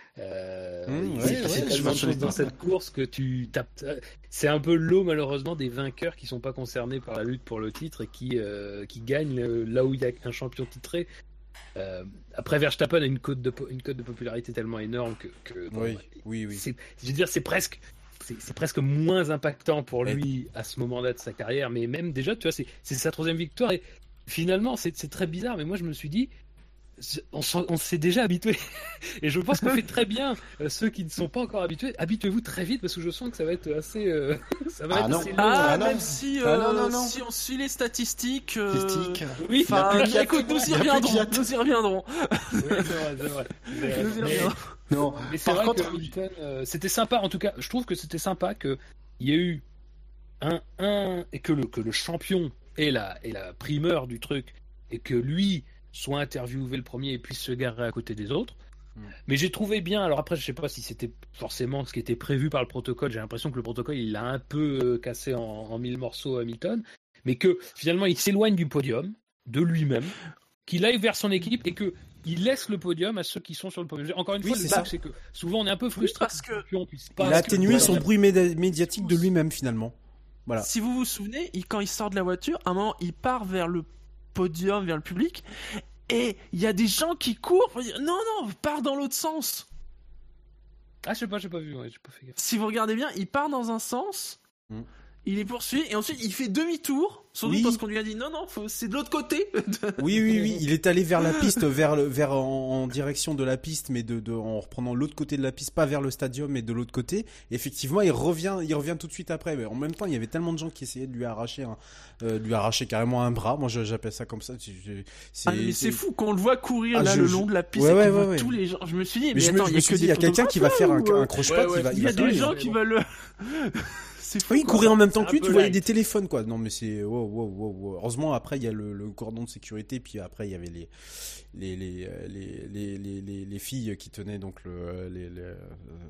Euh, mmh, c'est ouais, ouais, tellement de choses dans cette course que tu tapes. C'est un peu l'eau malheureusement des vainqueurs qui sont pas concernés par la lutte pour le titre et qui euh, qui gagnent là où il y a un champion titré. Euh, après Verstappen a une cote de une cote de popularité tellement énorme que, que bon, oui, oui, oui. C'est, je veux dire, c'est presque c'est, c'est presque moins impactant pour lui à ce moment-là de sa carrière. Mais même déjà, tu vois, c'est c'est sa troisième victoire et finalement c'est c'est très bizarre. Mais moi je me suis dit. On, on s'est déjà habitué et je pense qu'on fait très bien euh, ceux qui ne sont pas encore habitués. Habituez-vous très vite parce que je sens que ça va être assez, euh, ça va ah être non. assez long. Ah, ah, même si, euh, ah non, non, non. si on suit les statistiques, euh... statistiques. Oui, enfin, écoute, nous y reviendrons. Nous y reviendrons. Oui, c'est vrai, c'est vrai. Mais, nous y reviendrons. Non, mais c'est Par vrai contre, que Hamilton, euh, c'était sympa. En tout cas, je trouve que c'était sympa que il y a eu un, un et que le que le champion ait la ait la primeur du truc et que lui soit interviewé le premier et puisse se garer à côté des autres. Mmh. Mais j'ai trouvé bien, alors après je sais pas si c'était forcément ce qui était prévu par le protocole, j'ai l'impression que le protocole il l'a un peu cassé en, en mille morceaux Hamilton, mais que finalement il s'éloigne du podium, de lui-même, qu'il aille vers son équipe et que il laisse le podium à ceux qui sont sur le podium. Encore une oui, fois, c'est le truc c'est que souvent on est un peu frustré oui, parce que il a atténué son bruit médi- médiatique de lui-même finalement. Voilà. Si vous vous souvenez, il, quand il sort de la voiture, à un moment il part vers le podium, vers le public, et il y a des gens qui courent pour dire non non pars dans l'autre sens. Ah je sais pas j'ai pas vu ouais, j'ai pas fait gaffe. Si vous regardez bien, il part dans un sens, mm. il est poursuivi et ensuite il fait demi-tour. Sans doute oui. parce qu'on lui a dit non non faut, c'est de l'autre côté. oui oui oui il est allé vers la piste vers le, vers en, en direction de la piste mais de, de en reprenant l'autre côté de la piste, pas vers le stadium mais de l'autre côté. Et effectivement il revient il revient tout de suite après. Mais en même temps il y avait tellement de gens qui essayaient de lui arracher un, euh, de lui arracher carrément un bras. Moi j'appelle ça comme ça. C'est, ah, mais c'est, c'est fou qu'on le voit courir ah, là je, le long de la piste ouais, et ouais, qu'on ouais, voit ouais. tous les gens. Je me suis dit mais, mais attends il y a que il y a quelqu'un qui va faire un, un croche-patte. Ouais, ouais, il y a des gens qui veulent. Oui, il courait en même temps que lui, tu voyais des téléphones, quoi. Non, mais c'est, wow, wow, wow, wow. Heureusement, après, il y a le, le cordon de sécurité, puis après, il y avait les, les, les, les, les, les, les, les filles qui tenaient donc le, les, les,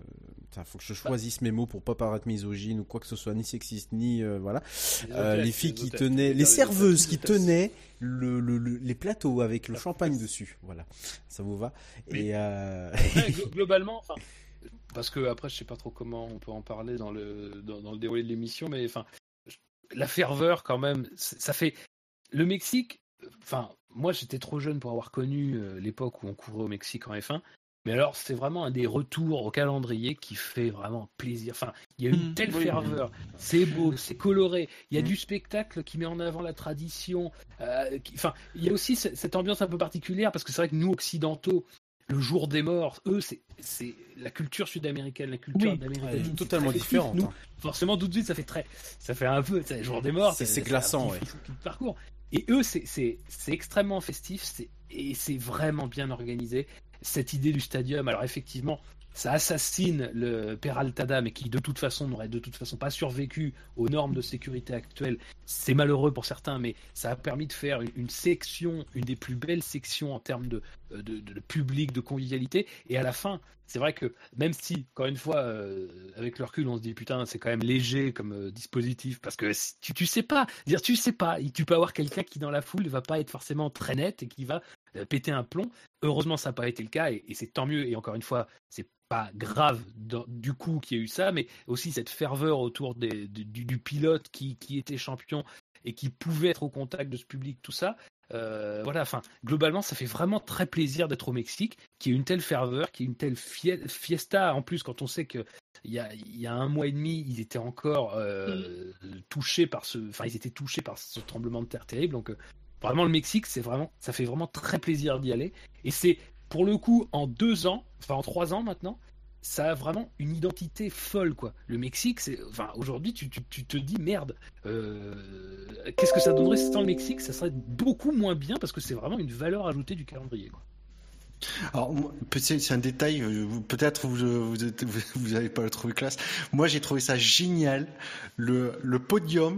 putain, faut que je choisisse mes mots pour pas paraître misogyne ou quoi que ce soit, ni sexiste, ni euh, voilà. Les Euh, hôtesses, les filles les qui hôtesses, tenaient, les les serveuses qui hôtesses. tenaient le, le, le- les plateaux avec le La champagne hôtesse. dessus. Voilà, ça vous va. Mais- Et euh... Ouais, glo- globalement, enfin, parce que après, je sais pas trop comment on peut en parler dans le dans, dans le déroulé de l'émission, mais enfin, je- la ferveur quand même, c'est- ça fait le Mexique. Enfin, moi, j'étais trop jeune pour avoir connu euh, l'époque où on courait au Mexique en F un. Mais alors, c'est vraiment un des retours au calendrier qui fait vraiment plaisir. Enfin, il y a une Mmh, telle oui. ferveur, c'est beau, c'est coloré. Il y a Mmh. du spectacle qui met en avant la tradition. euh, qui- Enfin, il y a aussi ce- cette ambiance un peu particulière parce que c'est vrai que nous occidentaux, le jour des morts, eux, c'est c'est la culture sud-américaine, la culture Oui. d'Amérique Ouais, latine, c'est totalement très festif. différente, Nous, hein. forcément, tout de suite, ça fait très, ça fait un peu, tu sais, le jour des morts, C'est- c'est un glaçant, petit ouais. fou- fou de parcours. Et eux, c'est c'est c'est extrêmement festif, c'est et c'est vraiment bien organisé. Cette idée du stadium, alors effectivement, ça assassine le Peraltada, mais qui de toute façon n'aurait de toute façon pas survécu aux normes de sécurité actuelles. C'est malheureux pour certains, mais ça a permis de faire une, une section, une des plus belles sections en termes de, de, de- de public, de convivialité. Et à la fin, c'est vrai que même si, encore une fois, euh, avec le recul, on se dit putain, c'est quand même léger comme euh, dispositif, parce que si- tu, tu sais pas, dire tu sais pas, tu peux avoir quelqu'un qui dans la foule ne va pas être forcément très net et qui va euh, péter un plomb. Heureusement, ça n'a pas été le cas, et, et c'est tant mieux. Et encore une fois, c'est pas grave dans- du coup qu'il y a eu ça, mais aussi cette ferveur autour des, du, du- du pilote qui, qui était champion et qui pouvait être au contact de ce public, tout ça. Euh, voilà, enfin, globalement, ça fait vraiment très plaisir d'être au Mexique, qu'il y ait une telle ferveur, qu'il y ait une telle fie- fiesta. En plus, quand on sait que il y a, il y a un mois et demi, ils étaient encore euh, touchés par ce, enfin, ils étaient touchés par ce tremblement de terre terrible. Donc, euh, vraiment, le Mexique, c'est vraiment, ça fait vraiment très plaisir d'y aller. Et c'est, pour le coup, en deux ans, enfin en trois ans maintenant, ça a vraiment une identité folle, quoi. Le Mexique, c'est, enfin, aujourd'hui, tu, tu, tu te dis merde. euh, Qu'est-ce que ça donnerait sans le Mexique? Ça serait beaucoup moins bien parce que c'est vraiment une valeur ajoutée du calendrier, quoi. Alors, moi, peut-être c'est un détail, euh, vous- peut-être vous, euh, vous, êtes- vous, vous avez pas le trouvé classe. Moi, j'ai trouvé ça génial. Le, le podium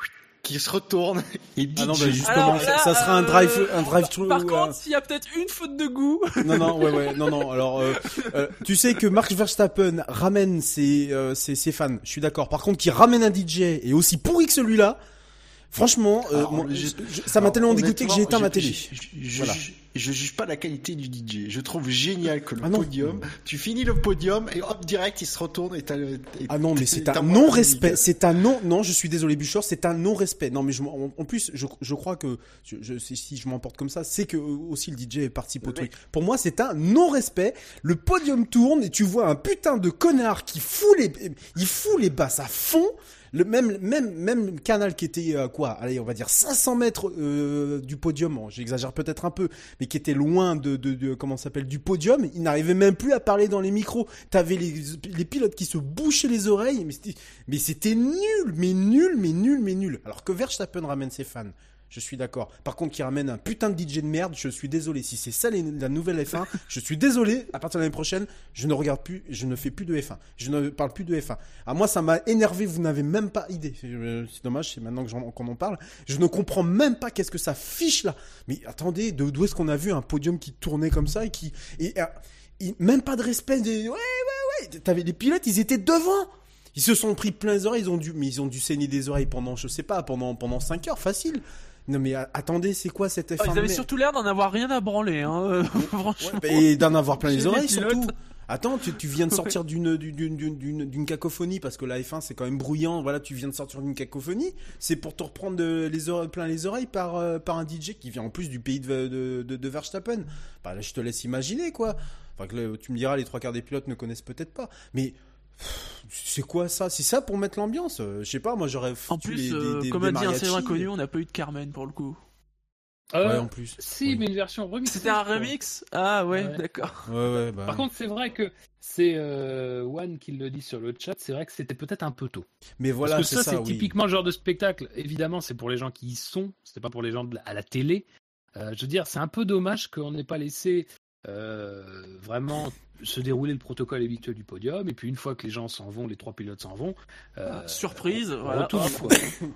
qui se retourne et D J. Ah non, bah justement, Alors ça, là, ça sera un euh, drive, un drive-thru. Par ou contre, un- s'il y a peut-être une faute de goût. Non, non, ouais, ouais, non, non. Alors, euh, euh, tu sais que Max Verstappen ramène ses, euh, ses, ses fans. Je suis d'accord. Par contre, qu'il ramène un D J et aussi pourri que celui-là. Franchement, euh, Alors, moi, je- je- je- ça m'a Alors, tellement dégoûté que j'ai éteint honnêtement, ma je- télé. Je, je, je, Voilà. je- je juge pas la qualité du D J. Je trouve génial que le Ah non. podium, tu finis le podium et hop, direct, il se retourne et t'as le. et Ah non, mais t'as- c'est t'as un moins non-respect. de musique. C'est un non. Non, je suis désolé, Buchor, c'est un non-respect. Non, mais je, m'en- en plus, je, je crois que je, je- si, si je m'emporte comme ça, c'est que euh, aussi le D J participe au Mais- truc. Pour moi, c'est un non-respect. Le podium tourne et tu vois un putain de connard qui fout les, il fout les basses à fond. Le même, même, même canal qui était euh, quoi, allez, on va dire cinq cents mètres euh, du podium. Bon, j'exagère peut-être un peu, mais qui était loin de, de, de comment ça s'appelle, du podium. Il n'arrivait même plus à parler dans les micros. T'avais les, les pilotes qui se bouchaient les oreilles, mais c'était, mais c'était nul, mais nul, mais nul, mais nul. Alors que Verstappen ramène ses fans. Je suis d'accord. Par contre, qui ramène un putain de D J de merde, je suis désolé. Si c'est ça les- la nouvelle F un, je suis désolé. À partir de l'année prochaine, je ne regarde plus, je ne fais plus de F un. Je ne parle plus de F un. À moi, ça m'a énervé. Vous n'avez même pas idée. Euh, C'est dommage. C'est maintenant que j'en- qu'on en parle. Je ne comprends même pas qu'est-ce que ça fiche là. Mais attendez, de- d'où est-ce qu'on a vu un podium qui tournait comme ça et qui, et, euh, et même pas de respect des, ouais, ouais, ouais. T'avais les pilotes, ils étaient devant. Ils se sont pris plein les oreilles. Ils ont dû, mais ils ont dû saigner des oreilles pendant, je sais pas, pendant, pendant cinq heures, facile. Non mais a- attendez, c'est quoi cette F un Oh, ils de avaient merde surtout l'air d'en avoir rien à branler, hein. euh, Franchement. Et d'en avoir plein Chez les les oreilles pilotes. surtout. Attends, tu, tu viens de sortir d'une, d'une, d'une, d'une, d'une cacophonie parce que la F un c'est quand même bruyant. Voilà, tu viens de sortir d'une cacophonie. C'est pour te reprendre de- les oreilles, plein les oreilles par, euh, par un D J qui vient en plus du pays de, de, de, de Verstappen. Bah là, je te laisse imaginer quoi. Enfin, que le- tu me diras, les trois quarts des pilotes ne connaissent peut-être pas. Mais pff, c'est quoi ça? C'est ça pour mettre l'ambiance? Euh, Je sais pas, moi j'aurais En foutu plus, les- euh, des, des, comme des a dit un mariachis. célèbre inconnu, on n'a pas eu de Carmen pour le coup. Euh, Ouais, en plus. Si, Oui. mais une version remix. C'était un je crois. remix? Ah ouais, Ouais. d'accord. Ouais, ouais, bah. Par contre, c'est vrai que c'est euh, One qui le dit sur le chat, c'est vrai que c'était peut-être un peu tôt. mais voilà, Parce que ça, c'est c'est ça, oui. typiquement le genre de spectacle. Évidemment, c'est pour les gens qui y sont, c'était pas pour les gens de la- à la télé. Euh, je veux dire, c'est un peu dommage qu'on n'ait pas laissé euh, vraiment se dérouler le protocole habituel du podium. Et puis, une fois que les gens s'en vont, les trois pilotes s'en vont. euh, Surprise, on voilà. retourne, hop. quoi.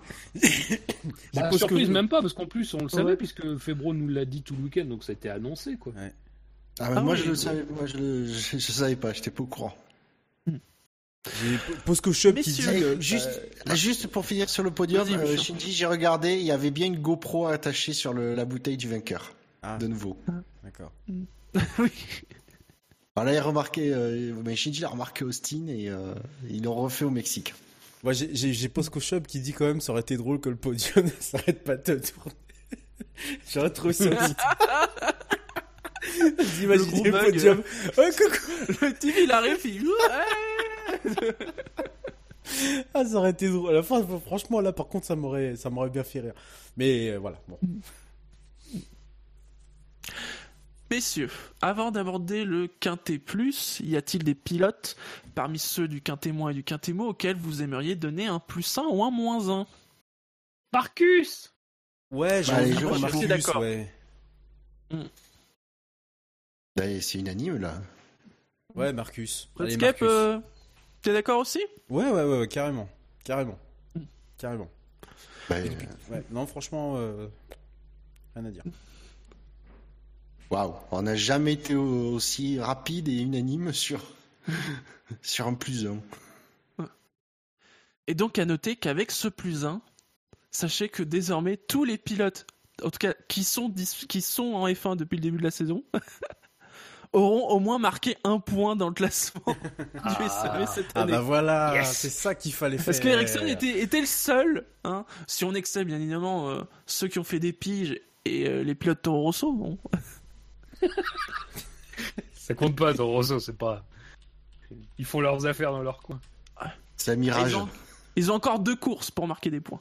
Bah, suppose surprise, que- même pas, parce qu'en plus, on le savait, Ouais. puisque Febro nous l'a dit tout le week-end, donc ça a été annoncé, quoi. Ah, mais Ah moi, oui, je le oui. savais, moi, je, le, je, je savais pas, j'étais pas au courant. J'ai Posco Shop qui Messieurs, dit... Eh, euh, juste, euh, juste pour finir sur le podium, Vas-y, euh, Bouchard. Shinji, j'ai regardé, il y avait bien une GoPro attachée sur le, la bouteille du vainqueur. Ah, De nouveau. d'accord. Oui. Alors là, il a remarqué, euh, mais Shinji l'a remarqué Austin et euh, ils l'ont refait au Mexique. Moi, j'ai- j'ai j'ai Posco Shop qui dit quand même ça aurait été drôle que le podium ne s'arrête pas de tourner. J'aurais trouvé ça vite. Vous imaginez Le le gros podium. Oh, coucou. Le type, il arrive, il... Ouais. Ah, ça aurait été drôle. À la fin, franchement, là, par contre, ça m'aurait ça m'aurait bien fait rire. Mais euh, voilà, bon. Messieurs, avant d'aborder le Quintet Plus, y a-t-il des pilotes parmi ceux du Quintet Moins et du Quintet Mot auxquels vous aimeriez donner un plus un ou un moins un? Marcus. Ouais, j'ai Bah, envie les de jours, voir je suis Marcus, d'accord. ouais. Là, c'est unanime, là. Ouais, Marcus. Allez, Redscape, Marcus. euh, t'es d'accord aussi? Ouais, ouais, ouais, ouais, carrément. Carrément. Carrément. Bah, Ouais, non, franchement, euh, rien à dire. Waouh, on n'a jamais été au- aussi rapide et unanime sur, sur un plus un. Et donc à noter qu'avec ce plus un, sachez que désormais tous les pilotes, en tout cas qui sont, dis- qui sont en F un depuis le début de la saison, auront au moins marqué un point dans le classement du S A V cette Ah année. bah voilà, Yes. c'est ça qu'il fallait faire. Parce que Ericsson était, était le seul, hein, si on excelle bien évidemment euh, ceux qui ont fait des piges et euh, les pilotes Toro Rosso, bon. Ça compte pas, Toro Rosso, c'est pas. Ils font leurs affaires dans leur coin. C'est un mirage. Ils ont, ils ont encore deux courses pour marquer des points.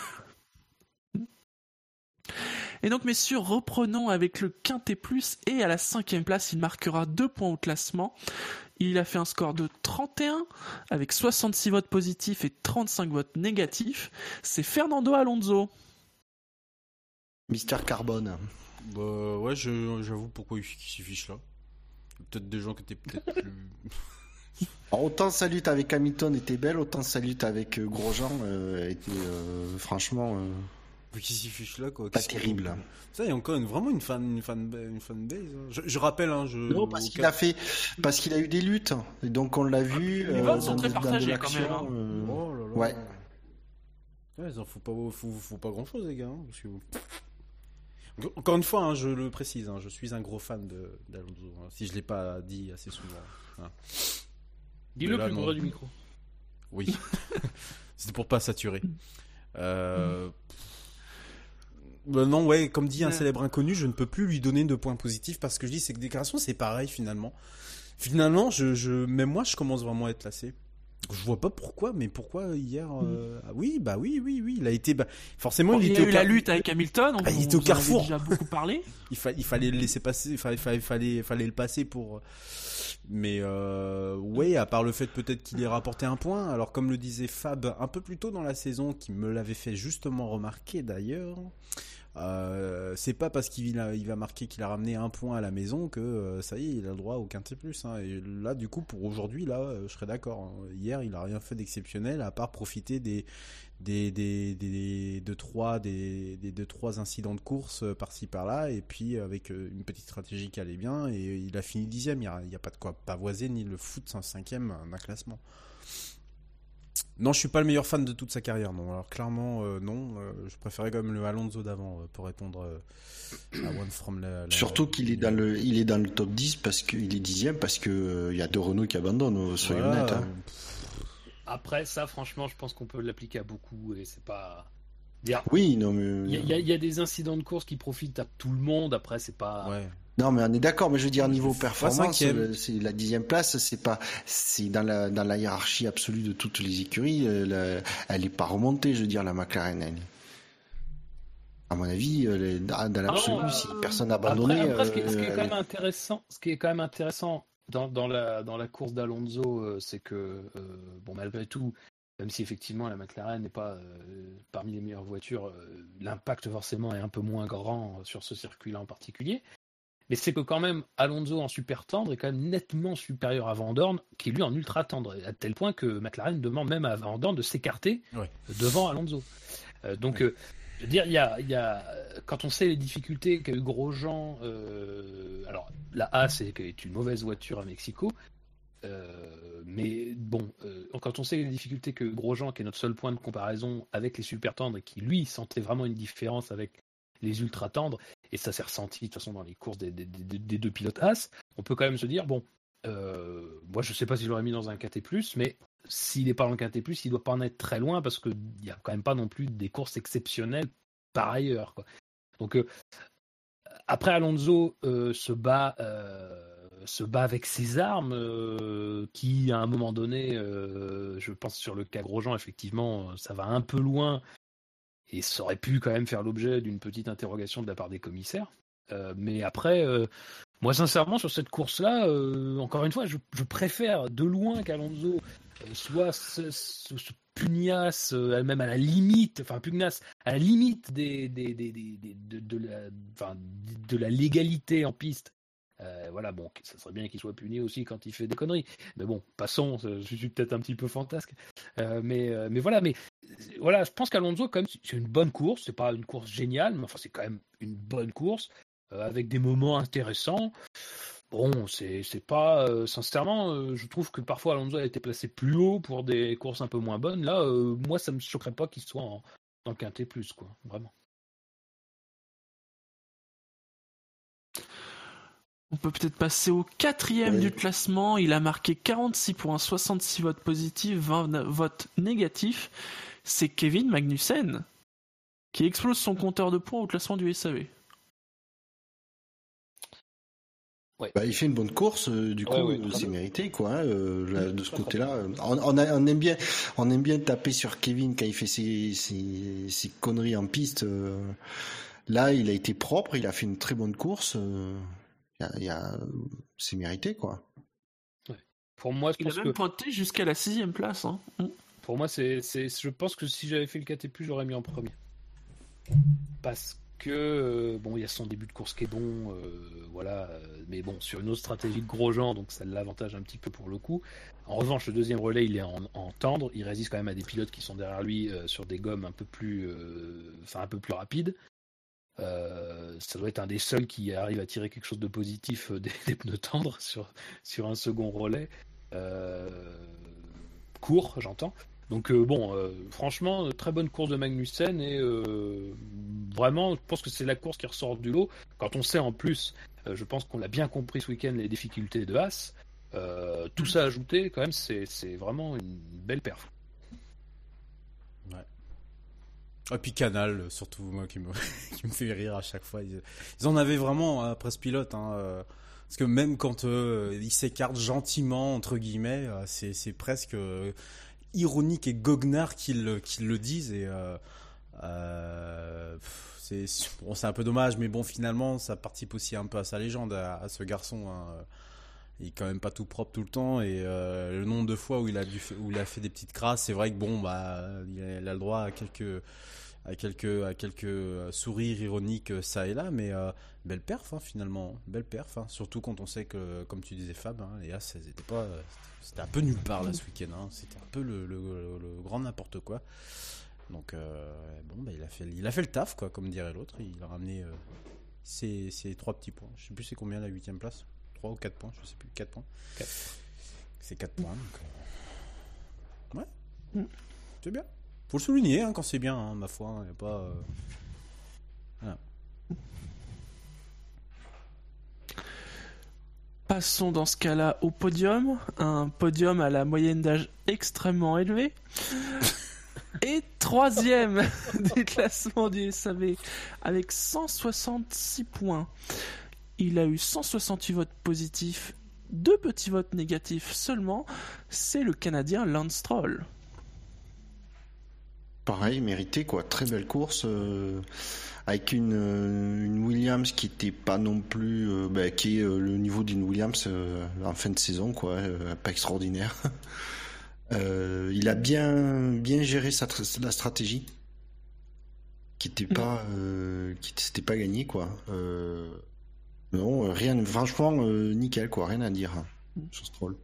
Et donc, messieurs, reprenons avec le Quintet Plus. Et à la cinquième place, il marquera deux points au classement. Il a fait un score de trente et un avec soixante-six votes positifs et trente-cinq votes négatifs. C'est Fernando Alonso. Mister Carbone. Bah ouais, je- j'avoue pourquoi il s'y fiche là. Peut-être des gens qui étaient peut-être plus... Alors, autant Salute avec Hamilton était belle, autant Salute avec euh, Grosjean euh, était euh, franchement euh, qui s'y fiche là quoi. pas Qui se- terrible. Ça, il y a encore une- vraiment une fan, une fan, une fanbase. Hein. Je, je rappelle, hein, je. Non, parce au qu'il cas- a fait, parce qu'il a eu des luttes, et donc on l'a vu. Les euh, votes sont dans très des- dans de partagés, quand l'action, même, hein. euh, Oh là là. Ouais. Ouais, il en faut pas, faut, faut pas grand chose les gars. Hein, parce que... Encore une fois, hein, je le précise, hein, je suis un gros fan de d'Alonso. Hein, si je l'ai pas dit assez souvent. Hein. Dis-le Mais là, plus non. près du micro. Oui. C'était pour pas saturer. Euh... bah non, ouais, comme dit un Ouais. célèbre inconnu, je ne peux plus lui donner de points positifs parce que je dis c'est que déclaration c'est pareil finalement. Finalement, je, je, même moi, je commence vraiment à être lassé. Je vois pas pourquoi, mais pourquoi hier euh, ah oui, bah oui, oui, oui, il a été, bah, forcément, Bon, il, il y était a au eu car- la lutte avec Hamilton, on Ah, il vous- était au vous en avez carrefour. déjà beaucoup parlé. Il, fa- il fallait le laisser passer, il fallait, fallait, fallait, fallait, fallait le passer pour. Mais euh, ouais, à part le fait peut-être qu'il ait rapporté un point. Alors comme le disait Fab un peu plus tôt dans la saison, qui me l'avait fait justement remarquer d'ailleurs. Euh, c'est pas parce qu'il a, il va marquer qu'il a ramené un point à la maison que euh, ça y est, il a le droit au quintet plus. Hein. Et là, du coup, pour aujourd'hui, là, euh, je serais d'accord. Hein. Hier, il a rien fait d'exceptionnel à part profiter des des des des deux trois des des deux trois incidents de course euh, par-ci par-là, et puis avec euh, une petite stratégie qui allait bien, et il a fini dixième. Il y a, il y a pas de quoi pavoiser ni le foot un cinquième d'un classement. Non, je suis pas le meilleur fan de toute sa carrière, non. Alors clairement, euh, non. Euh, je préférais quand même le Alonso d'avant euh, pour répondre euh, à One from la. la- Surtout qu'il est dans le, il est dans le top dix parce qu'il est dixième parce que euh, il y a deux Renault qui abandonnent, euh, soyons Voilà, honnêtes. Hein. Après, ça, franchement, je pense qu'on peut l'appliquer à beaucoup et c'est pas. Dire, Oui, non mais. Il y, a- il y a- il y a des incidents de course qui profitent à tout le monde. Après, c'est pas. Ouais. Non, mais on est d'accord, mais je veux dire, niveau Pas performance, cinquième. euh, c'est la dixième place, c'est pas, c'est dans la, dans la hiérarchie absolue de toutes les écuries, euh, la- elle est pas remontée, je veux dire, la McLaren, elle. À mon avis, elle est dans dans l'absolu, Ah, si personne n'a abandonné. Après, après, ce, qui est, ce qui est euh, quand elle même intéressant, ce qui est quand même intéressant dans, dans la dans la course d'Alonso, euh, c'est que euh, bon, malgré tout, même si effectivement la McLaren n'est pas euh, parmi les meilleures voitures, euh, l'impact forcément est un peu moins grand sur ce circuit-là en particulier. Mais c'est que quand même Alonso en super tendre est quand même nettement supérieur à Van Dorn, qui est lui en ultra tendre, à tel point que McLaren demande même à Van Dorn de s'écarter Ouais. devant Alonso. Euh, donc, euh, je veux dire, il y a, il y a, quand on sait les difficultés qu'a eu Grosjean, euh, alors la A, c'est qu'elle est une mauvaise voiture à Mexico. Euh, mais bon, euh, quand on sait les difficultés que Grosjean, qui est notre seul point de comparaison avec les super tendres, et qui lui sentait vraiment une différence avec les ultra tendres, et ça s'est ressenti de toute façon dans les courses des, des, des, des deux pilotes As, on peut quand même se dire, bon, euh, moi je sais pas si je l'aurais mis dans un K T plus, mais s'il n'est pas dans le K T plus, il doit pas en être très loin, parce qu'il n'y a quand même pas non plus des courses exceptionnelles par ailleurs, quoi. Donc euh, après Alonso euh, se bat... Euh, se bat avec ses armes, euh, qui à un moment donné, euh, je pense sur le cas Grosjean, effectivement, ça va un peu loin et ça aurait pu quand même faire l'objet d'une petite interrogation de la part des commissaires. Euh, mais après, euh, moi sincèrement sur cette course-là, euh, encore une fois, je, je préfère de loin qu'Alonso euh, soit ce, ce, ce pugnace, euh, même à la limite, enfin pugnace, à la limite des, des, des, des, des de, de, la, enfin, de la légalité en piste. Euh, voilà, bon, ça serait bien qu'il soit puni aussi quand il fait des conneries. Mais bon, passons, je suis peut-être un petit peu fantasque. Euh, mais, euh, mais voilà, mais voilà, je pense qu'Alonso, quand même, c'est une bonne course. C'est pas une course géniale, mais enfin, c'est quand même une bonne course euh, avec des moments intéressants. Bon, c'est, c'est pas. Euh, sincèrement, euh, je trouve que parfois Alonso a été placé plus haut pour des courses un peu moins bonnes. Là, euh, moi, ça me choquerait pas qu'il soit en, dans le quintet plus, quoi, vraiment. On peut peut-être passer au quatrième oui. du classement. Il a marqué quarante-six points, soixante-six votes positifs, vingt votes négatifs. C'est Kevin Magnussen qui explose son compteur de points au classement du S A V. Ouais. Bah, il fait une bonne course, euh, du coup, ouais, ouais, c'est mérité, quoi. Hein, euh, là, de ce côté-là, on, on, a, on aime bien, on aime bien taper sur Kevin quand il fait ses, ses, ses conneries en piste. Euh, là, il a été propre, il a fait une très bonne course. Euh, y a, y a, c'est mérité, quoi. Ouais. Pour moi, je il pense a même que... pointé jusqu'à la sixième place. Hein. Pour moi, c'est, c'est, je pense que si j'avais fait le K T plus, j'aurais mis en premier. Parce que euh, bon, il y a son début de course qui est bon, euh, voilà, euh, mais bon, sur une autre stratégie de Grosjean, donc ça l'avantage un petit peu pour le coup. En revanche, le deuxième relais, il est en, en tendre, il résiste quand même à des pilotes qui sont derrière lui euh, sur des gommes un peu plus, euh, enfin un peu plus rapides. Euh, ça doit être un des seuls qui arrive à tirer quelque chose de positif euh, des, des pneus tendres sur sur un second relais euh, court, j'entends. Donc euh, bon, euh, franchement, très bonne course de Magnussen et euh, vraiment, je pense que c'est la course qui ressort du lot. Quand on sait en plus, euh, je pense qu'on l'a bien compris ce week-end, les difficultés de Haas, euh, tout ça ajouté, quand même, c'est, c'est vraiment une belle perf. Ouais. Et puis Canal, surtout moi qui me, qui me fait rire à chaque fois. Ils, ils en avaient vraiment après ce pilote, hein, euh, parce que même quand euh, ils s'écartent gentiment entre guillemets, euh, c'est, c'est presque euh, ironique et goguenard qu'ils le, qu'ils le disent et euh, euh, c'est, bon, c'est un peu dommage, mais bon finalement ça participe aussi un peu à sa légende à, à ce garçon. Hein. Il est quand même pas tout propre tout le temps et euh, le nombre de fois où il a dû, où il a fait des petites crasses, c'est vrai que bon bah il a, il a le droit à quelques à quelques à quelques sourires ironiques ça et là, mais euh, belle perf hein, finalement, belle perf hein, surtout quand on sait que comme tu disais Fab, hein, les As c'était pas c'était un peu nulle part là ce week-end, hein, c'était un peu le, le, le, le grand n'importe quoi. Donc euh, bon bah il a fait il a fait le taf quoi, comme dirait l'autre, il a ramené euh, ses ses trois petits points. Je sais plus c'est combien la huitième place. trois ou quatre points, je sais plus, quatre points. quatre. C'est quatre points, donc... Ouais, mm. C'est bien. Faut le souligner hein, quand c'est bien, hein, ma foi, il n'y a pas... Euh... Voilà. Passons dans ce cas-là au podium. Un podium à la moyenne d'âge extrêmement élevée. Et troisième du classement du S A V avec cent soixante-six points. Il a eu cent soixante-huit votes positifs, deux petits votes négatifs seulement. C'est le Canadien Lance Stroll. Pareil, mérité quoi. Très belle course euh, avec une, une Williams qui était pas non plus, euh, bah, qui est euh, le niveau d'une Williams euh, en fin de saison quoi, euh, pas extraordinaire. euh, il a bien bien géré sa, la stratégie, qui était pas, euh, qui s'était pas gagné quoi. Euh, Non, rien, franchement, euh, nickel, quoi, rien à dire hein, sur Stroll.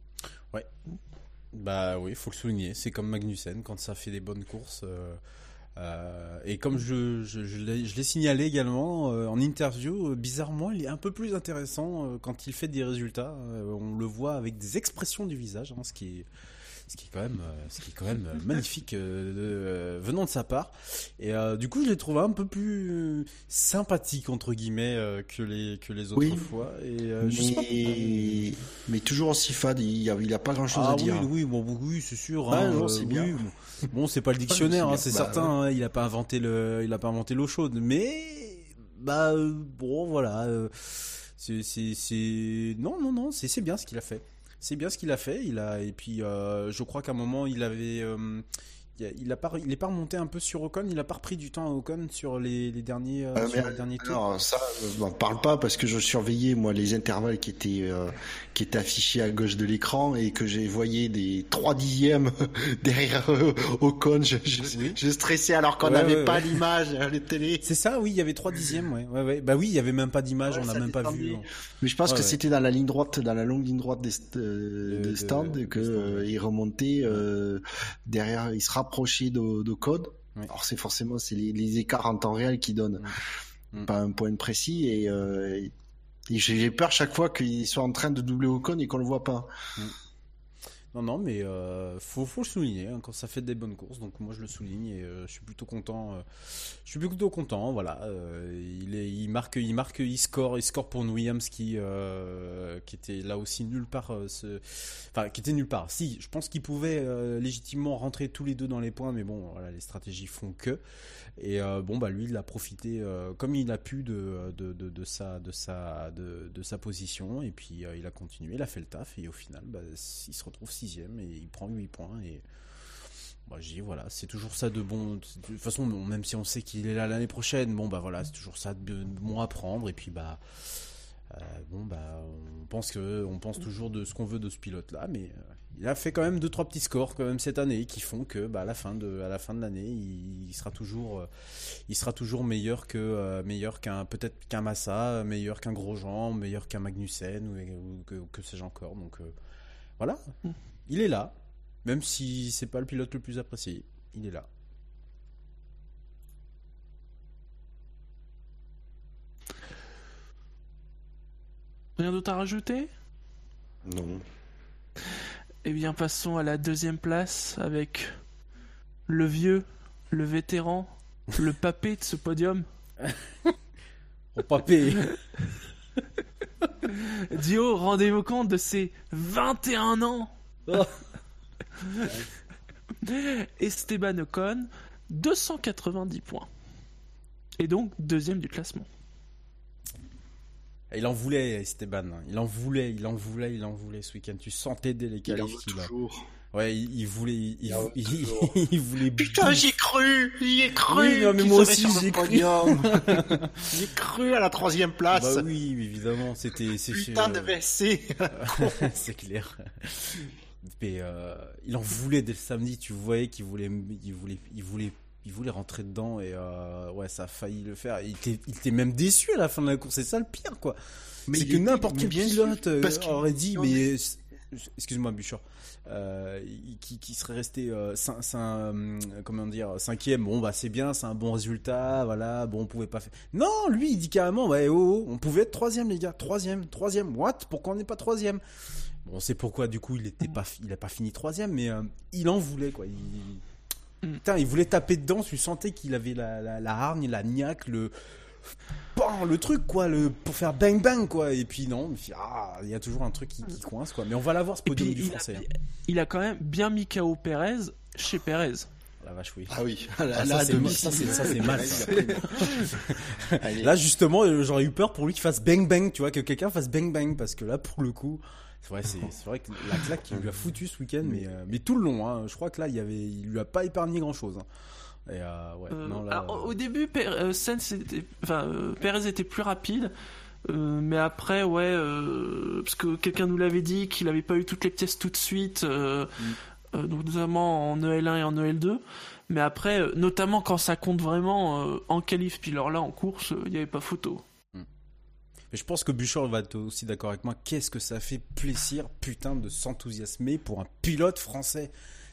Ouais, bah oui, faut le souligner. C'est comme Magnussen, quand ça fait des bonnes courses, euh, Euh, et comme je, je, je, l'ai, je l'ai signalé également euh, en interview, euh, bizarrement, il est un peu plus intéressant euh, quand il fait des résultats. Euh, on le voit avec des expressions du visage, hein, ce qui est, ce qui est quand même, euh, ce qui est quand même euh, magnifique euh, de, euh, venant de sa part. Et euh, du coup, je l'ai trouvé un peu plus euh, sympathique entre guillemets euh, que les que les autres Oui. fois. Et euh, mais... je sais pas. mais toujours aussi fade, il y a, il a pas grand chose Ah à dire. oui, oui, bon, oui, c'est sûr. Ah hein, non, euh, c'est oui, bien. bon. Bon, c'est pas le dictionnaire, c'est hein, bien. c'est Bah, certain. Hein, il a pas inventé le, il a pas inventé l'eau chaude, mais bah euh, bon, voilà. Euh, c'est, c'est, c'est, non, non, non, c'est, c'est bien ce qu'il a fait. C'est bien ce qu'il a fait. Il a, et puis, euh, je crois qu'à un moment, il avait, euh, il a, il a pas, il est pas remonté un peu sur Ocon. Il a pas repris du temps à Ocon sur les, les derniers, euh, Euh, sur mais, les derniers tours. alors ça, euh, m'en parle pas parce que je surveillais moi les intervalles qui étaient euh, qui étaient affichés à gauche de l'écran et que j'ai voyé des trois dixièmes derrière euh, Ocon. Je, je, Oui. je stressais alors qu'on Ouais, n'avait ouais, pas ouais. l'image à la télé. C'est ça, oui, il y avait trois dixièmes, ouais, ouais, ouais. Bah oui, il y avait même pas d'image, Ouais, on n'a ça même pas descendait. vu. Mais je pense Ouais, que ouais. c'était dans la ligne droite, dans la longue ligne droite des, st- euh, De- des de- stands, des que stands, ouais. euh, il remontait euh, derrière, il se rapprochait de, de code. Ouais. Alors c'est forcément c'est les, les écarts en temps réel qui donnent Mm. pas un point précis et, euh, et j'ai j'ai peur chaque fois qu'il soit en train de doubler Ocon et qu'on le voit pas. Non, non, mais euh, faut, faut le souligner hein, quand ça fait des bonnes courses. Donc moi je le souligne et euh, je suis plutôt content. Euh, je suis plutôt content. Voilà, euh, il est, il marque, il marque, il score, il score pour une Williams qui, euh, qui était là aussi nulle part. Euh, ce... Enfin, qui était nulle part. Si, je pense qu'ils pouvaient euh, légitimement rentrer tous les deux dans les points, mais bon, voilà, les stratégies font que. Et euh, bon, bah lui, il a profité euh, comme il a pu de de, de, de sa de sa de, de sa position et puis euh, il a continué, il a fait le taf et au final, bah, il se retrouve sixième et il prend huit points et bah, je dis voilà, c'est toujours ça de bon. De toute façon, bon, même si on sait qu'il est là l'année prochaine, bon bah voilà, c'est toujours ça de, de bon à prendre et puis bah euh, bon bah on pense que on pense toujours de ce qu'on veut de ce pilote là, mais euh, il a fait quand même deux trois petits scores quand même cette année qui font que bah à la fin de à la fin de l'année il, il sera toujours euh, il sera toujours meilleur que euh, meilleur qu'un peut-être qu'un Massa, meilleur qu'un Grosjean, meilleur qu'un Magnussen ou, ou que, que sais-je encore. Donc euh, voilà, il est là, même si c'est pas le pilote le plus apprécié, il est là. Rien d'autre à rajouter? Non. Eh bien, passons à la deuxième place avec le vieux, le vétéran, le papé de ce podium. Au papé. Dio, rendez-vous compte de ses vingt et un ans. Oh. Esteban Ocon, deux cent quatre-vingt-dix points. Et donc, deuxième du classement. Il en voulait, Esteban. Il en voulait, il en voulait, il en voulait ce week-end. Tu sentais dès les Il en qualifs veut qu'il a. toujours. Ouais, il, il voulait, il, Il en veut il, toujours. il, il voulait. Putain, j'y ai cru, j'y ai cru. Oui, non, mais qu'il moi serait aussi, sur le j'y ai cru. podium. J'ai cru à la troisième place. Bah oui, évidemment, c'était. C'est Putain de V S C. c'est clair. Mais euh, il en voulait dès le samedi. Tu voyais qu'il voulait, il voulait, il voulait, il voulait rentrer dedans et euh, ouais, ça a failli le faire. Il était, il était même déçu à la fin de la course. C'est ça le pire, quoi. Mais c'est il que était- n'importe mais quel bien pilote sûr, euh, parce qu'il- aurait dit, non, mais excuse-moi, Bouchard, euh, qui, qui serait resté euh, cin- cin- euh, comment dire, cinquième. Bon, bah c'est bien, c'est un bon résultat. Voilà, bon, on pouvait pas faire. Non, lui, il dit carrément, ouais, oh, oh, on pouvait être troisième, les gars, troisième, troisième. What? Pourquoi on n'est pas troisième? Bon, on sait pourquoi. Du coup, il était pas, il a pas fini troisième, mais euh, il en voulait, quoi. Il... Putain, il voulait taper dedans. Tu sentais qu'il avait la, la, la hargne, la niaque, le Bon, le truc, quoi, le pour faire bang bang, quoi. Et puis non, ah, il y a toujours un truc qui, qui coince, quoi. Mais on va l'avoir ce Et podium puis, du il français. a, hein. il a quand même bien mis K O Pérez chez Pérez. La vache, oui. Ah oui. Ah, Là, ça, à c'est, domicile. ça, c'est, ça, c'est mal. Ça. Allez. Là, justement, euh, j'aurais eu peur pour lui qu'il fasse bang bang, tu vois, que quelqu'un fasse bang bang, parce que là, pour le coup, c'est vrai, c'est, c'est vrai que la claque qu'il lui a foutu ce week-end, mais, euh, mais tout le long, hein, je crois que là, il y avait, il lui a pas épargné grand chose. Hein. Et euh, ouais, Euh, non, là, alors, au début, Pé- euh, Sainz était, enfin, euh, Pérez était plus rapide, euh, mais après, ouais, euh, parce que quelqu'un nous l'avait dit qu'il avait pas eu toutes les pièces tout de suite, euh, Mm. euh, donc notamment en E L un et en E L deux. Mais après, euh, notamment quand ça compte vraiment euh, en qualif, puis alors là en course, il n'y avait pas photo. Mais je pense que Bouchard va être aussi d'accord avec moi. Qu'est-ce que ça fait plaisir, putain, de s'enthousiasmer pour un pilote français.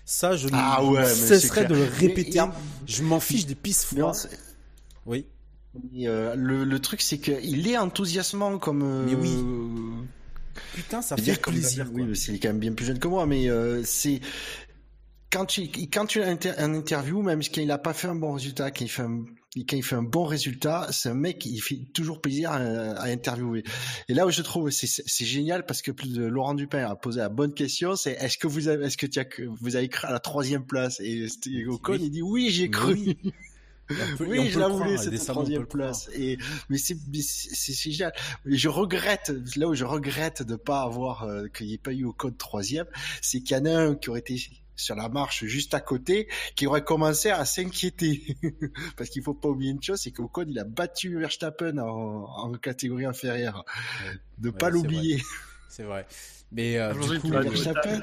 Ça, je Ah ne ouais, mais cesserai c'est clair. de le Mais répéter. il y a- Je m'en fiche des pistes Non, froides. c'est- Oui. mais, euh, le, le truc, c'est qu'il est enthousiasmant comme. euh, Mais oui. Putain, ça je veux fait dire, comme plaisir. Daniel, quoi. oui, mais c'est quand même bien plus jeune que moi, mais euh, c'est quand tu quand tu as un, inter- un interview, même quand il a pas fait un bon résultat, quand il fait un quand il fait un bon résultat, c'est un mec, il fait toujours plaisir à, à interviewer. Et là où je trouve c'est c'est génial parce que plus de Laurent Dupin a posé la bonne question, c'est est-ce que vous avez est-ce que tu as vous avez cru à la troisième place et c'était Ocon, Oui. il dit oui, j'ai Mais cru. oui. Et on peut- et on Oui, peut je la le croire, voulais et cette décemment, on peut troisième le croire. place. Et mais c'est mais c'est c'est c'est génial. Et je regrette là où je regrette de pas avoir euh, qu'il n'y ait pas eu Ocon troisième, c'est qu'il y en a un qui aurait été sur la marche juste à côté, qui aurait commencé à s'inquiéter. Parce qu'il faut pas oublier une chose, c'est qu'Ocon, il a battu Verstappen en, en catégorie inférieure. Ouais. De Ouais, pas c'est l'oublier. C'est vrai. Mais euh, Aujourd'hui, du coup, tu vas euh, dire- Verstappen.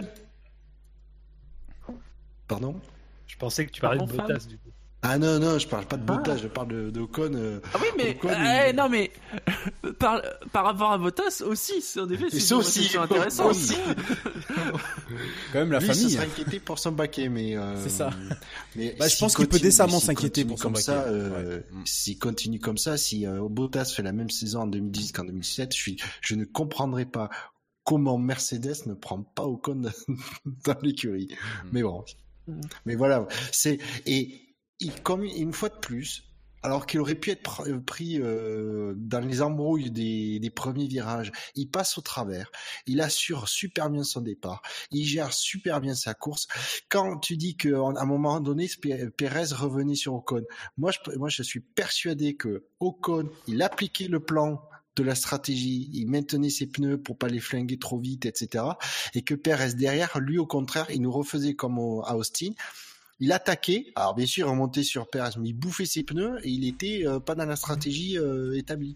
Pardon? Je pensais que tu parlais de Pardon, Fab Bottas du coup. Ah non, non, je parle pas de Ah. Bottas, je parle de, de Ocon. euh, Ah oui, mais Ocon, eh, il- non, mais par, par rapport à Bottas aussi, c'est en effet, c'est ça une aussi, réflexion intéressante. aussi. quand même la Lui, famille. il se serait inquiété pour son baquet, mais euh, C'est ça. Mais Bah, je s'il pense qu'il peut continue- décemment s'il s'inquiéter continue pour son comme baquet. ça. Euh, Ouais. Mm. S'il continue comme ça, si euh, Bottas fait la même saison en deux mille dix qu'en deux mille sept, je suis, je ne comprendrai pas comment Mercedes ne prend pas Ocon dans, dans l'écurie. Mm. Mais bon, Mm. mais voilà, c'est et il, comme une fois de plus. Alors qu'il aurait pu être pr- pris euh, dans les embrouilles des, des premiers virages, il passe au travers, il assure super bien son départ, il gère super bien sa course. Quand tu dis qu'à un moment donné, P- Pérez revenait sur Ocon, moi je, moi je suis persuadé que Ocon, il appliquait le plan de la stratégie, il maintenait ses pneus pour pas les flinguer trop vite, et cetera. Et que Pérez derrière, lui au contraire, il nous refaisait comme au, à Austin. Il attaquait, alors bien sûr, il remontait sur Pérez, mais il bouffait ses pneus et il était euh, pas dans la stratégie euh, établie.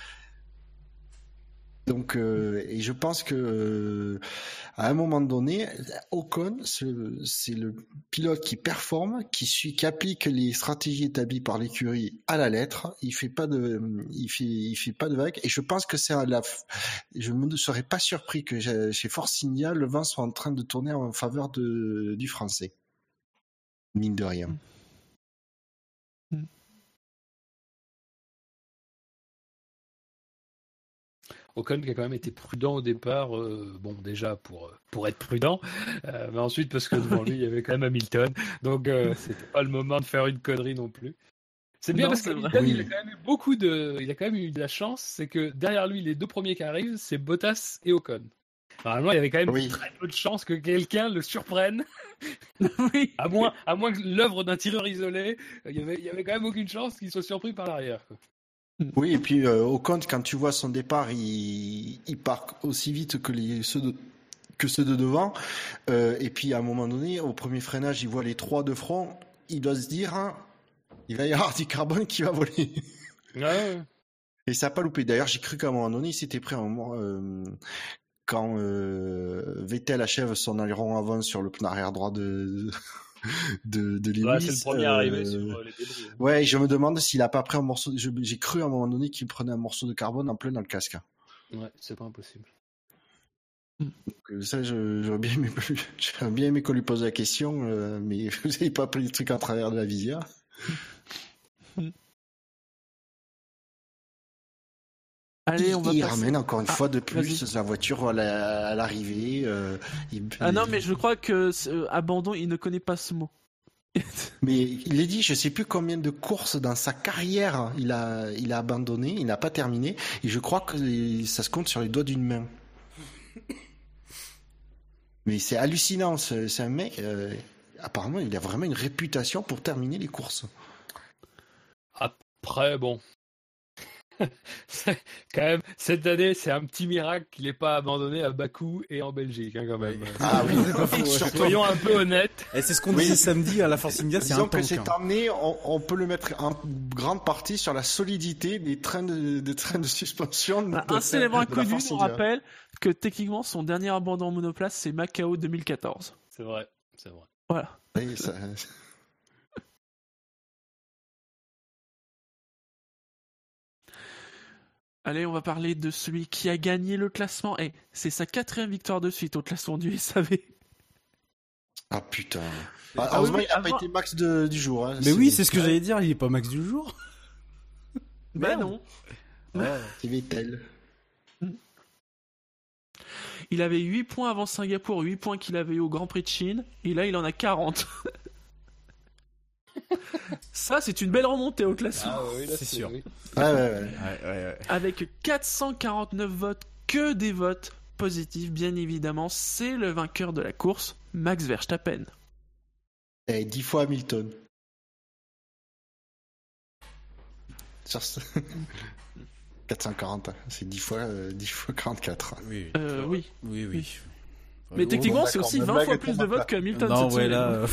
Donc, euh, et je pense que euh, à un moment donné, Ocon, c'est c'est le pilote qui performe, qui suit, qui applique les stratégies établies par l'écurie à la lettre. Il fait pas de, il fait, il fait pas de vagues. Et je pense que c'est à la, f- je ne serais pas surpris que j'ai- chez Force India, le vent soit en train de tourner en faveur de, du français. Mine de rien. Ocon qui a quand même été prudent au départ, euh, bon déjà pour pour être prudent, euh, mais ensuite parce que devant lui il y avait quand même Hamilton, donc euh, c'était pas le moment de faire une connerie non plus. C'est bien Non, parce c'est vrai. qu'Hamilton Oui. il a quand même eu beaucoup de, il a quand même eu de la chance, c'est que derrière lui les deux premiers qui arrivent c'est Bottas et Ocon. Normalement il y avait quand même Oui. très peu de chances que quelqu'un le surprenne, Oui. à moins à moins que l'œuvre d'un tireur isolé, il y avait il y avait quand même aucune chance qu'il soit surpris par l'arrière, quoi. Oui, et puis euh, Ocon, quand tu vois son départ, il, il part aussi vite que les ceux de, que ceux de devant. Euh, et puis à un moment donné, au premier freinage, il voit les trois de front. Il doit se dire, hein, il va y avoir du carbone qui va voler. Ouais, ouais. Et ça n'a pas loupé. D'ailleurs, j'ai cru qu'à un moment donné, il s'était pris un moment euh, quand euh, Vettel achève son aileron avant sur le pneu arrière droit de de, de Lewis. Ouais, c'est le premier euh, arrivé sur euh, les débris. Ouais, je me demande s'il a pas pris un morceau. de- je- J'ai cru à un moment donné qu'il prenait un morceau de carbone en plein dans le casque. Ouais, c'est pas impossible. Donc, euh, ça, je- j'aurais bien aimé, j'aurais bien aimé qu'on lui pose la question, euh, mais vous n'avez pas pris le truc en travers de la visière. Allez, on va il passer. ramène encore une Ah, fois de plus vas-y. sa voiture à la- à l'arrivée. euh, il- Ah non, mais je crois que euh, abandon, il ne connaît pas ce mot. Mais il est dit, je sais plus combien de courses dans sa carrière il a, il a abandonné, il n'a pas terminé, et je crois que ça se compte sur les doigts d'une main. Mais c'est hallucinant, c'est c'est un mec, euh, apparemment il a vraiment une réputation pour terminer les courses. Après, bon. C'est- quand même, cette année, c'est un petit miracle qu'il n'ait pas abandonné à Bakou et en Belgique, hein, quand même. Ah oui, c'est pas faux, ouais. Soyons un peu honnêtes. Et c'est ce qu'on Oui. disait samedi à la Force India, c'est Disons un que tank. cette hein. année, on, on peut le mettre en grande partie sur la solidité des trains de, des trains de suspension. de- Un célèbre de la inconnu Force nous India. rappelle que techniquement son dernier abandon en monoplace c'est Macao deux mille quatorze. C'est vrai, c'est vrai. Voilà. Oui, ça- Allez, on va parler de celui qui a gagné le classement. Et c'est sa quatrième victoire de suite au classement du S A V. Ah putain. Ah, Ah, heureusement, oui, il n'a pas avant- été max de, du jour. Hein. Mais oui, c'est ce que j'allais dire, il est pas max du jour. Mais Merde. non. C'est Vettel. Il avait huit points avant Singapour, huit points qu'il avait eu au Grand Prix de Chine, et là il en a quarante. Ça, c'est une belle remontée au classement. Ah oui, là, C'est sûr. oui. Ouais, ouais, ouais. Ouais, ouais, ouais. Avec quatre cent quarante-neuf votes, que des votes positifs, bien évidemment. C'est le vainqueur de la course, Max Verstappen. Et dix fois Hamilton. Sur ce... quatre cent quarante, c'est dix fois, euh, dix fois quarante-quatre. Oui, oui. Euh, oui. Oui, oui. Mais Euh, techniquement, bon, c'est d'accord, aussi ma vingt blague fois est plus pour de ma votes que Hamilton Non, cette ouais, semaine. là. euh,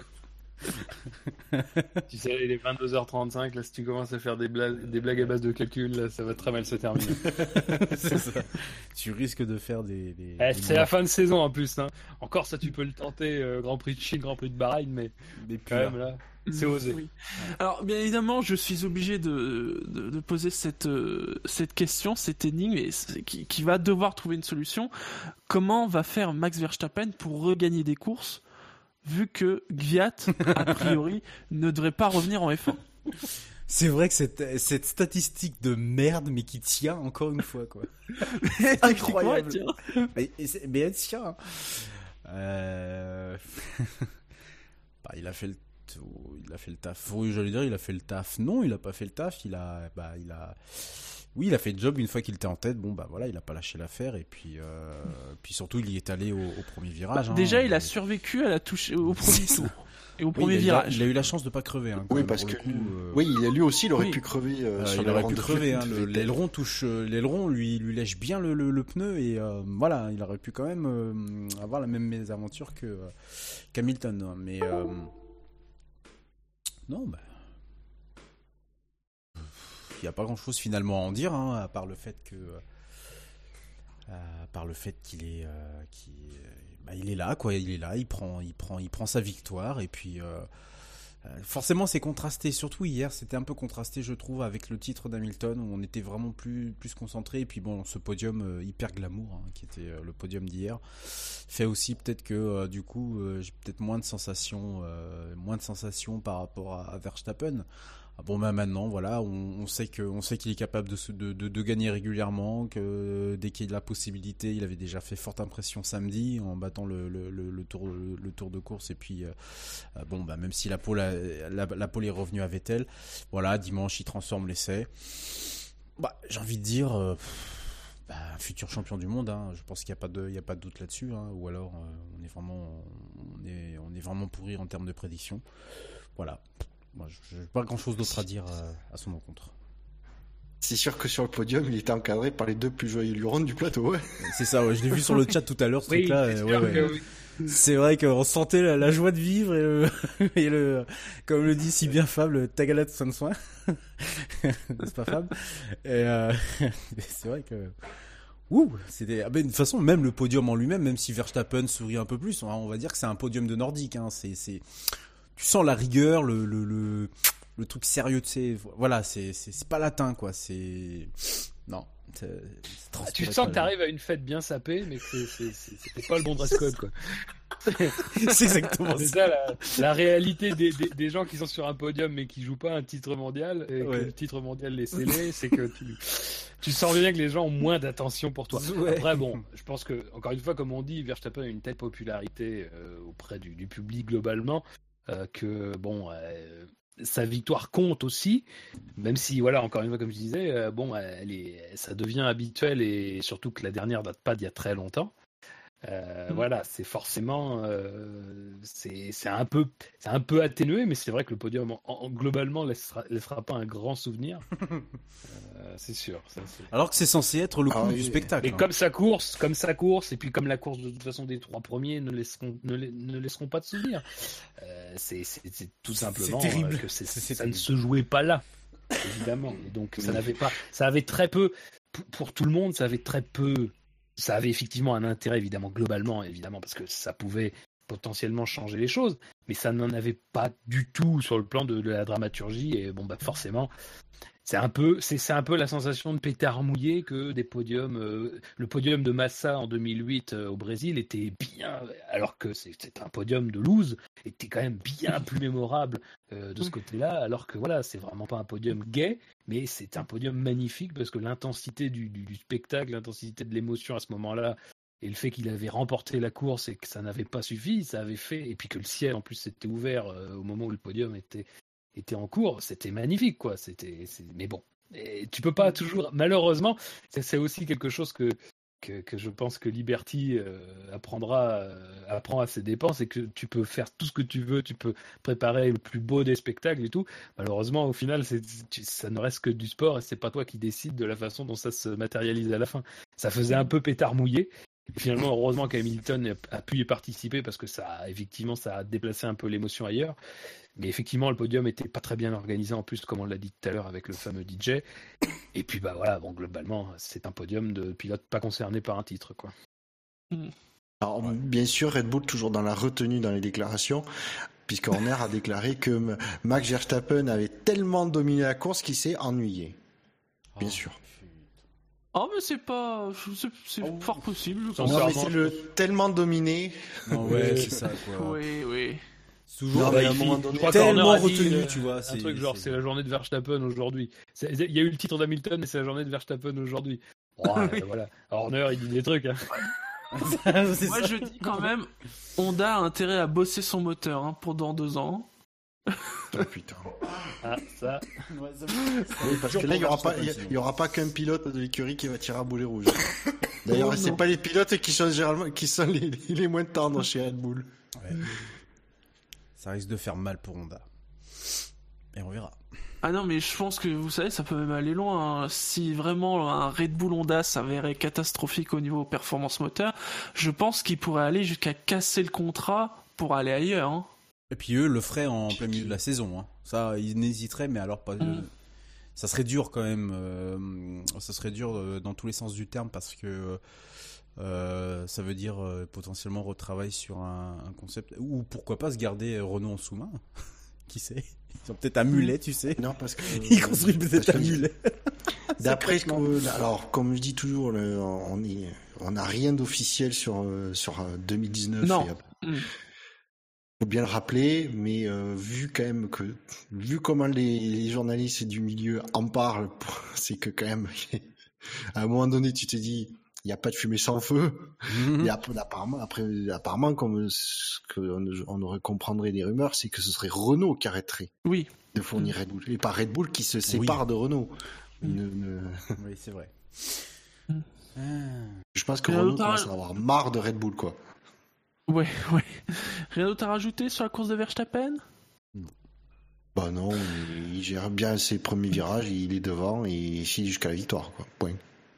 Tu sais, il est vingt-deux heures trente-cinq, là, si tu commences à faire des blagues, des blagues à base de calcul, là, ça va très mal se terminer. c'est ça. Tu risques de faire des. des- Eh, des c'est la fin de saison en plus. Hein. Encore ça, tu peux le tenter, euh, Grand Prix de Chine, Grand Prix de Bahreïn, mais des quand purs. même là, c'est osé. Oui. Alors, bien évidemment, je suis obligé de, de, de poser cette, euh, cette question, cette énigme, et c'est- qui, qui va devoir trouver une solution. Comment va faire Max Verstappen pour regagner des courses, vu que Gviat, a priori, ne devrait pas revenir en F un? C'est vrai que cette, cette statistique de merde, mais qui tient encore une fois, quoi. Incroyable. Mais, et c'est- mais elle tient. hein. Euh... bah, il a fait le, t- il a fait le taf. Oui, j'allais dire, il a fait le taf. Non, il a pas fait le taf. Il a, bah, il a. Oui, il a fait le job une fois qu'il était en tête. Bon, bah voilà, il a pas lâché l'affaire. Et puis, euh... puis surtout, il y est allé au, au premier virage. hein. Déjà, il a Et- survécu à la touche, au premier C'est ça. tour. Et au Oui, premier il a, virage. il a eu la chance de pas crever. Hein, quand Oui, même, parce pour que le coup, euh, oui, il a- lui aussi, il aurait Oui. pu crever euh, Euh, sur il le aurait rang pu de crever, de hein, le- Vettel. l'aileron touche, euh, l'aileron lui lui lèche bien le, le, le pneu et euh, voilà, il aurait pu quand même euh, avoir la même mésaventure que euh, qu'Hamilton, hein, mais euh, non, bah, il y a pas grand chose finalement à en dire, hein, à part le fait que, euh, à part le fait qu'il est, euh, qu'il, bah, il est là, quoi, il est là, il prend, il prend, il prend sa victoire et puis. Euh, Euh, Forcément, c'est contrasté. Surtout hier, c'était un peu contrasté, je trouve, avec le titre d'Hamilton où on était vraiment plus plus concentré. Et puis bon, ce podium euh, hyper glamour, hein, qui était euh, le podium d'hier, fait aussi peut-être que euh, du coup, euh, j'ai peut-être moins de sensations, euh, moins de sensations par rapport à, à Verstappen. Ah bon, bah maintenant, voilà, on, on sait que, on sait qu'il est capable de, se- de, de, de gagner régulièrement, que dès qu'il a la possibilité, il avait déjà fait forte impression samedi en battant le, le, le, le tour, le, le tour de course et puis. Euh, euh, bon, bah, même si la pole, a- la, la pole est revenue à Vettel, voilà, dimanche, il transforme l'essai. Bah, j'ai envie de dire, euh, pff, bah, un futur champion du monde, hein, je pense qu'il n'y a pas de, il y a pas de doute là-dessus, hein, ou alors euh, on est vraiment, on est, on est vraiment pourri en termes de prédiction. Voilà. Moi, je n'ai pas grand-chose d'autre à dire euh, à son encontre. C'est sûr que sur le podium, il était encadré par les deux plus joyeux lurons du plateau. Ouais. C'est ça, ouais, je l'ai vu sur le chat tout à l'heure, ce Oui, truc-là. c'est euh, sûr ouais, ouais. que oui. C'est vrai qu'on sentait la, la joie de vivre et le, et le, comme le dit si bien Fab, le tagala de son soin. N'est-ce pas Fab? Et euh, c'est vrai que, ouh, c'était, ah ben, de toute façon, même le podium en lui-même, même si Verstappen sourit un peu plus, on va, on va dire que c'est un podium de nordique, hein. C'est, c'est, tu sens la rigueur, le, le, le, le truc sérieux, tu sais. Voilà, c'est, c'est, c'est pas latin, quoi. C'est, non. C'est, c'est Ah, tu transpiré sens pas, que là. t'arrives à une fête bien sapée, mais que c'est, c'est, c'est, c'était pas le bon dress code, quoi. C'est exactement C'est ça. ça la, la réalité des, des, des gens qui sont sur un podium mais qui jouent pas un titre mondial et Ouais. que le titre mondial les scellé, c'est que tu, tu sens bien que les gens ont moins d'attention pour toi. Ouais. Après bon, je pense que encore une fois comme on dit, Verstappen a une telle popularité euh, auprès du, du public globalement euh, que bon, euh, sa victoire compte aussi, même si voilà encore une fois comme je disais, euh, bon, elle est, ça devient habituel et surtout que la dernière date pas d'il y a très longtemps. Euh, Mm. Voilà, c'est forcément, euh, c'est c'est un peu, c'est un peu atténué, mais c'est vrai que le podium en, en- globalement laissera, laissera pas un grand souvenir. Euh, c'est sûr. Ça, c'est- Alors que c'est censé être le Ah coup oui. du spectacle. Et hein. comme sa course, comme sa course, et puis comme la course de toute façon des trois premiers ne laisseront, ne, la- ne laisseront pas de souvenir. Euh, c'est c'est- c'est tout C'est simplement terrible. euh, que c'est- C'est- c'est ça ne terrible. se jouait pas là, évidemment. Et donc ça n'avait pas, ça avait très peu pour, pour tout le monde, ça avait très peu. Ça avait effectivement un intérêt, évidemment, globalement, évidemment, parce que ça pouvait potentiellement changer les choses, mais ça n'en avait pas du tout sur le plan de, de la dramaturgie, et bon, bah forcément, c'est un peu, c'est, c'est un peu la sensation de pétard mouillé que des podiums. Euh, le podium de Massa en deux mille huit euh, au Brésil était bien, alors que c'est, c'est un podium de loose, était quand même bien plus mémorable euh, de ce côté-là. Alors que voilà, c'est vraiment pas un podium gai, mais c'est un podium magnifique parce que l'intensité du, du, du spectacle, l'intensité de l'émotion à ce moment-là. Et le fait qu'il avait remporté la course et que ça n'avait pas suffi, ça avait fait, et puis que le ciel en plus s'était ouvert euh, au moment où le podium était, était en cours, c'était magnifique, quoi. C'était, c'est... Mais bon, et tu peux pas toujours, malheureusement, c'est, c'est aussi quelque chose que, que, que je pense que Liberty euh, apprendra, euh, apprend à ses dépens, c'est que tu peux faire tout ce que tu veux, tu peux préparer le plus beau des spectacles et tout. Malheureusement, au final, c'est, tu, ça ne reste que du sport et c'est pas toi qui décides de la façon dont ça se matérialise à la fin. Ça faisait un peu pétard mouillé. Et finalement, heureusement qu'Hamilton a pu y participer parce que ça, effectivement, ça a déplacé un peu l'émotion ailleurs. Mais effectivement, le podium était pas très bien organisé en plus, comme on l'a dit tout à l'heure avec le fameux D J. Et puis, bah voilà, bon, globalement, c'est un podium de pilote pas concerné par un titre, quoi. Alors, bien sûr, Red Bull toujours dans la retenue dans les déclarations, puisque Horner a déclaré que Max Verstappen avait tellement dominé la course qu'il s'est ennuyé. Bien Oh, sûr. Oh, mais c'est pas. C'est, c'est Oh. fort possible. je Non, pense. Non, mais c'est le tellement dominé. Non, ouais, c'est ça, quoi. Oui, oui. C'est toujours Non, mais à un il- moment je donné, crois tellement qu'Horner a dit, retenu, euh, tu vois. Un c'est- truc genre, c'est- c'est la journée de Verstappen aujourd'hui. C'est- Il y a eu le titre d'Hamilton, mais c'est la journée de Verstappen aujourd'hui. Bon, euh, voilà. Horner, il dit des trucs. Hein. c'est Moi, ça. je dis quand même, Honda a intérêt à bosser son moteur hein, pour dans deux ans. Oh, putain. Ah, ça. Ouais, ça- Oui, parce que là, il n'y aura, pas- il y a- il y aura pas qu'un pilote de l'écurie qui va tirer à boulet rouge. D'ailleurs, Oh, c'est non. pas les pilotes qui sont généralement qui sont les, les moins tendres chez Red Bull. Ouais. Ça risque de faire mal pour Honda. Et on verra. Ah non, mais je pense que vous savez, ça peut même aller loin. hein. Si vraiment un Red Bull Honda s'avérait catastrophique au niveau performance moteur, je pense qu'il pourrait aller jusqu'à casser le contrat pour aller ailleurs. hein. Et puis eux le feraient en plein milieu de la saison. Hein. Ça, ils n'hésiteraient, mais alors pas. Mm. Ça serait dur quand même. euh, ça serait dur euh, dans tous les sens du terme parce que euh, ça veut dire euh, potentiellement retravailler sur un, un concept ou pourquoi pas se garder Renault en sous-main. Qui sait? Ils ont peut-être un mulet, tu sais. Non, parce que Ils construisent peut-être parce un que- mulet. D'après ce que, alors comme je dis toujours, le- on est, on n'a rien d'officiel sur euh, sur euh, deux mille dix-neuf. Non. Et, Mm. faut bien le rappeler, mais euh, vu quand même que vu comment les, les journalistes du milieu en parlent, c'est que quand même à un moment donné tu te dis il n'y a pas de fumée sans feu. Mhm. Et après, apparemment, après, apparemment, comme ce qu'on on aurait comprendrait des rumeurs, c'est que ce serait Renault qui arrêterait Oui. de fournir Red Bull et pas Red Bull qui se sépare de Renault. Ne- ne- Oui, c'est vrai. Mm. Ah. Je pense que Et Renault l'autre- commence à avoir marre de Red Bull, quoi. Ouais, ouais. Rien d'autre à rajouter sur la course de Verstappen? Bah non, il, il gère bien ses premiers virages, il est devant et il file jusqu'à la victoire, quoi. Point.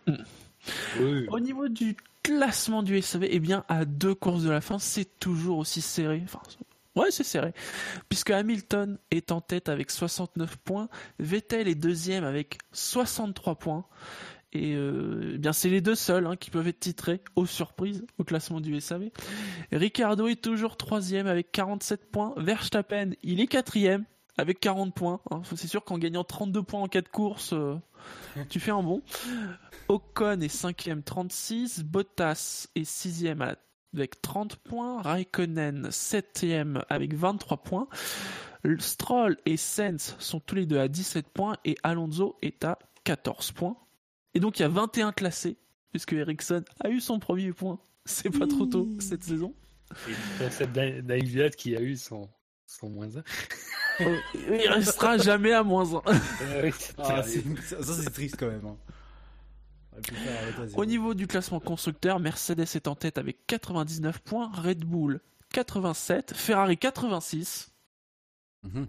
Oui. Au niveau du classement du S A V, eh bien, à deux courses de la fin, c'est toujours aussi serré. Enfin, ouais, c'est serré. Puisque Hamilton est en tête avec soixante-neuf points, Vettel est deuxième avec soixante-trois points. Et euh, eh bien, c'est les deux seuls hein, qui peuvent être titrés, aux surprises, au classement du S A V. Ricardo est toujours troisième avec quarante-sept points. Verstappen, il est quatrième avec quarante points. hein. C'est sûr qu'en gagnant trente-deux points en quatre courses, euh, tu fais un bon. Ocon est cinquième, trente-six. Bottas est sixième à la- avec trente points. Raikkonen, septième avec vingt-trois points. Le Stroll et Sainz sont tous les deux à dix-sept points. Et Alonso est à quatorze points. Et donc il y a vingt et un classés, puisque Ericsson a eu son premier point. C'est pas trop tôt cette saison. Et cette David qui a eu son, son moins un. Euh, Il restera jamais à moins un. oui, Ah, c'est- ça, ça, c'est triste quand même. hein. On aurait pu faire arrêter à zéro. Au niveau du classement constructeur, Mercedes est en tête avec quatre-vingt-dix-neuf points, Red Bull quatre-vingt-sept, Ferrari quatre-vingt-six, Mhm.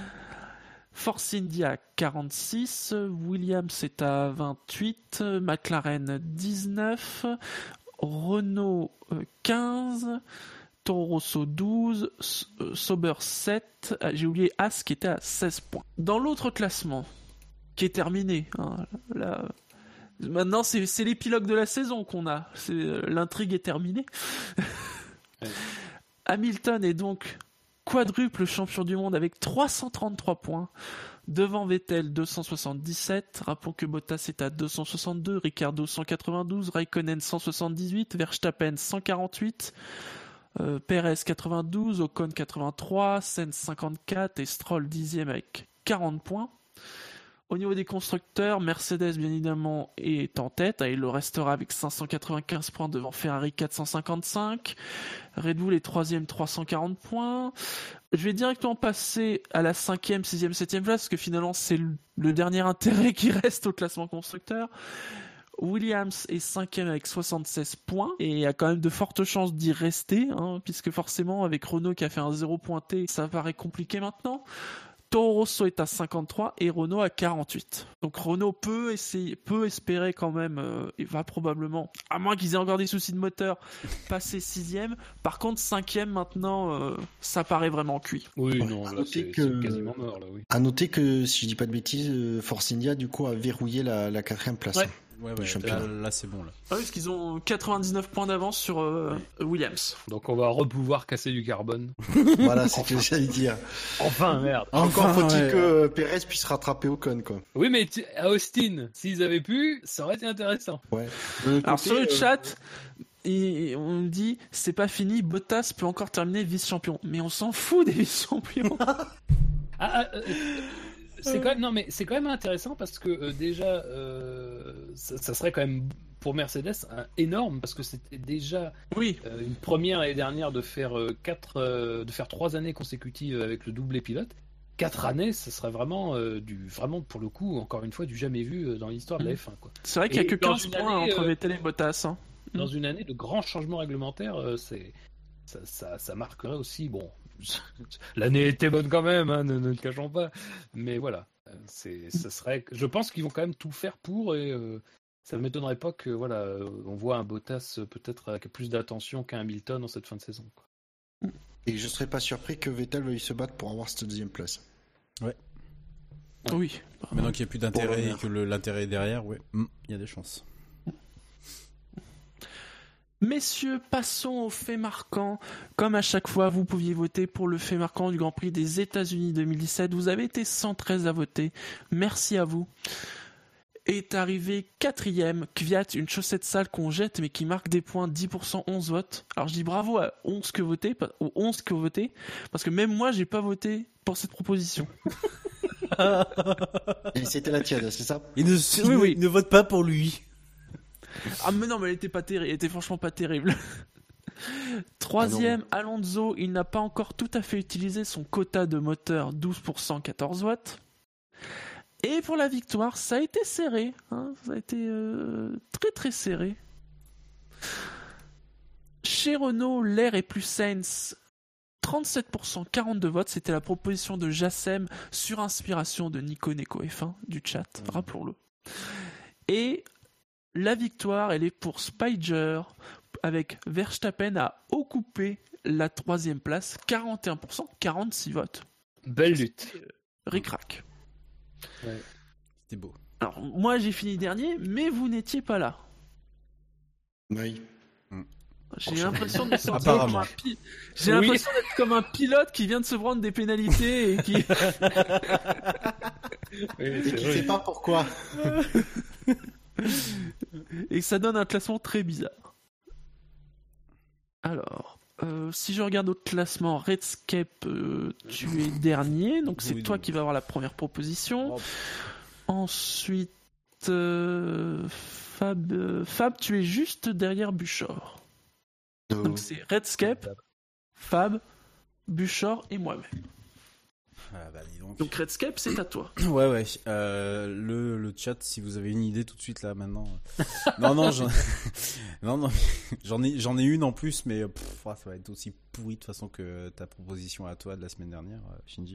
Force India quarante-six, Williams est à vingt-huit, McLaren dix-neuf, Renault euh, quinze, Toro Rosso douze, S- euh, Sauber sept, ah, j'ai oublié As qui était à seize points. Dans l'autre classement, qui est terminé, hein, là, maintenant c'est, c'est l'épilogue de la saison qu'on a, c'est, euh, l'intrigue est terminée. Ouais. Hamilton est donc quadruple champion du monde avec trois cent trente-trois points. Devant Vettel, deux cent soixante-dix-sept. Rappelons que Bottas est à deux cent soixante-deux, Ricciardo cent quatre-vingt-douze, Raikkonen cent soixante-dix-huit, Verstappen cent quarante-huit, euh, Perez quatre-vingt-douze, Ocon quatre-vingt-trois, Sainz cinquante-quatre et Stroll dixième avec quarante points. Au niveau des constructeurs, Mercedes bien évidemment est en tête, il le restera avec cinq cent quatre-vingt-quinze points devant Ferrari quatre cent cinquante-cinq, Red Bull est troisième trois cent quarante points. Je vais directement passer à la cinquième, sixième, septième place parce que finalement c'est le, le dernier intérêt qui reste au classement constructeur. Williams est cinquième avec soixante-seize points et il y a quand même de fortes chances d'y rester, hein, puisque forcément avec Renault qui a fait un zéro pointé, ça paraît compliqué maintenant. Toro Rosso est à cinquante-trois et Renault à quarante-huit. Donc Renault peut essayer, peut espérer quand même, euh, et va probablement, à moins qu'ils aient encore des soucis de moteur, passer sixième. Par contre, cinquième maintenant, euh, ça paraît vraiment cuit. Oui, Ouais, non, à là, noter c'est, que- c'est quasiment mort, là, oui. À noter que, si je dis pas de bêtises, euh, Force India, du coup, a verrouillé la, la quatrième place. Ouais. Ouais, Du ouais, championnat. là, là, c'est bon, là. Ah oui, parce qu'ils ont quatre-vingt-dix-neuf points d'avance sur euh, Williams. Donc on va repouvoir casser du carbone. Voilà, c'est ce que j'allais dire. Enfin, merde. Encore Enfin, faut-il ouais. que euh, Perez puisse rattraper Ocon, quoi. Oui, mais tu- à Austin, s'ils avaient pu, ça aurait été intéressant. Ouais. De l'autre Alors côté, sur le euh, chat, et on me dit c'est pas fini, Bottas peut encore terminer vice-champion. Mais on s'en fout des vice-champions. Ah, ah, euh, c'est quand même non mais c'est quand même intéressant parce que euh, déjà euh, ça, ça serait quand même pour Mercedes un- énorme parce que c'était déjà Oui, euh, une première l'année dernière de faire euh, quatre euh, de faire trois années consécutives avec le doublé pilote. Quatre années, ce serait vraiment euh, du vraiment pour le coup encore une fois du jamais vu euh, dans l'histoire de la F un quoi. c'est vrai qu'il y a Et que dans quinze une points année, entre euh, Vettel et Bottas. Hein. Dans une année de grands changements réglementaires, euh, c'est ça, ça, ça marquerait aussi bon. L'année était bonne quand même, hein, ne, ne le cachons pas. Mais voilà, euh, c'est, ça serait. Je pense qu'ils vont quand même tout faire pour et euh, ça ne m'étonnerait pas que voilà, euh, on voit un Bottas euh, peut-être avec plus d'attention qu'un Hamilton en cette fin de saison. Quoi. Et je serais pas surpris que Vettel veuille se battre pour avoir cette deuxième place. Oui. Maintenant qu'il n'y a plus d'intérêt et l'honneur. que le- l'intérêt est derrière, ouais, hum, il y a des chances. Messieurs, passons aux faits marquants. Comme à chaque fois, vous pouviez voter pour le fait marquant du Grand Prix des États-Unis deux mille dix-sept. Vous avez été cent treize à voter. Merci à vous. Est arrivé quatrième, Kvyat, une chaussette sale qu'on jette mais qui marque des points, dix pour cent, onze votes. Alors je dis bravo à onze que voté, pas- aux onze que voté, parce que même moi j'ai pas voté pour cette proposition. Et c'était la tienne, c'est ça? Il ne, Oui, il ne- oui. il ne vote pas pour lui. Ah mais non, mais elle était pas terrible, elle était franchement pas terrible. Troisième, Alonso, il n'a pas encore tout à fait utilisé son quota de moteur, douze pour cent, quatorze watts. Et pour la victoire, ça a été serré, hein, ça a été euh, très très serré. Chez Renault, l'air est plus Sainz, trente-sept pour cent, quarante-deux votes. C'était la proposition de Jassem sur inspiration de Nico Neko F un du chat, rappelons-le. Et la victoire, elle est pour Spider, avec Verstappen à occuper la troisième place, quarante et un pour cent, quarante-six votes. Belle lutte. Ric-rac. C'était beau. Alors, moi j'ai fini dernier, mais vous n'étiez pas là. Oui. J'ai l'impression de me sentir Apparemment. comme un pi- J'ai Oui. l'impression d'être comme un pilote qui vient de se prendre des pénalités et qui. Et qui sait pas pourquoi. et ça donne un classement très bizarre. Alors, euh, si je regarde notre classement, Redscape, euh, tu es dernier, donc c'est Oui, toi donc. qui vas avoir la première proposition. Ensuite, euh, Fab, euh, Fab, tu es juste derrière Buchor. Donc c'est Redscape, Fab, Buchor et moi-même. Ah bah dis donc. Donc Redscape, c'est à toi. Ouais, ouais. Euh, le, le chat, si vous avez une idée tout de suite là maintenant. euh. Non, non, j'en... non, non, j'en ai, j'en ai une en plus, mais pff, ah, ça va être aussi pourri de toute façon que ta proposition à toi de la semaine dernière, euh, Shinji.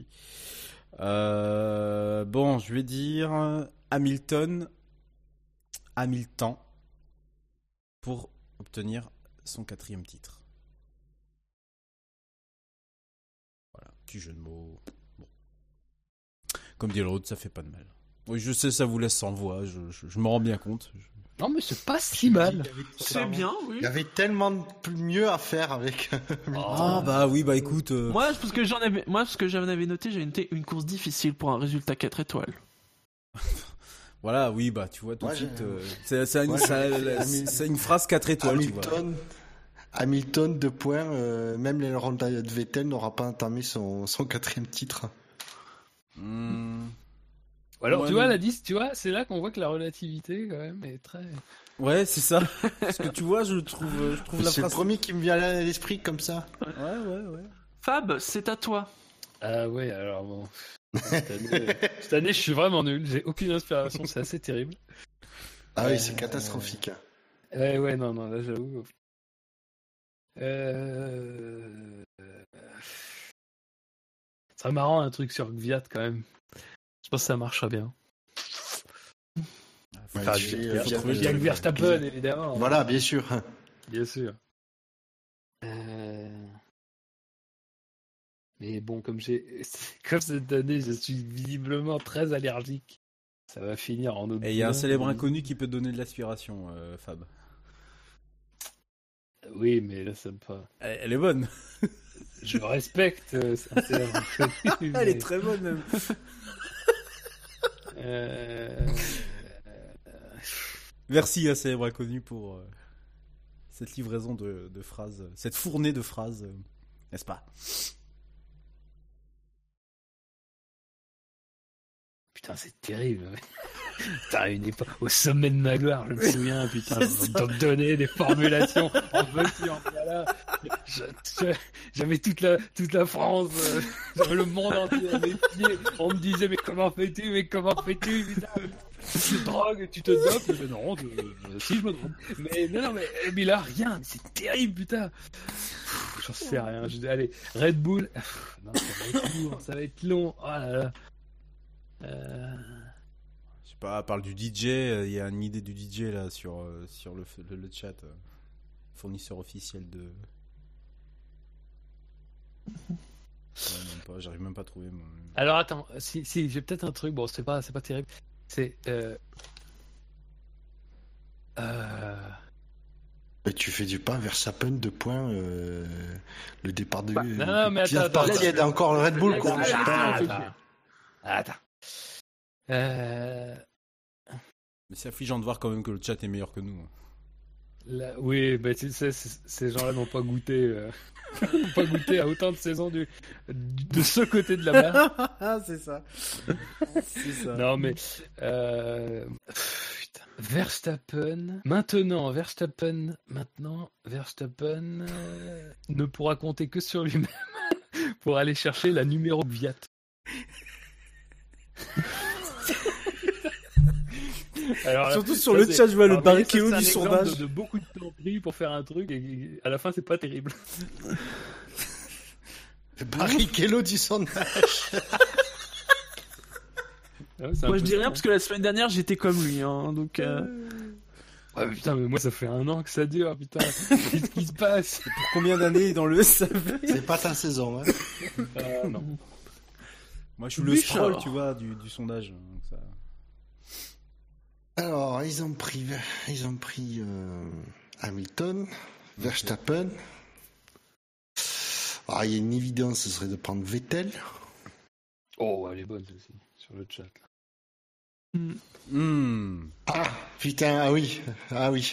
Euh, bon, je vais dire Hamilton, Hamilton pour obtenir son quatrième titre. Voilà, petit jeu de mots. Comme dit l'autre, ça fait pas de mal. Oui, je sais, ça vous laisse sans voix, je, je, je me rends bien compte. Je- Non, mais c'est pas si mal. C'est bien, oui. Il y avait tellement de plus mieux à faire avec. Ah bah oui, bah écoute. euh, Moi, parce que j'en avais, moi, parce que j'en avais noté, j'ai noté une course difficile pour un résultat quatre étoiles. Voilà, oui, bah tu vois tout Moi, de suite. j'ai- euh, c'est c'est une, Moi, ça- j'ai- la- Hamil- c'est une phrase quatre étoiles, tu vois. Hamilton, Hamilton, deux points. euh, même l'aileron de Vettel n'aura pas entamé son, son quatrième titre. Hmm. Ou alors, Ouais, tu vois, mais- la dix, tu vois, c'est là qu'on voit que la relativité, quand même, est très... Ouais, c'est ça. Parce que tu vois, je trouve, je trouve la C'est le phrase. premier qui me vient à l'esprit comme ça. Ouais, ouais, ouais. Fab, c'est à toi. Ah ouais, alors bon... Cette année, cette année, je suis vraiment nul, j'ai aucune inspiration, c'est assez terrible. Ah Euh, oui, c'est catastrophique. Ouais, ouais, non, non, là, j'avoue... Euh... Ce serait marrant, un truc sur Gviat, quand même. Je pense que ça marcherait bien. Ouais, Enfin, tu il fais, y a- euh, il y a via- il y a le Verstappen, évidemment. Voilà, bien sûr. Bien sûr. Euh... Mais bon, comme j'ai, comme cette année, je suis visiblement très allergique. Ça va finir en autre. Et il y a un célèbre inconnu qui peut te donner de l'aspiration, euh, Fab. Oui, mais là, ça me pas. Elle, elle est bonne. Je respecte euh, un célèbre inconnu. Elle est mais, très bonne même. euh, Merci à célèbre inconnu pour euh, cette livraison de, de phrases, cette fournée de phrases, euh, n'est-ce pas? Putain, c'est terrible. Putain, une époque, au sommet de ma gloire, je me souviens, putain, on me donnait des formulations en veux-tu, en voilà. Je- je- J'avais toute la, toute la France, euh, j'avais le monde entier à mes pieds. On me disait, mais comment fais-tu, mais comment fais-tu, putain, tu te drogues, tu te dopes. Je dis, non, je- je- si je me drogue. Mais non, non, mais, mais là, rien, c'est terrible, putain. Pff, J'en sais rien. Je dis, allez, Red Bull. Pff, non, ça va être lourd, ça va être long. Oh là là. Euh... Je sais pas, parle du D J, euh, il y a une idée du D J là sur, euh, sur le, le, le chat. euh, fournisseur officiel de. Ouais, même pas, j'arrive même pas à trouver mon. Alors attends, si, si j'ai peut-être un truc, bon c'est pas, c'est pas terrible, c'est... Euh... Euh... Et tu fais du pas vers Verstappen, deux points. euh, le départ de. Bah, non, non, mais Pierre attends, Là, attends, il y a encore le Red Bull, Attends, quoi. attends, attends. Attends. Euh... Mais c'est affligeant de voir quand même que le chat est meilleur que nous. là- Oui, bah, tu sais, c- ces gens-là n'ont pas goûté, euh... n'ont pas goûté à autant de saisons du... de ce côté de la mer. Ah, c'est ça. C'est ça. Non mais euh... putain. Verstappen. Maintenant, Verstappen. Maintenant, Verstappen euh, ne pourra compter que sur lui-même pour aller chercher la numéro de Viat. Alors, Surtout sur ça, le c'est- chat, je vois le alors, vous voyez, Barrichello ça, c'est du un exemple sondage. De, de beaucoup de temps pris pour faire un truc et à la fin c'est pas terrible. Barrichello du sondage. Ouais, c'est un Moi, peu je dis ça, rien hein. parce que la semaine dernière, j'étais comme lui, hein, donc. euh, Ouais, mais putain, mais moi ça fait un an que ça dure, putain. Qu'est-ce qui se passe? Pour combien d'années dans le S A V? C'est pas ta saison, hein. Ah, non. Moi, je suis le Bouchard. scroll, tu vois, du, du sondage. Donc ça... Alors, ils ont pris, ils ont pris euh, Hamilton, Verstappen. Ah, il y a une évidence, ce serait de prendre Vettel. Oh, elle est bonne celle-ci, sur le chat. Là. Hmm. Ah, putain, ah oui, ah oui.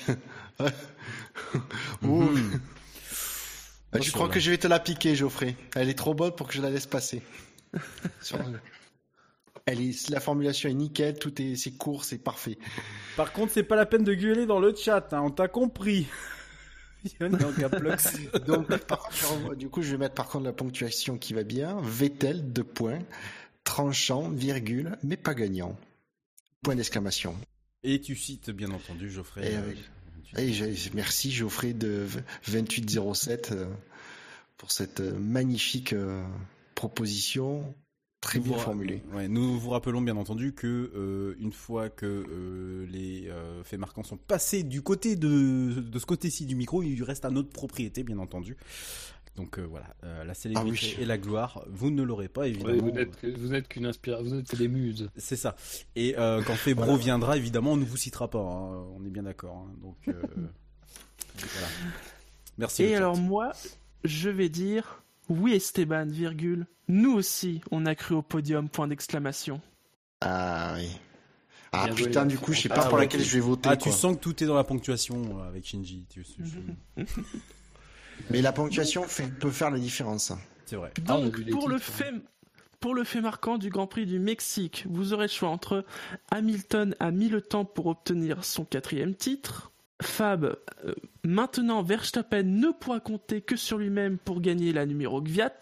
Ouh. Mhm. Bah, je crois que je vais te la piquer, Geoffrey. Elle est trop bonne pour que je la laisse passer. Sur- Elle est, la formulation est nickel, tout est, c'est court, c'est parfait. Par contre, c'est pas la peine de gueuler dans le chat, hein, on t'a compris. Il y en a en caplox. Donc, par contre, je revois- du coup, je vais mettre par contre la ponctuation qui va bien. Vettel, deux points. Tranchant, virgule, mais pas gagnant. Point d'exclamation. Et tu cites, bien entendu, Geoffrey. Et euh, avec- tu- Et j'ai- merci Geoffrey de vingt-huit zéro sept euh, pour cette euh, magnifique euh, proposition. Très Nous bien vous ra- formulée. Ouais, nous vous rappelons bien entendu que euh, une fois que euh, les euh, faits marquants sont passés du côté de, de ce côté-ci du micro, il reste à notre propriété, bien entendu. Donc euh, voilà, euh, la célébrité Ah oui. et la gloire, vous ne l'aurez pas Ouais, évidemment. vous n'êtes que- vous n'êtes qu'une inspiration, vous n'êtes que des muses. C'est ça. Et euh, quand Febro Voilà. viendra, évidemment, on ne vous citera pas. Hein. On est bien d'accord. Hein. Donc euh, voilà. Merci. le Et chat. alors moi, je vais dire oui Esteban, virgule. Nous aussi, on a cru au podium. Point d'exclamation. Ah oui. Ah Bien joué, putain, là. du coup, je sais Ah, pas pour ouais, laquelle tu- je vais voter. Ah, tu quoi. sens que tout est dans la ponctuation euh, avec Shinji. Tu- je- je- Mais la ponctuation fait- peut faire la différence. C'est vrai. Ah, on a Donc vu les pour le titres, fait pour le fait marquant du Grand Prix du Mexique, vous aurez le choix entre Hamilton a mis le temps pour obtenir son quatrième titre. Fab, euh, maintenant Verstappen ne pourra compter que sur lui-même pour gagner la numéro Gviat.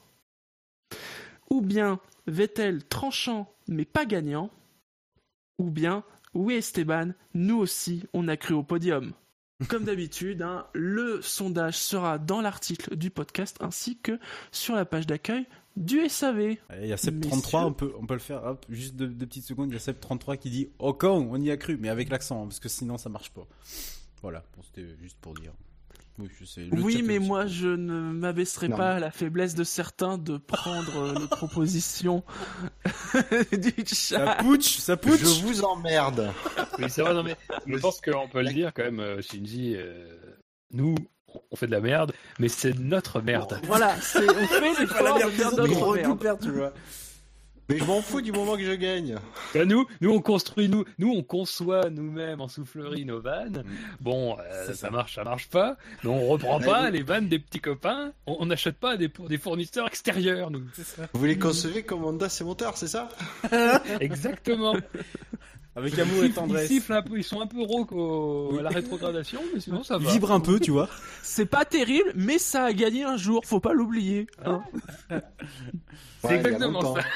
Ou bien Vettel tranchant mais pas gagnant. Ou bien oui Esteban, nous aussi on a cru au podium. Comme d'habitude, hein, le sondage sera dans l'article du podcast ainsi que sur la page d'accueil du S A V. Allez, il y a Seb trente-trois, Messieurs. on peut, on peut le faire. Hop, juste deux, deux petites secondes. Il y a Seb trente-trois qui dit au cas où, on y a cru, mais avec l'accent, hein, parce que sinon ça marche pas. Voilà, bon, c'était juste pour dire. Oui, je sais. Le Oui, chat mais aussi. moi je ne m'abaisserai Non. pas à la faiblesse de certains de prendre euh, les propositions du Ça chat. putsch, ça putsch. Je vous emmerde. Oui, c'est vrai, non, mais je pense qu'on peut le dire quand même, euh, Shinji. euh, nous, on fait de la merde, mais c'est notre merde. Voilà, c'est, on fait l'effort de faire notre merde. tu vois. Mais je m'en fous du moment que je gagne. Bah, nous, nous, on construit, nous, nous, on conçoit nous-mêmes en soufflerie nos vannes. Bon, euh, C'est ça ça. marche, ça marche pas. Mais on reprend Ouais, pas oui. les vannes des petits copains. On on n'achète pas des, des fournisseurs extérieurs, nous. Vous les concevez comme Honda, ses moteurs, c'est ça? Exactement. Avec Ils amour et sifflent- tendresse. Ils sifflent un peu, ils sont un peu rauques au- à la rétrogradation, mais sinon ça va. Vibre un peu, tu vois. C'est pas terrible, mais ça a gagné un jour, faut pas l'oublier. hein. C'est Ouais, il y a exactement longtemps. ça.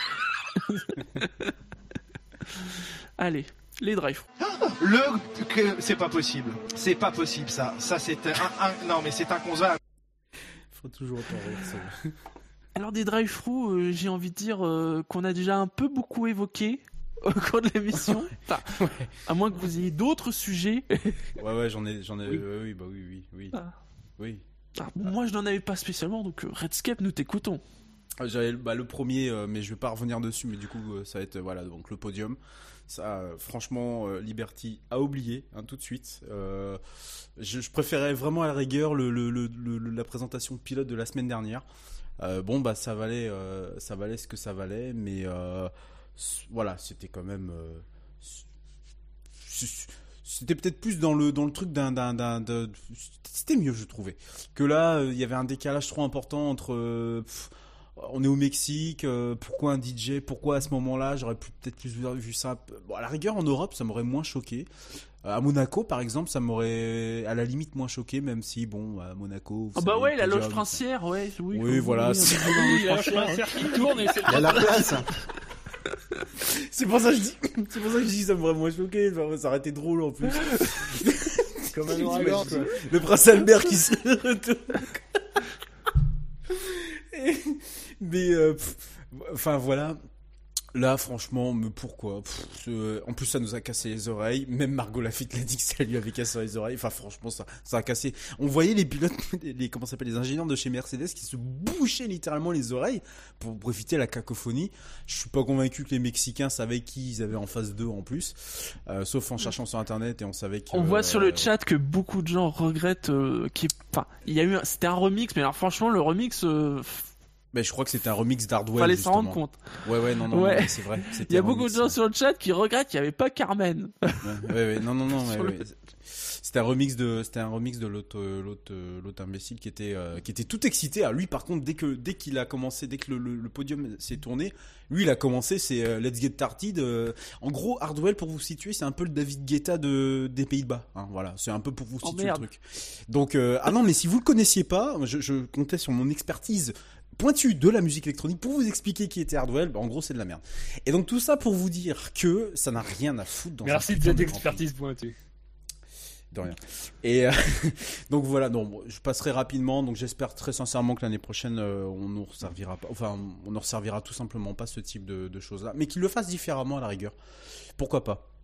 Allez, les drive. Le que c'est pas possible. C'est pas possible ça. Ça c'est un, un- non mais c'est inconcevable. Faut toujours autant rire, ça. Alors des drive-through, euh, j'ai envie de dire euh, qu'on a déjà un peu beaucoup évoqué au cours de l'émission. Enfin, à moins que vous ayez d'autres sujets. Ouais, ouais, j'en ai, j'en ai. Oui. ouais, oui, bah oui, oui, oui. Ah. Oui. Ah, bon, moi je n'en avais pas spécialement, donc euh, Redscape, nous t'écoutons. Ah, J'avais bah, le premier, euh, mais je vais pas revenir dessus, mais du coup, euh, ça va être euh, voilà, donc le podium. Ça, euh, franchement, euh, Liberty a oublié hein, tout de suite. Euh, je, je préférais vraiment à la rigueur le, le, le, le- la présentation de pilote de la semaine dernière. Euh, bon, bah ça valait, euh, ça valait ce que ça valait, mais euh, c- voilà, c'était quand même. euh, c- c'était peut-être plus dans le dans le truc d'un d'un d'un de- c'était mieux je trouvais que là il y avait un décalage trop important entre euh, pff, on est au Mexique, euh, pourquoi un D J, pourquoi à ce moment-là, j'aurais pu- peut-être plus vu, vu ça. Bon, à la rigueur en Europe, ça m'aurait moins choqué. Euh, à Monaco, par exemple, ça m'aurait à la limite moins choqué, même si bon, à Monaco. vous Ah bah savez, ouais, la podium, loge princière, ouais. Oui, Oui, faut- voilà, oui, c'est- on dit la loge Oui, la princière, ouais. princière qui tourne et c'est Il y a la place. C'est pour ça que je dis, c'est pour ça que je dis ça m'aurait moins choqué. Enfin, ça aurait été drôle en plus. comme un ouragan, quoi. Le prince Albert qui se retourne. Et- Mais euh, pff, enfin voilà. Là, franchement, mais pourquoi Pff, euh, En plus, ça nous a cassé les oreilles. Même Margot Lafitte l'a dit que ça lui avait cassé les oreilles. Enfin, franchement, ça, ça a cassé. On voyait les pilotes, les comment ça s'appelle, les ingénieurs de chez Mercedes qui se bouchaient littéralement les oreilles pour, pour éviter la cacophonie. Je suis pas convaincu que les Mexicains savaient qui ils avaient en face d'eux en plus, euh, sauf en cherchant sur Internet et on savait que. On voit sur le euh, chat que beaucoup de gens regrettent euh, qu'il y ait- enfin, il y a eu un... c'était un remix, mais alors franchement le remix, euh, Mais je crois que c'était un remix d'Hardwell. fallait s'en justement. rendre compte. Ouais, ouais, non, non, Ouais. non, mais c'est vrai. Il y a beaucoup de gens sur le chat qui regrettent qu'il n'y avait pas Carmen. Ouais, ouais, ouais, non, non, non, ouais, Sur le- ouais. C'était un remix de, c'était un remix de l'autre, euh, l'autre, euh, l'autre imbécile qui était, euh, qui était tout excité. Ah, lui, par contre, dès que, dès qu'il a commencé, dès que le, le, le podium s'est tourné, lui, il a commencé, c'est euh, Let's Get Started. Euh, en gros, Hardwell, pour vous situer, c'est un peu le David Guetta de, des Pays-Bas. Hein, voilà, c'est un peu pour vous Oh, situer le merde. truc. Donc, euh, ah non, mais si vous le connaissiez pas, je, je comptais sur mon expertise pointue de la musique électronique pour vous expliquer qui était Hardwell. Bah, en gros, c'est de la merde. Et donc tout ça pour vous dire que ça n'a rien à foutre dans un Merci de putain cette de Grand Prix. expertise pointue. De rien. Et euh, donc voilà, non, bon, je passerai rapidement. Donc j'espère très sincèrement que l'année prochaine, euh, on nous resservira pas, enfin, on ne resservira tout simplement pas ce type de, de choses-là, mais qu'ils le fassent différemment à la rigueur. Pourquoi pas?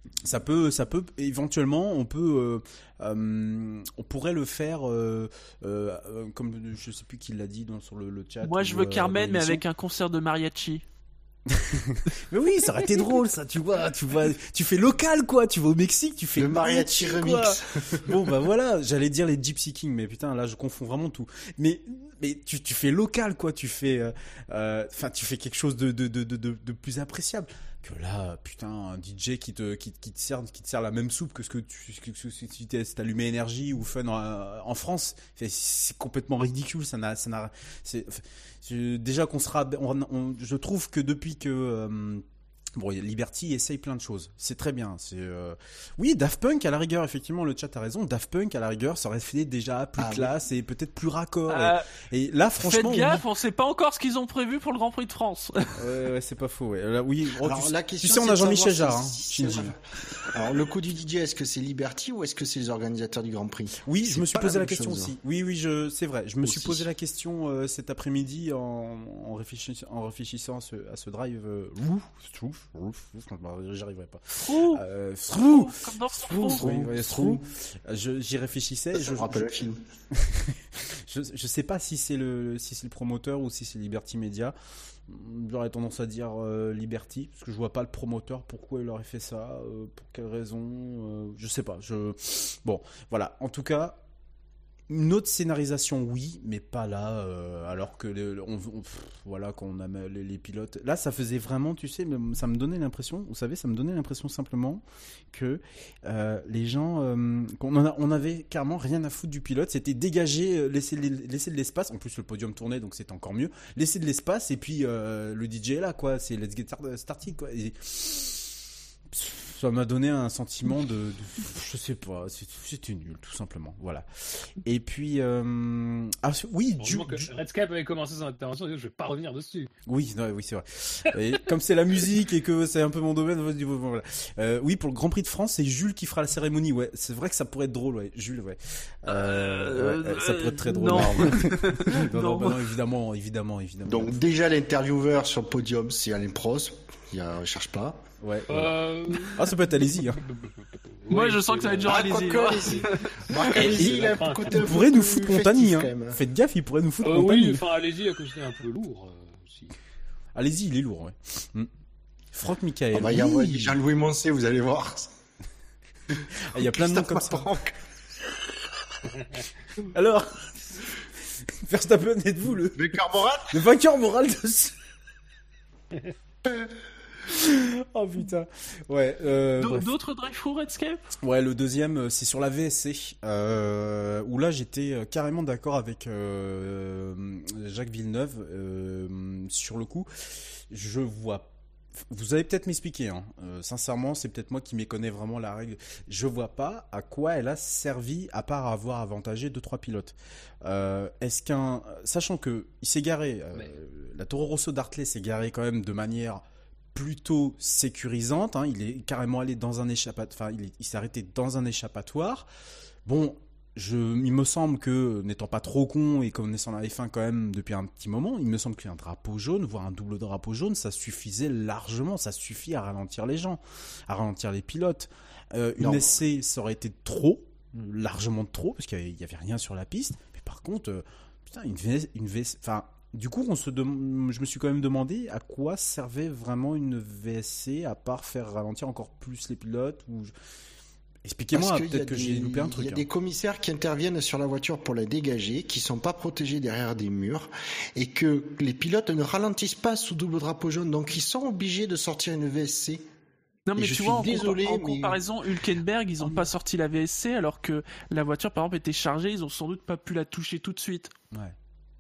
Ça peut, ça peut éventuellement, on peut, euh, euh, on pourrait le faire, euh, euh, euh, comme je sais plus qui l'a dit dans, sur le, le chat. Moi, je ou, veux euh, Carmen, mais l'émission. avec un concert de mariachi. Mais oui, ça aurait été drôle, ça, tu vois, tu vois, tu fais local, quoi, tu vas au Mexique, tu fais Le mariachi quoi. remix. Bon, bah voilà, j'allais dire les Gypsy Kings, mais putain, là, je confonds vraiment tout. Mais, mais tu, tu fais local, quoi, tu fais, enfin, euh, euh, tu fais quelque chose de, de, de, de, de plus appréciable. Que là, putain, un D J qui te, qui, qui te sert, qui te sert la même soupe que ce que tu, que, que, si tu t'allumais Énergie ou Fun en, en France, c'est, c'est complètement ridicule, ça n'a, ça n'a, c'est, c'est déjà qu'on sera, on, on, je trouve que depuis que, euh, bon, Liberty essaye plein de choses. C'est très bien. C'est euh... oui, Daft Punk à la rigueur, effectivement, le chat a raison. Daft Punk à la rigueur, ça aurait fait déjà plus ah, classe oui. et peut-être plus raccord. Euh, et... et là, franchement, faites gaffe, on... on sait pas encore ce qu'ils ont prévu pour le Grand Prix de France. ouais, ouais, c'est pas faux. Ouais. Là, oui. Oh, Alors, tu... la question, tu sais, on a Jean-Michel Jarre. Hein, si Alors, le coup du D J, est-ce que c'est Liberty ou est-ce que c'est les organisateurs du Grand Prix? Oui, je me suis posé la, la question chose, aussi. hein. Oui, oui, je, c'est vrai. Je me aussi. suis posé la question euh, cet après-midi en, en, réfléchissant, en réfléchissant à ce, à ce drive. Euh, ouf, ouf, ouf, ouf, j'arriverai pas. Frou, euh, Frou, comme dans Frou, Frou. oui, ouais, Frou. Je, j'y réfléchissais. Ça je me rappelle le film. je, je sais pas si c'est le, si c'est le promoteur ou si c'est Liberty Media. J'aurais tendance à dire euh, Liberty parce que je vois pas le promoteur pourquoi il aurait fait ça, euh, pour quelle raison, euh, je sais pas. Je bon, voilà. En tout cas. Une autre scénarisation, oui, mais pas là. Euh, alors que le, on, on, pff, voilà, quand on a les, les pilotes, là, ça faisait vraiment, tu sais, ça me donnait l'impression. Vous savez, ça me donnait l'impression simplement que euh, les gens, euh, qu'on en a, on avait carrément rien à foutre du pilote. C'était dégager, laisser, laisser de l'espace. En plus, le podium tournait, donc c'était encore mieux. Laisser de l'espace et puis euh, le D J est là, quoi. C'est Let's Get Started, quoi. Et, ça m'a donné un sentiment de, de je sais pas, c'était nul tout simplement, voilà. Et puis euh, ah oui, du, du... Redscape avait commencé son intervention, je vais pas revenir dessus. Oui, non, oui c'est vrai. Et comme c'est la musique et que c'est un peu mon domaine, voilà. Euh, oui, pour le Grand Prix de France, c'est Jules qui fera la cérémonie, ouais. C'est vrai que ça pourrait être drôle, ouais. Jules, ouais. Euh, ouais, ça pourrait être très drôle. Non, non, non, non, bah non, évidemment, évidemment, évidemment. Donc déjà l'intervieweur sur le podium, c'est Alain Prost. Il y a, cherche pas. Ouais. Euh... Ah, ça peut être allez-y. Hein. Moi, je sens que ça va être genre ah, allez-y. Marc Allez-y, il a un côté il pourrait nous foutre Montagny. Hein. Même. Faites gaffe, il pourrait nous foutre euh, Montagny. Oui, enfin, allez-y, à cause c'est un peu lourd. Euh, aussi. Allez-y, il est lourd, ouais. Mm. Franck Michael. Ah bah, il oui. y a Jean-Louis Moncé, vous allez voir. Il ah, y a plein de noms comme ça. Alors, Verstappen, êtes-vous le... Le moral le vainqueur moral de ce... Oh putain. Ouais. Euh, D'autres drive-through Redscape ? Ouais, le deuxième, c'est sur la V S C, euh, où là j'étais carrément d'accord avec euh, Jacques Villeneuve. Euh, sur le coup, je vois. Vous allez peut-être m'expliquer. Hein. Euh, sincèrement, c'est peut-être moi qui méconnais vraiment la règle. Je vois pas à quoi elle a servi à part avoir avantagé deux trois pilotes. Euh, est-ce qu'un, sachant que il s'est garé, euh, Mais... la Toro Rosso d'Hartley s'est garée quand même de manière plutôt sécurisante, hein, il est carrément allé dans un échappatoire, enfin il, il s'est arrêté dans un échappatoire. Bon, je, il me semble que, n'étant pas trop con et connaissant la F un quand même depuis un petit moment, il me semble qu'un drapeau jaune, voire un double drapeau jaune, ça suffisait largement, ça suffit à ralentir les gens, à ralentir les pilotes. Euh, une S C, ça aurait été trop, largement trop, parce qu'il y avait, il y avait rien sur la piste. Mais par contre, euh, putain, une V S, une V S, enfin. Du coup, on se dem... je me suis quand même demandé à quoi servait vraiment une V S C à part faire ralentir encore plus les pilotes ou... Expliquez-moi, peut-être que des... j'ai loupé un truc. Il y a hein. des commissaires qui interviennent sur la voiture pour la dégager, qui sont pas protégés derrière des murs et que les pilotes ne ralentissent pas sous double drapeau jaune, donc ils sont obligés de sortir une V S C. Non mais et tu vois, en, désolé, compa- en mais... comparaison, Hülkenberg, ils ont pas sorti la V S C alors que la voiture, par exemple, était chargée, ils ont sans doute pas pu la toucher tout de suite. Ouais.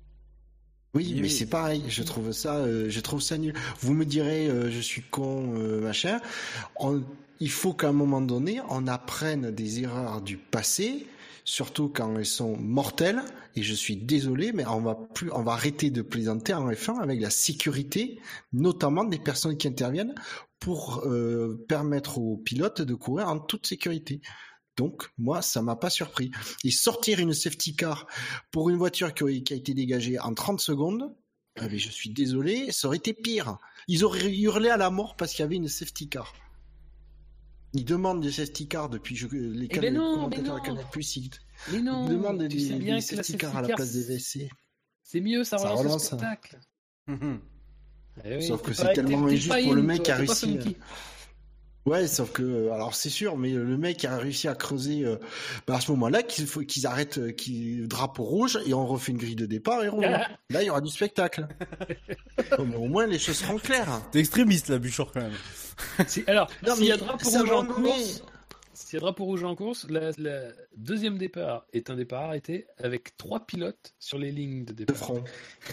Oui, oui, mais c'est pareil. Je trouve ça, euh, je trouve ça nul. Vous me direz, euh, je suis con, euh, machin. On, il faut qu'à un moment donné, on apprenne des erreurs du passé, surtout quand elles sont mortelles. Et je suis désolé, mais on va plus, on va arrêter de plaisanter en F un avec la sécurité, notamment des personnes qui interviennent pour euh, permettre aux pilotes de courir en toute sécurité. Donc, moi, ça m'a pas surpris. Et sortir une safety car pour une voiture qui a, qui a été dégagée en trente secondes, eh bien, je suis désolé, ça aurait été pire. Ils auraient hurlé à la mort parce qu'il y avait une safety car. Ils demandent des safety cars depuis je, les Eh ben non, mais commentateurs non. à Canal Plus. Ils, Mais non, ils demandent tu des, sais bien des que la safety cars safety à la car, place des V C. c'est mieux, ça Ça relance, relance, le spectacle. Mhm. Eh oui, Sauf t'es que pas- c'est tellement t'es- t'es injuste pas pour le in, mec toi, qui a t'es pas réussi. funky. Ouais, sauf que, alors c'est sûr, mais le mec a réussi à creuser, euh, bah à ce moment-là, qu'il faut qu'ils arrêtent, euh, qu'ils drapeau rouge et on refait une grille de départ et on revient. Là, il y aura du spectacle. Oh, mais au moins, les choses seront claires. T'es extrémiste là, Buchor, quand même. Si- alors, Non, s'il y a mais drapeau ça rouge va en emmener. course, s'il y a drapeau rouge en course, la, la deuxième départ est un départ arrêté avec trois pilotes sur les lignes de De départ. front.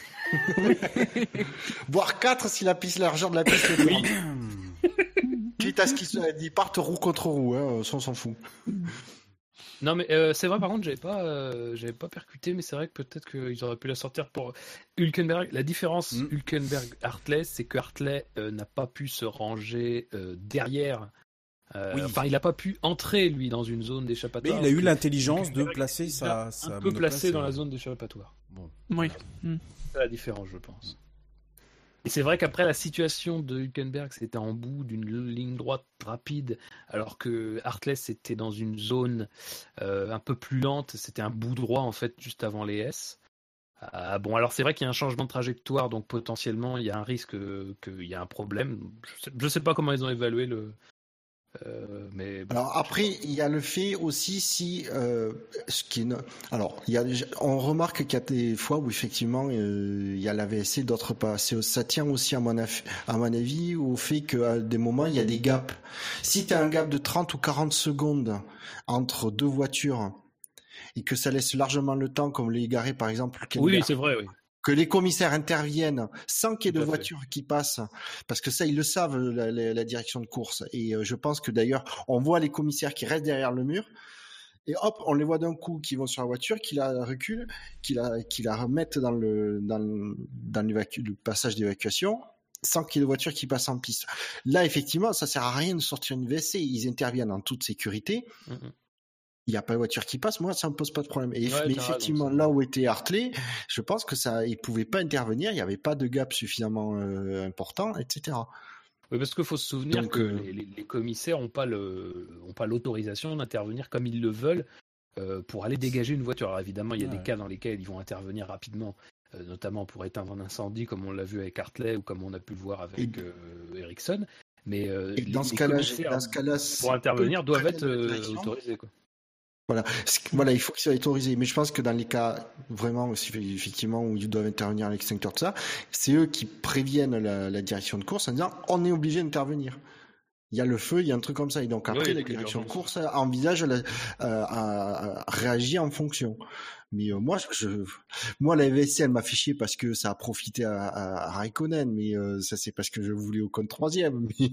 Voire quatre si la piste, l'argent de la piste est grande. Quitte à ce qu'ils se- ils partent roue contre roue, hein, ça on s'en fout. Non mais euh, c'est vrai, par contre, j'avais pas, euh, j'avais pas percuté, mais c'est vrai que peut-être qu'ils auraient pu la sortir pour Hülkenberg. La différence Mm. Hülkenberg-Hartley, c'est que Hartley euh, n'a pas pu se ranger euh, derrière. Euh, Oui. Enfin, il n'a pas pu entrer lui dans une zone Mais d'échappatoire. il a eu parce que l'intelligence de Hülkenberg placer était sa, déjà sa un peu monoplace, placé dans euh, la zone d'échappatoire. Bon. Oui. Mm. C'est la différence, je pense. Et c'est vrai qu'après la situation de Hülkenberg, c'était en bout d'une ligne droite rapide, alors que Hartley c'était dans une zone euh, un peu plus lente, c'était un bout droit en fait juste avant les S. Ah, bon, alors c'est vrai qu'il y a un changement de trajectoire, donc potentiellement il y a un risque euh, qu'il y a un problème. Je sais, je sais pas comment ils ont évalué le. Euh, mais bon. Alors après, il y a le fait aussi si euh, ce qui est no- alors il y a on remarque qu'il y a des fois où effectivement euh, il y a la V S C, d'autres pas. C'est, ça tient aussi à mon avis, à mon avis au fait qu'à des moments il y a des gaps. Si tu as un gap de trente ou quarante secondes entre deux voitures et que ça laisse largement le temps, comme les garés par exemple, Oui, c'est vrai, oui. que les commissaires interviennent sans qu'il y ait Tout de à fait. voitures qui passent, parce que ça ils le savent la, la, la direction de course, et euh, je pense que d'ailleurs on voit les commissaires qui restent derrière le mur et hop on les voit d'un coup qui vont sur la voiture, qui la reculent, qui la qui la remettent dans le dans le, dans l'évacu- le passage d'évacuation sans qu'il y ait de voitures qui passent en piste. Là effectivement ça sert à rien de sortir une V S C, ils interviennent en toute sécurité. Mhm. Il n'y a pas de voiture qui passe, moi ça me pose pas de problème. Et Ouais, mais t'as effectivement, raison, là où était Hartley, je pense que ça, il pouvait pas intervenir, il n'y avait pas de gap suffisamment euh, important, et cetera. Oui, parce qu'il faut se souvenir Donc, que euh, les, les- les commissaires n'ont pas le, ont pas l'autorisation d'intervenir comme ils le veulent euh, pour aller dégager une voiture. Alors évidemment, il y a Ouais. des cas dans lesquels ils vont intervenir rapidement, euh, notamment pour éteindre un incendie, comme on l'a vu avec Hartley ou comme on a pu le voir avec Et- euh, Ericsson. Mais euh, Et dans les, ce les cas-là, commissaires, dans ce cas-là, c'est pour intervenir, peu doivent près être de la euh, direction. autorisés. Quoi. Voilà, Ce- voilà, il faut qu'ils soient autorisés. Mais je pense que dans les cas vraiment, effectivement, où ils doivent intervenir à l'extincteur de ça, c'est eux qui préviennent la, la direction de course en disant on est obligé d'intervenir. Il y a le feu, il y a un truc comme ça. Et donc après, Oui, la il y a direction de l'urgence. course envisage la, euh, à, à réagir en fonction. Mais euh, moi, je, moi, la V S C, elle m'a fait chier parce que ça a profité à, à, à Raikkonen, mais euh, ça c'est parce que je voulais Ocon troisième. Mais,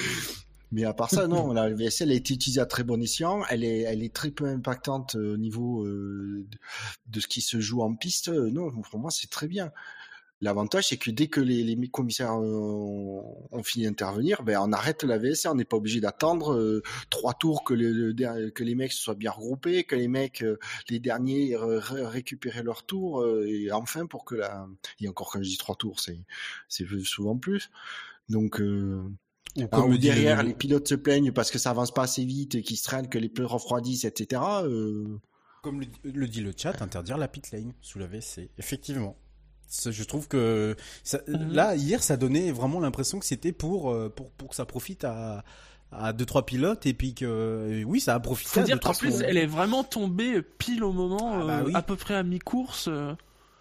mais à part ça, non, la V S C, elle a été utilisée à très bon escient. Elle est, elle est très peu impactante au niveau euh, de, de ce qui se joue en piste. Non, pour moi, c'est très bien. L'avantage, c'est que dès que les, les commissaires ont, ont fini d'intervenir, ben on arrête la V S C. On n'est pas obligé d'attendre euh, trois tours que, le, le, que les mecs se soient bien regroupés, que les mecs, euh, les derniers, ré- récupérer leur tour, euh, et enfin pour que la. Et encore quand je dis trois tours, c'est c'est souvent plus. Donc euh, Ou hein, comme ou le dit derrière, le- les pilotes se plaignent parce que ça avance pas assez vite, et qu'ils se traînent, que les pneus refroidissent, et cetera. Euh, Comme le, le dit le chat, interdire la pit lane sous la V S C. Effectivement. Ça, je trouve que ça, Mhm. là hier ça donnait vraiment l'impression que c'était pour euh, pour pour que ça profite à à deux trois pilotes et puis que euh, oui ça a profité Faut à dire deux qu'en trois plus, pilotes. elle est vraiment tombée pile au moment, Ah bah euh, oui. à peu près à mi-course. euh.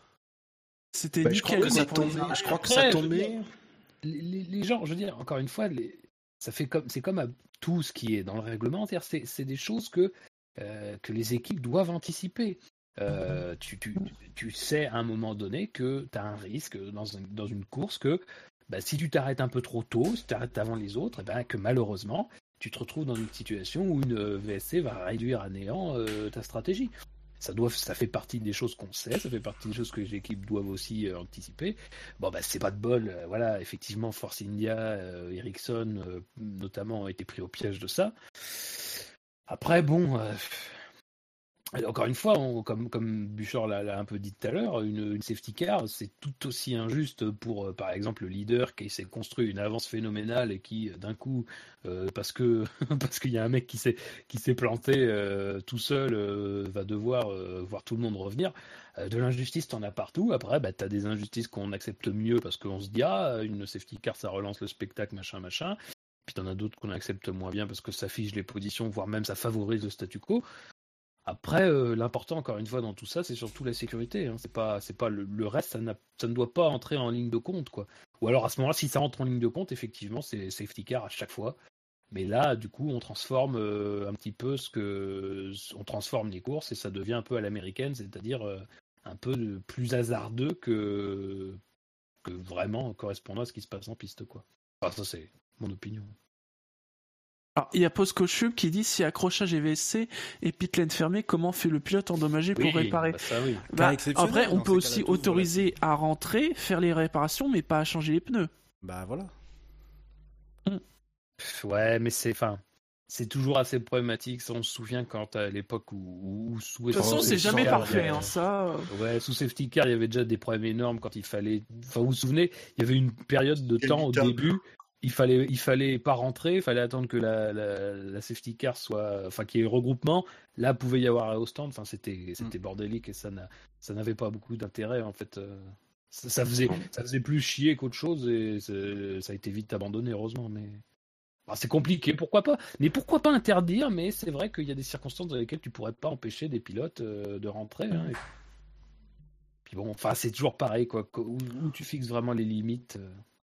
C'était ben, je crois nickel. que quoi, ça pour les tombait. arrêts. Je crois que Après, ça je veux tombait. dire, les, les- les gens, je veux dire, encore une fois, les, ça fait comme, c'est comme à tout ce qui est dans le règlement, c'est-à-dire c'est, c'est des choses que, euh, que les équipes doivent anticiper. Euh, tu, tu, tu sais à un moment donné que tu as un risque dans, un- dans une course que bah, si tu t'arrêtes un peu trop tôt, si tu t'arrêtes avant les autres, et ben, que malheureusement, tu te retrouves dans une situation où une euh, V S C va réduire à néant euh, ta stratégie. Ça, doit, ça fait partie des choses qu'on sait, ça fait partie des choses que les équipes doivent aussi euh, anticiper. Bon, bah, c'est pas de bol. euh, voilà, effectivement, Force India, euh, Ericsson, euh, notamment, ont été pris au piège de ça. Après, bon, euh, Et encore une fois, on- comme, comme Bouchard l'a, l'a un peu dit tout à l'heure, une, une safety car, c'est tout aussi injuste pour, euh, par exemple, le leader qui s'est construit une avance phénoménale et qui, euh, d'un coup, euh, parce que parce qu'il y a un mec qui s'est qui s'est planté euh, tout seul, euh, va devoir euh, voir tout le monde revenir. Euh, de l'injustice, t'en as partout. Après, bah, t'as des injustices qu'on accepte mieux parce qu'on se dit ah, une safety car, ça relance le spectacle, machin, machin. Puis t'en as d'autres qu'on accepte moins bien parce que ça fige les positions, voire même ça favorise le statu quo. Après, euh, l'important, encore une fois, dans tout ça, c'est surtout la sécurité. Hein. C'est pas, c'est pas le, le reste, ça, n'a, ça ne doit pas entrer en ligne de compte, quoi. Ou alors à ce moment-là, si ça entre en ligne de compte, effectivement, c'est safety car à chaque fois. Mais là, du coup, on transforme euh, un petit peu ce que, on transforme les courses et ça devient un peu à l'américaine, c'est-à-dire euh, un peu de- plus hasardeux que que vraiment correspondant à ce qui se passe en piste, quoi. Enfin, ça c'est mon opinion. Alors, il y a Poscochub qui dit si accrochage est V S C et pit lane fermée, comment fait le pilote endommagé pour réparer bah ça oui. Bah, Cas exceptionnel, après, on dans peut ces aussi cas-là, tout, autoriser à rentrer, faire les réparations, mais pas à changer les pneus. Bah voilà. Pff, Ouais, mais c'est, enfin, c'est toujours assez problématique. Ça, on se souvient quand à l'époque où, où sous De toute façon, sous c'est safety jamais car, parfait, il y a- hein, ça. euh. Ouais, sous safety car, il y avait déjà des problèmes énormes quand il fallait. Enfin, vous vous souvenez, il y avait une période de Quel temps au top. début. Il fallait, il fallait pas rentrer, il fallait attendre que la, la, la safety car soit, enfin, qu'il y ait le regroupement. Là, pouvait y avoir au stand. Enfin, c'était, c'était bordélique et ça n'a, ça n'avait pas beaucoup d'intérêt en fait. euh. Ça, ça faisait, ça faisait plus chier qu'autre chose et c'est- ça a été vite abandonné, heureusement. Mais bah, c'est compliqué, pourquoi pas? Mais pourquoi pas interdire? Mais c'est vrai qu'il y a des circonstances dans lesquelles tu pourrais pas empêcher des pilotes euh, de rentrer. Hein. Et puis bon, enfin, c'est toujours pareil, quoi. Où, où tu fixes vraiment les limites, euh,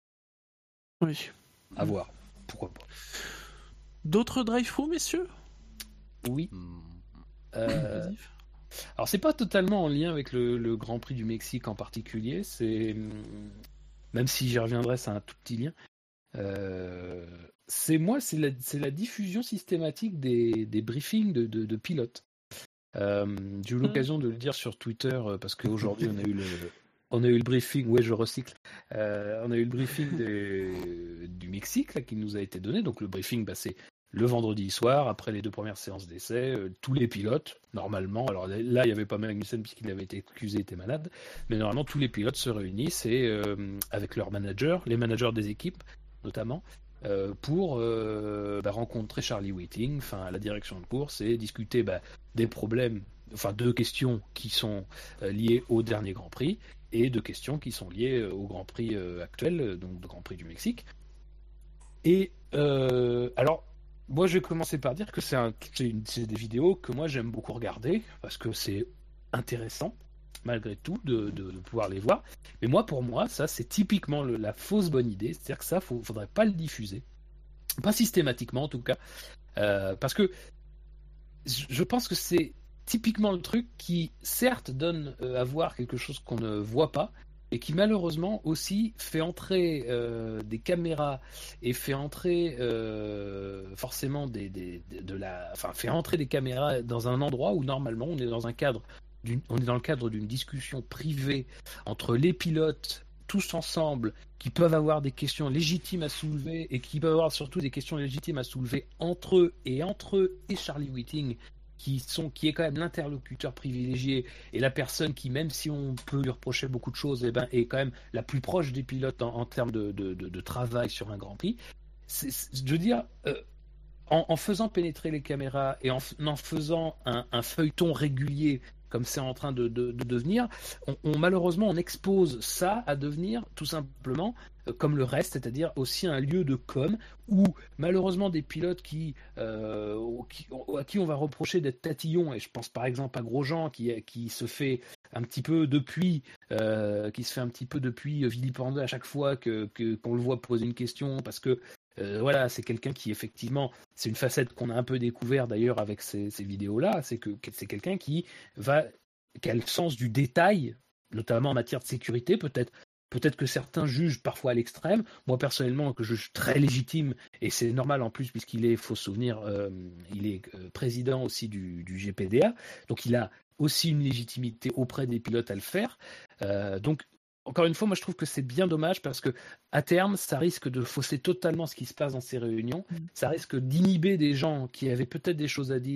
Oui. à voir. Pourquoi pas? D'autres drive-through, messieurs Oui. Hmm. Euh, Vas-y. alors, c'est pas totalement en lien avec le, le Grand Prix du Mexique en particulier. C'est hum, même si j'y reviendrai, c'est un tout petit lien. Euh, c'est moi, c'est la, c'est la diffusion systématique des, des briefings de, de, de pilotes. Euh, j'ai eu l'occasion de le dire sur Twitter euh, parce qu'aujourd'hui on a eu le, on a eu le briefing. Ouais, je recycle. Euh, on a eu le briefing de- du Mexique là, qui nous a été donné. Donc le briefing, bah, c'est le vendredi soir après les deux premières séances d'essai. Euh, tous les pilotes, normalement. Alors là, il n'y avait pas Magnussen puisqu'il avait été excusé, était malade. Mais normalement, tous les pilotes se réunissent et euh, avec leurs managers, les managers des équipes notamment, euh, pour euh, bah, rencontrer Charlie Whiting, enfin la direction de course, et discuter bah, des problèmes, enfin deux questions qui sont euh, liées au dernier Grand Prix et deux questions qui sont liées euh, au Grand Prix euh, actuel, euh, donc le Grand Prix du Mexique. Et euh, alors, moi je vais commencer par dire que c'est un, c'est une- c'est des vidéos que moi j'aime beaucoup regarder parce que c'est intéressant malgré tout de, de- de pouvoir les voir. Mais moi, pour moi, ça c'est typiquement le- la fausse bonne idée, c'est-à-dire que ça, faut, faudrait pas le diffuser, pas systématiquement en tout cas, euh, parce que je je pense que c'est typiquement le truc qui, certes, donne euh, à voir quelque chose qu'on ne voit pas, et qui malheureusement aussi fait entrer euh, des caméras et fait entrer euh, forcément des, des- des- de la, enfin fait entrer des caméras dans un endroit où normalement on est dans un cadre, d'une- on est dans le cadre d'une discussion privée entre les pilotes tous ensemble qui peuvent avoir des questions légitimes à soulever et qui peuvent avoir surtout des questions légitimes à soulever entre eux et entre eux et Charlie Whiting qui sont qui est quand même l'interlocuteur privilégié et la personne qui, même si on peut lui reprocher beaucoup de choses, eh ben, est quand même la plus proche des pilotes en, en termes de, de, de, de travail sur un Grand Prix. C'est, c'est- je veux dire, euh, en, en faisant pénétrer les caméras et en, f- en faisant un, un feuilleton régulier comme c'est en train de, de, de devenir, on, on- malheureusement on expose ça à devenir tout simplement euh, comme le reste, c'est-à-dire aussi un lieu de com où malheureusement des pilotes qui, euh, qui- à qui on va reprocher d'être tatillons, et je pense par exemple à Grosjean qui, qui se fait un petit peu depuis, euh, qui se fait un petit peu depuis vilipender à chaque fois que, que- qu'on le voit poser une question parce que euh, voilà, c'est quelqu'un qui effectivement, c'est une facette qu'on a un peu découvert d'ailleurs avec ces, ces vidéos-là, c'est que que c'est quelqu'un qui va, qui a le sens du détail, notamment en matière de sécurité, peut-être. Peut-être que certains jugent parfois à l'extrême. Moi personnellement, que je juge très légitime, et c'est normal en plus puisqu'il est, faut se souvenir, euh, il est euh, président aussi du, du G P D A, donc il a aussi une légitimité auprès des pilotes à le faire. Euh, donc encore une fois, moi je trouve que c'est bien dommage parce que à terme, ça risque de fausser totalement ce qui se passe dans ces réunions. Ça risque d'inhiber des gens qui avaient peut-être des choses à dire,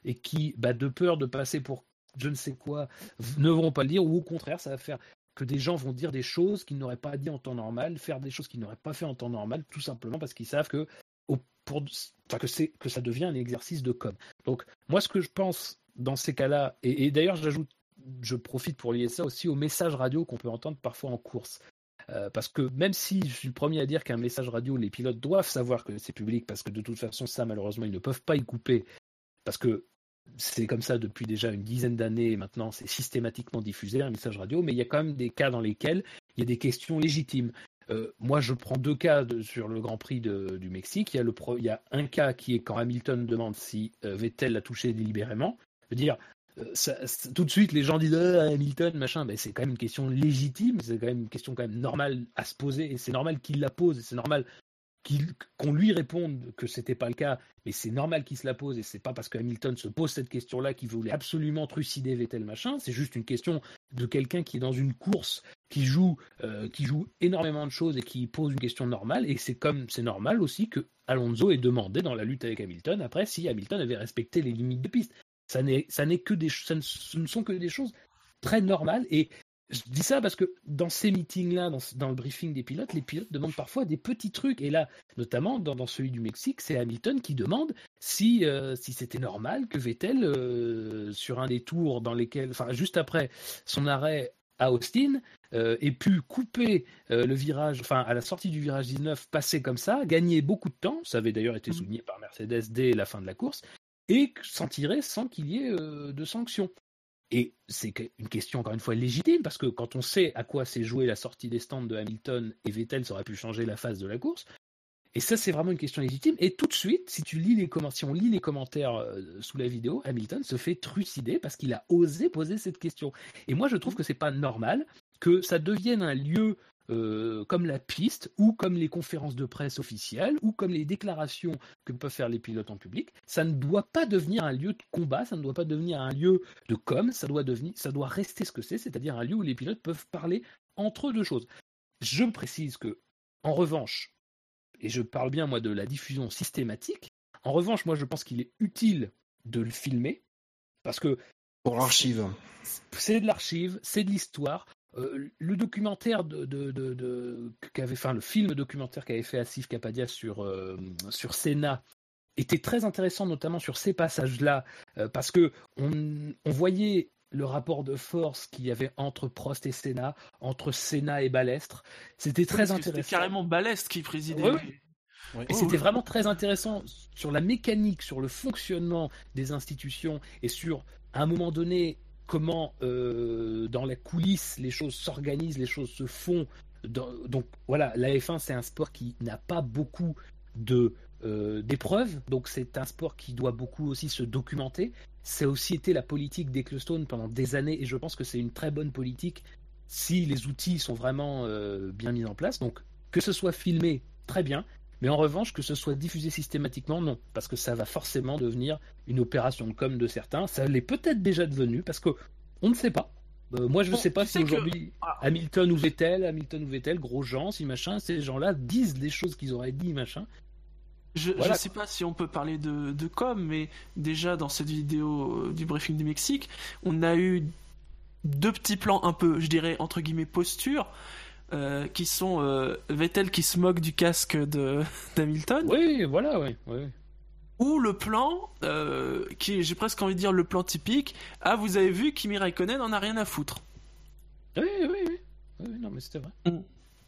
et qui, bah, de peur de passer pour je ne sais quoi, ne vont pas le dire, ou au contraire, ça va faire que des gens vont dire des choses qu'ils n'auraient pas dit en temps normal, faire des choses qu'ils n'auraient pas fait en temps normal, tout simplement parce qu'ils savent que, au, pour, enfin, que, c'est, que ça devient un exercice de com. Donc, moi, ce que je pense dans ces cas-là, et, et d'ailleurs, j'ajoute, je profite pour lier ça aussi aux messages radio qu'on peut entendre parfois en course. Euh, parce que même si je suis le premier à dire qu'un message radio, les pilotes doivent savoir que c'est public, parce que de toute façon, ça, malheureusement, ils ne peuvent pas y couper, parce que c'est comme ça depuis déjà une dizaine d'années et maintenant c'est systématiquement diffusé un message radio, mais il y a quand même des cas dans lesquels il y a des questions légitimes. Euh, moi je prends deux cas de, sur le Grand Prix de, du Mexique. Il y, a le pro, il y a un cas qui est quand Hamilton demande si euh, Vettel l'a touché délibérément. Je veux dire, euh, ça, ça, tout de suite les gens disent ah, Hamilton machin, ben, c'est quand même une question légitime, c'est quand même une question quand même normale à se poser et c'est normal qu'il la pose et c'est normal Qu'il, qu'on lui réponde que c'était pas le cas, mais c'est normal qu'il se la pose et c'est pas parce que Hamilton se pose cette question-là qu'il voulait absolument trucider Vettel machin, c'est juste une question de quelqu'un qui est dans une course, qui joue, euh, qui joue énormément de choses et qui pose une question normale, et c'est comme c'est normal aussi que Alonso ait demandé dans la lutte avec Hamilton après si Hamilton avait respecté les limites de piste. Ça n'est, ça n'est que des, ça ne, ce ne sont que des choses très normales et je dis ça parce que dans ces meetings-là, dans, dans le briefing des pilotes, les pilotes demandent parfois des petits trucs. Et là, notamment dans, dans celui du Mexique, c'est Hamilton qui demande si, euh, si c'était normal que Vettel, euh, sur un des tours dans lesquels, enfin juste après son arrêt à Austin, euh, ait pu couper euh, le virage, enfin à la sortie du virage dix-neuf, passer comme ça, gagner beaucoup de temps. Ça avait d'ailleurs été souligné par Mercedes dès la fin de la course, et s'en tirer sans qu'il y ait euh, de sanctions. Et c'est une question, encore une fois, légitime, parce que quand on sait à quoi s'est jouée la sortie des stands de Hamilton et Vettel, ça aurait pu changer la phase de la course. Et ça, c'est vraiment une question légitime. Et tout de suite, si, tu lis les comm- si on lit les commentaires euh, sous la vidéo, Hamilton se fait trucider parce qu'il a osé poser cette question. Et moi, je trouve que c'est pas normal que ça devienne un lieu euh, comme la piste, ou comme les conférences de presse officielles, ou comme les déclarations que peuvent faire les pilotes en public. Ça ne doit pas devenir un lieu de combat, ça ne doit pas devenir un lieu de com, ça doit, devenir, ça doit rester ce que c'est, c'est-à-dire un lieu où les pilotes peuvent parler entre deux choses. Je précise que, en revanche, et je parle bien moi de la diffusion systématique, en revanche, moi je pense qu'il est utile de le filmer, parce que pour l'archive. C'est de l'archive, c'est de l'histoire. Euh, le documentaire de, de, de, de qu'avait, enfin le film documentaire qu'avait fait Asif Kapadia sur euh, sur Senna était très intéressant, notamment sur ces passages-là, euh, parce que on, on voyait le rapport de force qu'il y avait entre Prost et Senna, entre Senna et Balestre. C'était très intéressant. C'était carrément Balestre qui présidait. Oui, oui. Ouais. Et oh, c'était vraiment très intéressant sur la mécanique, sur le fonctionnement des institutions et sur, à un moment donné, comment euh, dans la coulisse les choses s'organisent, les choses se font. Dans, donc voilà, la F un c'est un sport qui n'a pas beaucoup de, euh, d'épreuves, donc c'est un sport qui doit beaucoup aussi se documenter. Ça a aussi été la politique d'Ecclestone pendant des années et je pense que c'est une très bonne politique si les outils sont vraiment euh, bien mis en place. Donc que ce soit filmé, très bien. Mais en revanche, que ce soit diffusé systématiquement, non. Parce que ça va forcément devenir une opération de com de certains. Ça l'est peut-être déjà devenu, parce qu'on ne sait pas. Euh, moi, je ne bon, sais pas si aujourd'hui, que... Hamilton ou Vettel, Hamilton ou Vettel, gros gens, si machin, ces gens-là disent les choses qu'ils auraient dit, machin. Je ne voilà. sais pas si on peut parler de, de com, mais déjà dans cette vidéo du briefing du Mexique, on a eu deux petits plans un peu, je dirais, entre guillemets, posture. Euh, qui sont euh, Vettel qui se moque du casque de d'Hamilton. Oui, voilà, oui. oui. Ou le plan, euh, qui j'ai presque envie de dire le plan typique. Ah, vous avez vu, Kimi Raikkonen en a rien à foutre. Oui, oui, oui. oui non, mais c'était vrai. Mm.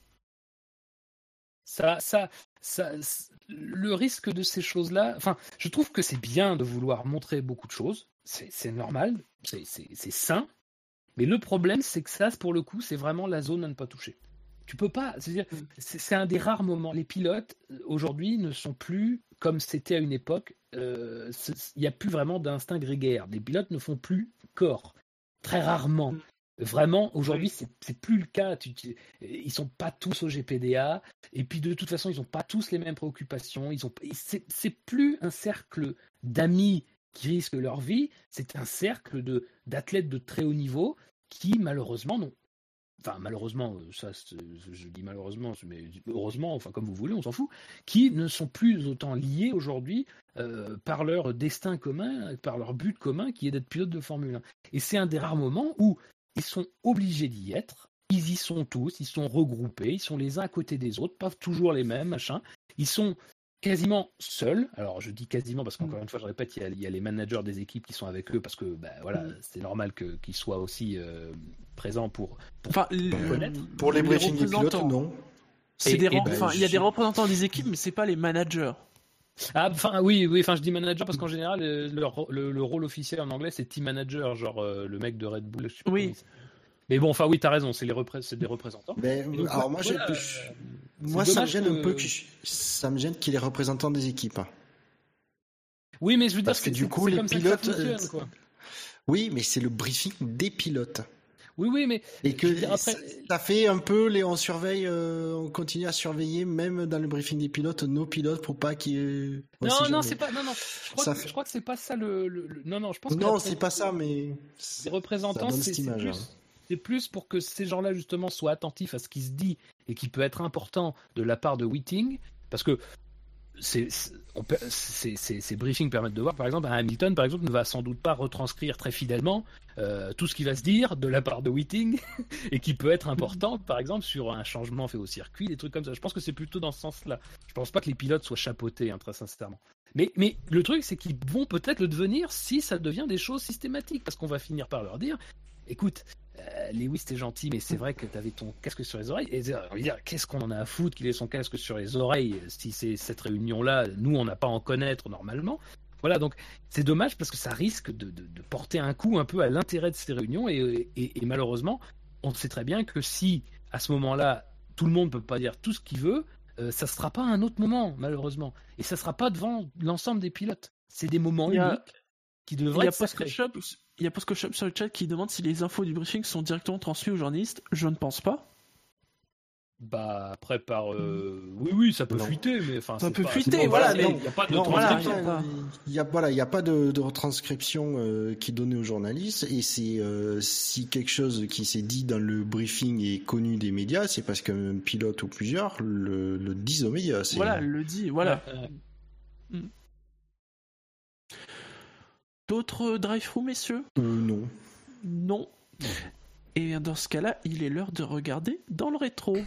Ça, ça, ça, le risque de ces choses-là. Enfin, je trouve que c'est bien de vouloir montrer beaucoup de choses. C'est, c'est normal, c'est, c'est, c'est sain. Mais le problème, c'est que ça, pour le coup, c'est vraiment la zone à ne pas toucher. Tu peux pas, c'est-à-dire, c'est, c'est un des rares moments. Les pilotes, aujourd'hui, ne sont plus comme c'était à une époque. Euh, il n'y a plus vraiment d'instinct grégaire. Les pilotes ne font plus corps. Très rarement. Vraiment, aujourd'hui, c'est, c'est plus le cas. Tu, tu, ils sont pas tous au G P D A. Et puis, de toute façon, ils n'ont pas tous les mêmes préoccupations. Ils ont, c'est, c'est plus un cercle d'amis qui risquent leur vie. C'est un cercle de, d'athlètes de très haut niveau qui, malheureusement, n'ont enfin malheureusement, ça, je dis malheureusement, mais heureusement, enfin comme vous voulez, on s'en fout, qui ne sont plus autant liés aujourd'hui euh, par leur destin commun, par leur but commun, qui est d'être pilote de Formule un. Et c'est un des rares moments où ils sont obligés d'y être. Ils y sont tous, ils sont regroupés, ils sont les uns à côté des autres, pas toujours les mêmes, machin. Ils sont quasiment seuls. Alors je dis quasiment parce qu'encore une fois, je répète, il y a, il y a les managers des équipes qui sont avec eux parce que bah, voilà, c'est normal que, qu'ils soient aussi euh, présents pour, pour, Enfin, pour connaître. Pour les, les briefings des pilotes, représentants. non. C'est Et- des et rem- ben, enfin, il y a je- des représentants des équipes, mais c'est pas les managers. Ah, enfin oui, oui, enfin je dis manager parce qu'en général, le, le, le- le rôle officiel en anglais c'est team manager, genre euh, le mec de Red Bull. Je sais pas Oui. comment il s'appelle. Mais bon, enfin oui, t'as raison, c'est les repré- c'est des représentants. Mais, Et donc, alors moi, j'ai voilà, plus- euh, moi c'est ça me dommage gêne que- un peu que ça me gêne qu'il y ait les représentants des équipes. Oui, mais je veux dire, Parce que c'est- du c'est- coup, c'est les comme ça que pilotes, ça fonctionne, euh, quoi. Oui, mais c'est le briefing des pilotes. Oui, oui, mais Et que je veux dire, après- ça, ça fait un peu les on surveille, euh, on continue à surveiller même dans le briefing des pilotes nos pilotes pour pas qu'ils. euh, on non, sait non, jamais. c'est pas, non, non. Je crois, Ça que, fait- je crois que c'est pas ça le, le- le- non, non. Je pense que Non, la- c'est pas ça, mais les ça représentants, donne c'est cette c'est image. plus, hein. c'est plus pour que ces gens-là justement soient attentifs à ce qui se dit et qui peut être important de la part de Whiting, parce que c'est, c'est- on peut- ces, ces- ces briefings permettent de voir, par exemple, un Hamilton, par exemple, ne va sans doute pas retranscrire très fidèlement euh, tout ce qui va se dire de la part de Whiting et qui peut être important, par exemple, sur un changement fait au circuit, des trucs comme ça. Je pense que c'est plutôt dans ce sens-là. Je pense pas que les pilotes soient chapeautés, hein, très sincèrement. Mais, mais le truc, c'est qu'ils vont peut-être le devenir si ça devient des choses systématiques, parce qu'on va finir par leur dire, écoute, euh, Lewis, t'es gentil, mais c'est vrai que t'avais ton casque sur les oreilles. Et euh, on va dire, qu'est-ce qu'on en a à foutre qu'il ait son casque sur les oreilles si c'est cette réunion-là, nous, on n'a pas à en connaître normalement. Voilà, donc c'est dommage parce que ça risque de, de, de porter un coup un peu à l'intérêt de ces réunions. Et, et, et malheureusement, on sait très bien que si, à ce moment-là, tout le monde ne peut pas dire tout ce qu'il veut, euh, ça ne sera pas à un autre moment, malheureusement. Et ça ne sera pas devant l'ensemble des pilotes. C'est des moments Il y a- uniques qui Il devraient y a être sacrés. Postco Shop, il y a Postco Shop sur le chat qui demande si les infos du briefing sont directement transmises aux journalistes. Je ne pense pas. Bah après par euh, oui oui ça peut Non. fuiter mais enfin Ça c'est peut pas- fuiter, c'est pas- voilà, c'est- mais- il y a pas de Non, voilà, transcription. il y a pas- Il y a voilà, il y a pas de, de retranscription euh, qui est donnée aux journalistes et c'est euh, si quelque chose qui s'est dit dans le briefing est connu des médias, c'est parce qu'un pilote ou plusieurs le, le disent aux médias. C'est... Voilà, elle le dit, voilà. Euh, D'autres drive-through, messieurs? Euh, non. Non. Et bien dans ce cas-là, il est l'heure de regarder dans le rétro.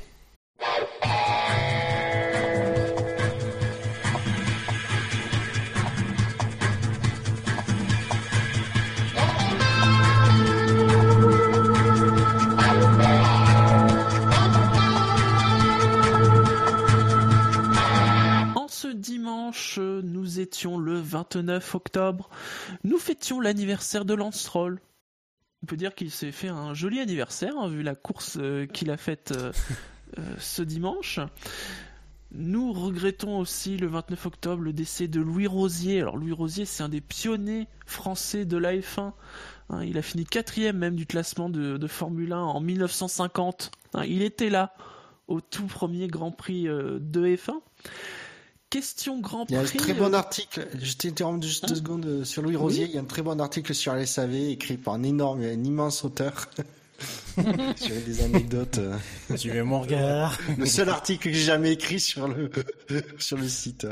En ce dimanche, nous étions le vingt-neuf octobre. Nous fêtions l'anniversaire de Lance Stroll. On peut dire qu'il s'est fait un joli anniversaire, hein, vu la course euh, qu'il a faite euh, euh, ce dimanche. Nous regrettons aussi le vingt-neuf octobre le décès de Louis Rosier. Alors Louis Rosier, c'est un des pionniers français de la F un. Hein, il a fini quatrième même du classement de, de Formule un en mille neuf cent cinquante. Hein, il était là au tout premier Grand Prix euh, de F un. Question Grand Il y a un Prix. très euh, bon article, je t'interromps juste deux secondes euh, sur Louis Rosier, il y a un très bon article sur le S A V écrit par un énorme, un immense auteur. Sur des anecdotes. euh. Suivez mon regard. Le seul article que j'ai jamais écrit sur le, sur le site.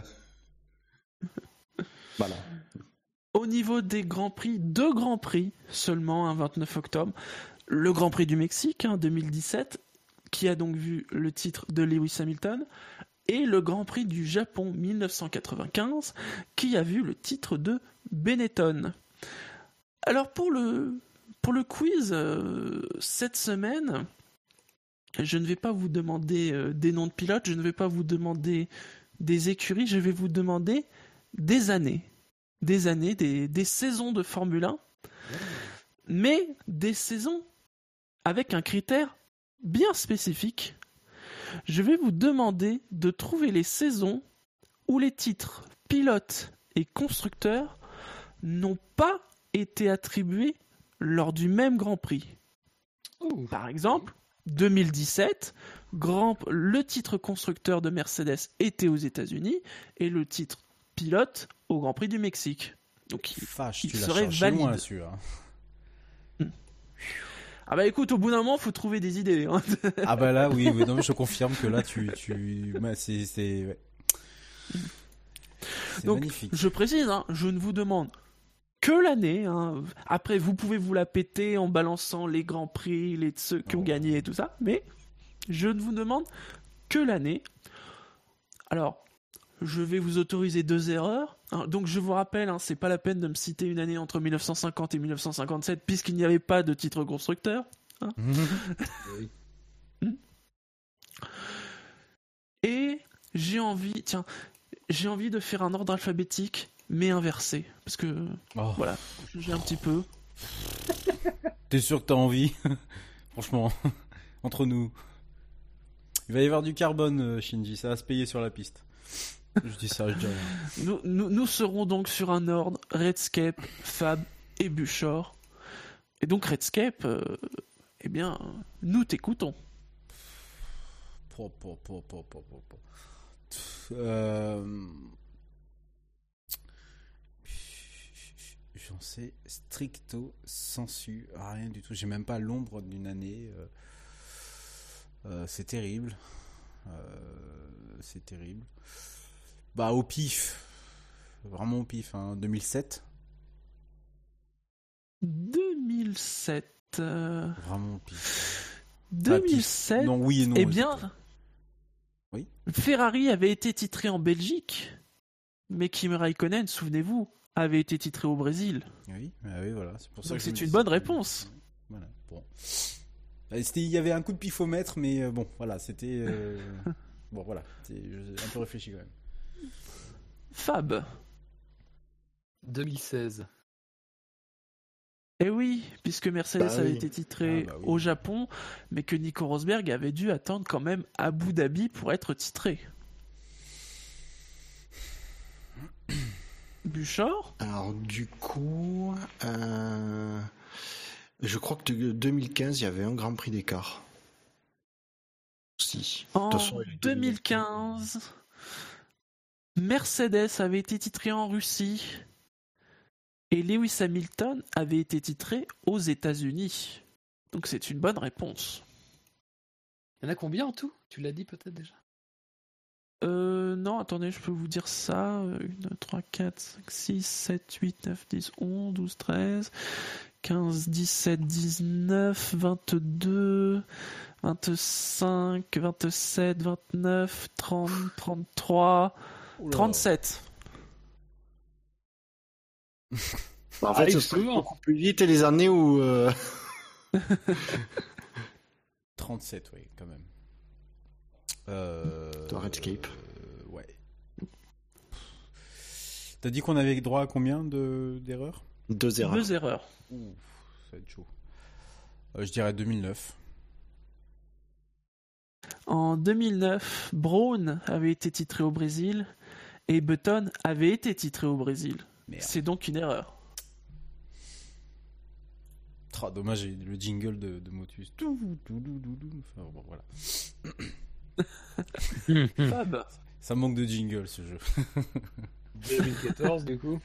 Voilà. Au niveau des Grands Prix, deux Grands Prix seulement, un vingt-neuf octobre. Le Grand Prix du Mexique, hein, deux mille dix-sept, qui a donc vu le titre de Lewis Hamilton, et le Grand Prix du Japon mille neuf cent quatre-vingt-quinze, qui a vu le titre de Benetton. Alors pour le, pour le quiz, euh, cette semaine, je ne vais pas vous demander euh, des noms de pilotes, je ne vais pas vous demander des écuries, je vais vous demander des années. Des années, des, des saisons de Formule un, mais des saisons avec un critère bien spécifique. Je vais vous demander de trouver les saisons où les titres pilote et constructeur n'ont pas été attribués lors du même Grand Prix. Par exemple, deux mille dix-sept, Grand, le titre constructeur de Mercedes était aux États-Unis et le titre pilote au Grand Prix du Mexique. Donc il, Fâche, il tu l'as serait cherché valide. loin là-dessus. Hein. Ah bah écoute, au bout d'un moment, faut trouver des idées. Hein. Ah bah là, oui, oui, non, mais je confirme que là, tu, tu, bah, c'est, c'est, ouais. C'est Donc, magnifique. je précise, hein, je ne vous demande que l'année. Hein. Après, vous pouvez vous la péter en balançant les grands prix, les ceux qui ont Oh. gagné et tout ça, mais je ne vous demande que l'année. Alors, je vais vous autoriser deux erreurs. Hein, donc, je vous rappelle, hein, c'est pas la peine de me citer une année entre mille neuf cent cinquante et mille neuf cent cinquante-sept, puisqu'il n'y avait pas de titre constructeur. Hein. Oui. Et j'ai envie, tiens, j'ai envie de faire un ordre alphabétique, mais inversé, parce que Oh. voilà, j'ai un petit peu. T'es sûr que t'as envie? Franchement, entre nous. Il va y avoir du carbone, euh, Shinji, ça va se payer sur la piste. Je dis ça, je dis rien. Nous, nous, nous serons donc sur un ordre Redscape, Fab et Buchor. Et donc Redscape, euh, eh bien, nous t'écoutons. Po, po, po, po, po, po, po. Euh... J'en sais stricto sensu rien du tout. J'ai même pas l'ombre d'une année. Euh... Euh, c'est terrible. Euh... C'est terrible. Bah au pif. Vraiment au pif. Hein. deux mille sept. deux mille sept. euh, Vraiment au pif. deux mille sept. Non, oui et non. Eh bien, Oui. Ferrari avait été titré en Belgique, mais Kimi Raikkonen, souvenez-vous, avait été titré au Brésil. Oui, ah oui, voilà. C'est pour ça Donc que je c'est me une dis- bonne réponse. Voilà. Bon. Euh, c'était- Il y avait un coup de pifomètre, mais euh, bon, voilà, c'était. euh, Bon, voilà. C'est- J'ai un peu réfléchi quand même. Fab. deux mille seize. Eh oui, puisque Mercedes Bah avait oui. été titré Ah bah oui. au Japon, mais que Nico Rosberg avait dû attendre quand même Abu Dhabi pour être titré. Buchor. Alors du coup, euh, je crois que de deux mille quinze, il y avait un Grand Prix d'écart. Si. En De toute façon, il y a eu deux mille quinze, Mercedes avait été titré en Russie et Lewis Hamilton avait été titré aux États-Unis. Donc c'est une bonne réponse. Il y en a combien en tout? Tu l'as dit peut-être déjà? Euh, non, attendez, je peux vous dire ça. un, deux, trois, quatre, cinq, six, sept, huit, neuf, dix, onze, douze, treize, quinze, dix-sept, dix-neuf, vingt-deux, vingt-cinq, vingt-sept, vingt-neuf, trente, trente-trois, trente-sept. En fait, Arrive ce serait souvent. beaucoup plus vite et les années où. euh, trente-sept, oui, quand même. Euh... De Redscape. euh, ouais. T'as dit qu'on avait droit à combien de d'erreurs? Deux erreurs. Deux erreurs. Ouh, ça va être chaud. Euh, je dirais deux mille neuf. En deux mille neuf, Brown avait été titré au Brésil et Button avait été titré au Brésil. Merde. C'est donc une erreur. Ah, dommage, j'ai le jingle de, de Motus. Tout, tout, tout, tout, tout. Enfin, bon, voilà. Fab. Ça manque de jingle ce jeu. deux mille quatorze du coup.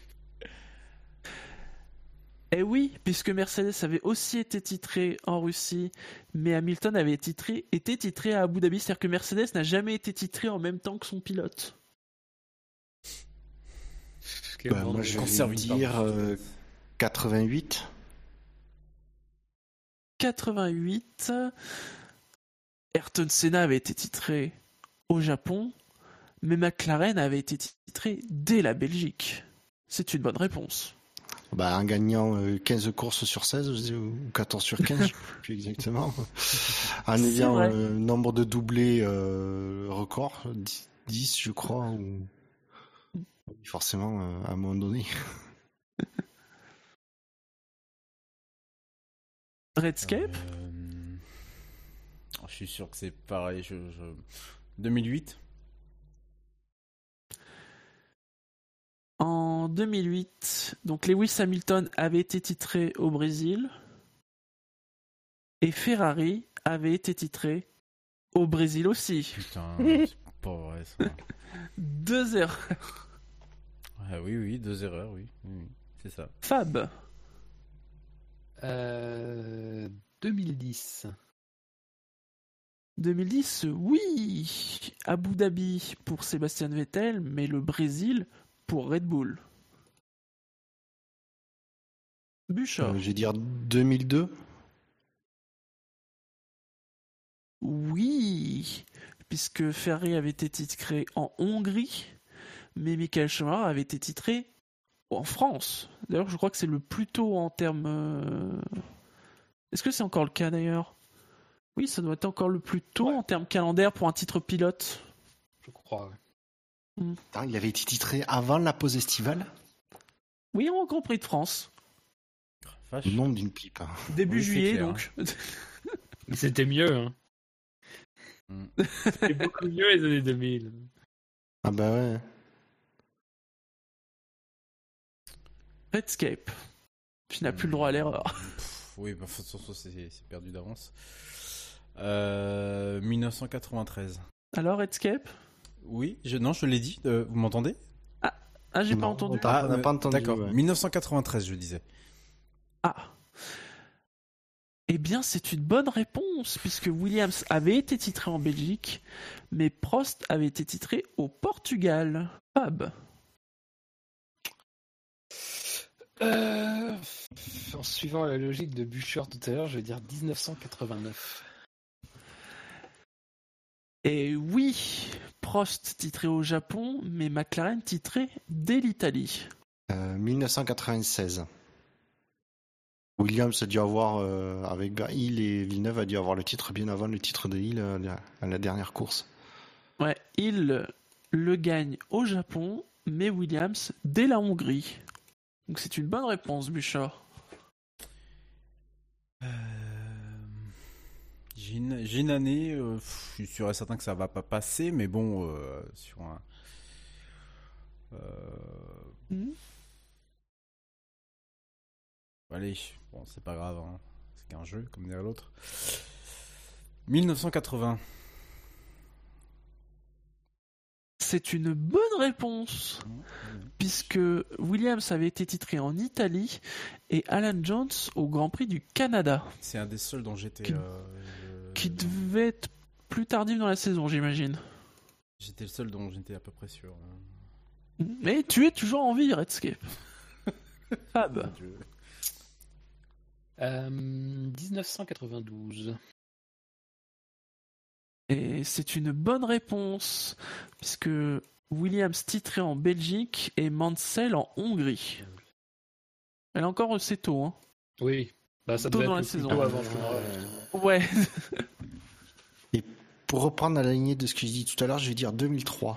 Eh oui, puisque Mercedes avait aussi été titré en Russie, mais Hamilton avait titré, été titré à Abu Dhabi, c'est-à-dire que Mercedes n'a jamais été titré en même temps que son pilote. Quel Bah, bordel. moi, je vais Conserve une dire part. euh, quatre-vingt-huit. quatre-vingt-huit, Ayrton Senna avait été titré au Japon, mais McLaren avait été titré dès la Belgique. C'est une bonne réponse. Bah, en gagnant euh, quinze courses sur seize ou quatorze sur quinze, je ne sais plus exactement. En C'est ayant vrai. euh, nombre de doublés euh, record, dix, dix, je crois, ou forcément euh, à un moment donné. Redscape. Euh, oh, je suis sûr que c'est pareil. Je, je... deux mille huit. En deux mille huit, donc Lewis Hamilton avait été titré au Brésil et Ferrari avait été titré au Brésil aussi. Putain, c'est pas vrai ça. Deux erreurs. Ah, oui, oui, deux erreurs, oui. oui, oui, c'est ça. Fab. Euh, deux mille dix. deux mille dix, oui. Abu Dhabi pour Sébastien Vettel, mais le Brésil pour Red Bull. Bouchard. Euh, je vais dire deux mille deux. Oui, puisque Ferrari avait été titré en Hongrie, mais Michael Schumacher avait été titré en France. D'ailleurs, je crois que c'est le plus tôt en termes... euh, Est-ce que c'est encore le cas d'ailleurs ? Oui, ça doit être encore le plus tôt Ouais. en termes calendaire pour un titre pilote. Je crois, ouais. Attends, il avait été titré avant la pause estivale. Oui, en Grand Prix de France. Vache. Nom d'une pipe. hein. Début Oui, c'est juillet, clair, donc. Mais c'était mieux, hein. Mm. C'était beaucoup mieux les années deux mille. Ah bah ouais. Redscape. Tu n'as plus le droit à l'erreur. Pff, oui, bah, de toute façon, c'est c'est perdu d'avance. Euh, mille neuf cent quatre-vingt-treize. Alors, Redscape ? Oui, je, non, je l'ai dit. euh, vous m'entendez? Ah, j'ai pas Non, entendu. on t'a- on n'a euh, pas entendu. D'accord. ouais. mille neuf cent quatre-vingt-treize, je disais. Ah. Eh bien, c'est une bonne réponse, puisque Williams avait été titré en Belgique, mais Prost avait été titré au Portugal. Fab. Euh, en suivant la logique de Bouchard tout à l'heure, je vais dire dix-neuf cent quatre-vingt-neuf. Et oui, Prost titré au Japon, mais McLaren titré dès l'Italie. Euh, mille neuf cent quatre-vingt-seize. Williams a dû avoir, euh, avec Hill et Villeneuve, a dû avoir le titre bien avant le titre de Hill euh, à la dernière course. Ouais, il le gagne au Japon, mais Williams dès la Hongrie. Donc c'est une bonne réponse, Bouchard. Euh, J'ai une, j'ai une année, euh, pff, je suis sûr et certain que ça va pas passer, mais bon, euh, sur un. Euh, Mhm. Allez, bon, c'est pas grave, hein. C'est qu'un jeu, comme dirait l'autre. mille neuf cent quatre-vingts. C'est une bonne réponse, puisque Williams avait été titré en Italie et Alan Jones au Grand Prix du Canada, C'est un des seuls dont j'étais. Qui- euh, qui devait être plus tardif dans la saison, j'imagine. J'étais le seul dont j'étais à peu près sûr. Mais tu es toujours en vie, Redscape. Fab. Mon Dieu. Euh, dix-neuf cent quatre-vingt-douze. Et c'est une bonne réponse, puisque Williams titré en Belgique et Mansell en Hongrie. Elle est encore assez tôt, hein. Oui, bah, ça Tôt devait dans être la le plus saison. tôt avant Euh, Schumacher. Ouais. Pour reprendre la lignée de ce que j'ai dit tout à l'heure, je vais dire deux mille trois.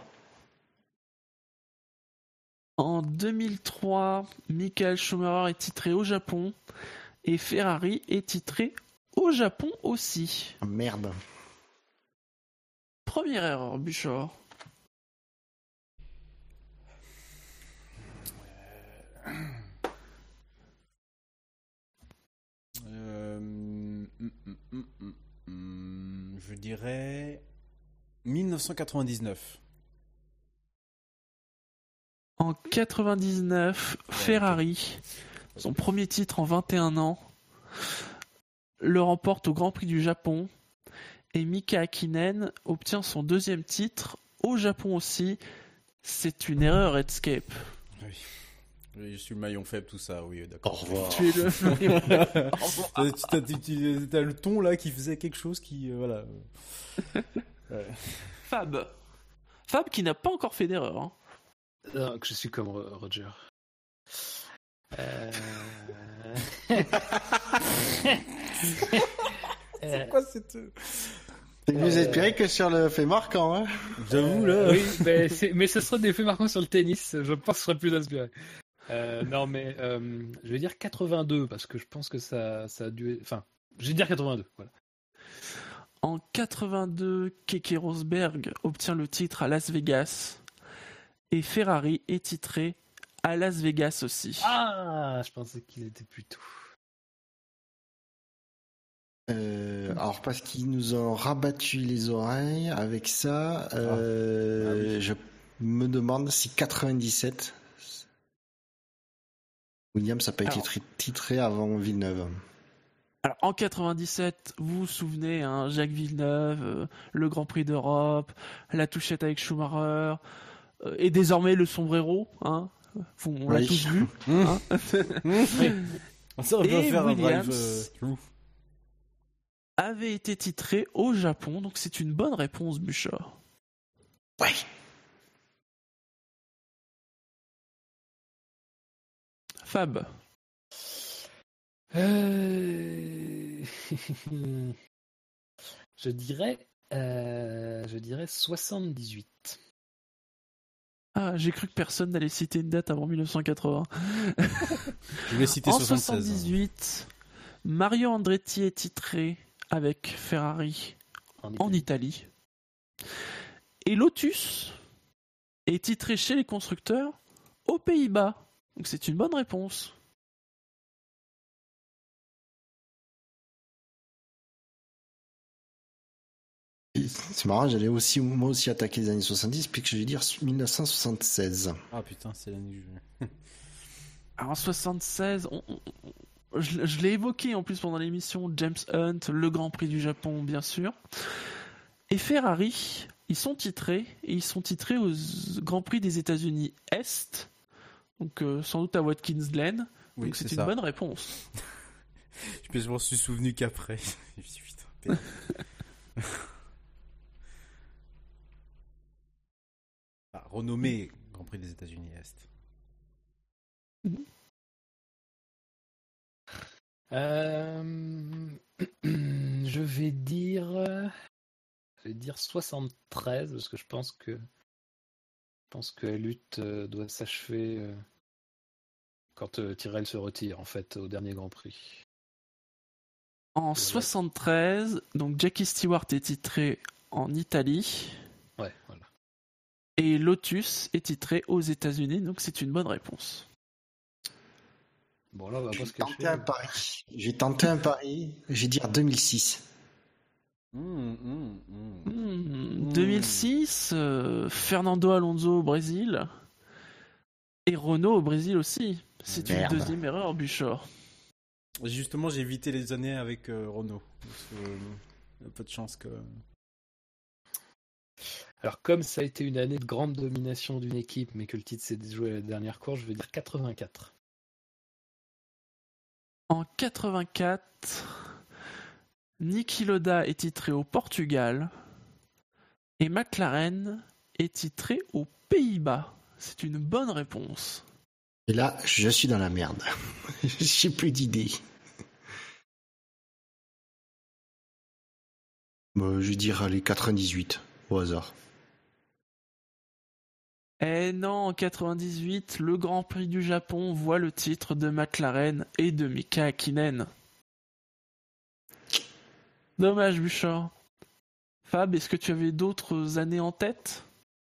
En deux mille trois, Michael Schumacher est titré au Japon et Ferrari est titré au Japon aussi. Ah, merde. Première erreur, Bouchard. Euh, hum, hum, hum, hum, hum, je dirais mille neuf cent quatre-vingt-dix-neuf. En quatre-vingt-dix-neuf, Ferrari, son premier titre en vingt et un ans, le remporte au Grand Prix du Japon et Mika Hakkinen obtient son deuxième titre au Japon aussi. C'est une erreur, Redscape. Oui. Oui, je suis le maillon faible, tout ça, oui, d'accord. Au revoir. Tu es le... T'as, t'as- t'as- t'as le ton là qui faisait quelque chose qui. euh, voilà. Ouais. Fab. Fab qui n'a pas encore fait d'erreur. Hein. Non, que je suis comme Ro- Roger. Euh... C'est quoi cette. C'est plus inspiré que sur le fait marquant, hein. J'avoue là. Oui, mais, c'est- mais ce sera des faits marquants sur le tennis. Je pense que ce serait plus inspiré. Euh, non, mais euh, je vais dire quatre-vingt-deux parce que je pense que ça, ça a dû. Enfin, je vais dire quatre-vingt-deux. Voilà. En quatre-vingt-deux, Keke Rosberg obtient le titre à Las Vegas et Ferrari est titré à Las Vegas aussi. Ah, je pensais qu'il était plus tôt. Euh, alors parce qu'ils nous ont rabattu les oreilles avec ça, euh, Ah oui. je me demande si quatre-vingt-dix-sept, Williams n'a pas été Alors. tri- titré avant Villeneuve. Alors en quatre-vingt-dix-sept, vous vous souvenez, hein, Jacques Villeneuve, euh, le Grand Prix d'Europe, la touchette avec Schumacher, euh, et désormais le sombrero, hein, on l'a Oui. tous vu. Mmh. Hein. Ça, on peut Et faire un Williams drive. euh, ouf. avait été titré au Japon, donc c'est une bonne réponse, Bouchard. Ouais. Fab. Euh... je dirais, euh, je dirais soixante-dix-huit. Ah, j'ai cru que personne n'allait citer une date avant mille neuf cent quatre-vingts. Je voulais citer En soixante-seize. soixante-dix-huit, Mario Andretti est titré avec Ferrari En en Italie. Et Lotus est titré chez les constructeurs aux Pays-Bas. Donc c'est une bonne réponse. C'est marrant, j'allais aussi moi aussi attaquer les années soixante-dix, puis que je vais dire mille neuf cent soixante-seize. Ah putain, c'est l'année que je... Alors en soixante-seize, on- on- on- je, je l'ai évoqué en plus pendant l'émission, James Hunt, le Grand Prix du Japon bien sûr. Et Ferrari, ils sont titrés, et ils sont titrés au Grand Prix des États-Unis Est, donc euh, sans doute à Watkins Glen. Oui, Donc c'est, c'est une ça. bonne réponse. Je m'en suis souvenu qu'après. Je me suis dit, putain, merde. Ah, renommé Grand Prix des États-Unis Est. Euh, je vais dire, je vais dire soixante-treize parce que je pense que, je pense que la lutte euh, doit s'achever euh, quand euh, Tyrrell se retire en fait au dernier Grand Prix. En soixante-treize, donc Jackie Stewart est titré en Italie, Ouais, voilà. et Lotus est titré aux États-Unis, donc c'est une bonne réponse. Bon là on va pas J'ai se tenté cacher. un pari. J'ai tenté un pari. Je vais dire deux mille six. Mmh, mmh, mmh. Hmm, deux mille six, euh, Fernando Alonso au Brésil, et Renault au Brésil aussi. C'est Merde. une deuxième erreur, Buchor. Justement, j'ai évité les années avec euh, Renault. Parce que, euh, il y a peu de chance que... Alors comme ça a été une année de grande domination d'une équipe, mais que le titre s'est déjoué à la dernière course, je vais dire quatre-vingt-quatre. En quatre-vingt-quatre, Niki Lauda est titré au Portugal et McLaren est titré aux Pays-Bas. C'est une bonne réponse. Et là, je suis dans la merde. J'ai plus d'idées. Bon, je vais dire les quatre-vingt-dix-huit au hasard. Eh non, en quatre-vingt-dix-huit, le Grand Prix du Japon voit le titre de McLaren et de Mika Hakkinen. Dommage, Bouchard. Fab, est-ce que tu avais d'autres années en tête ?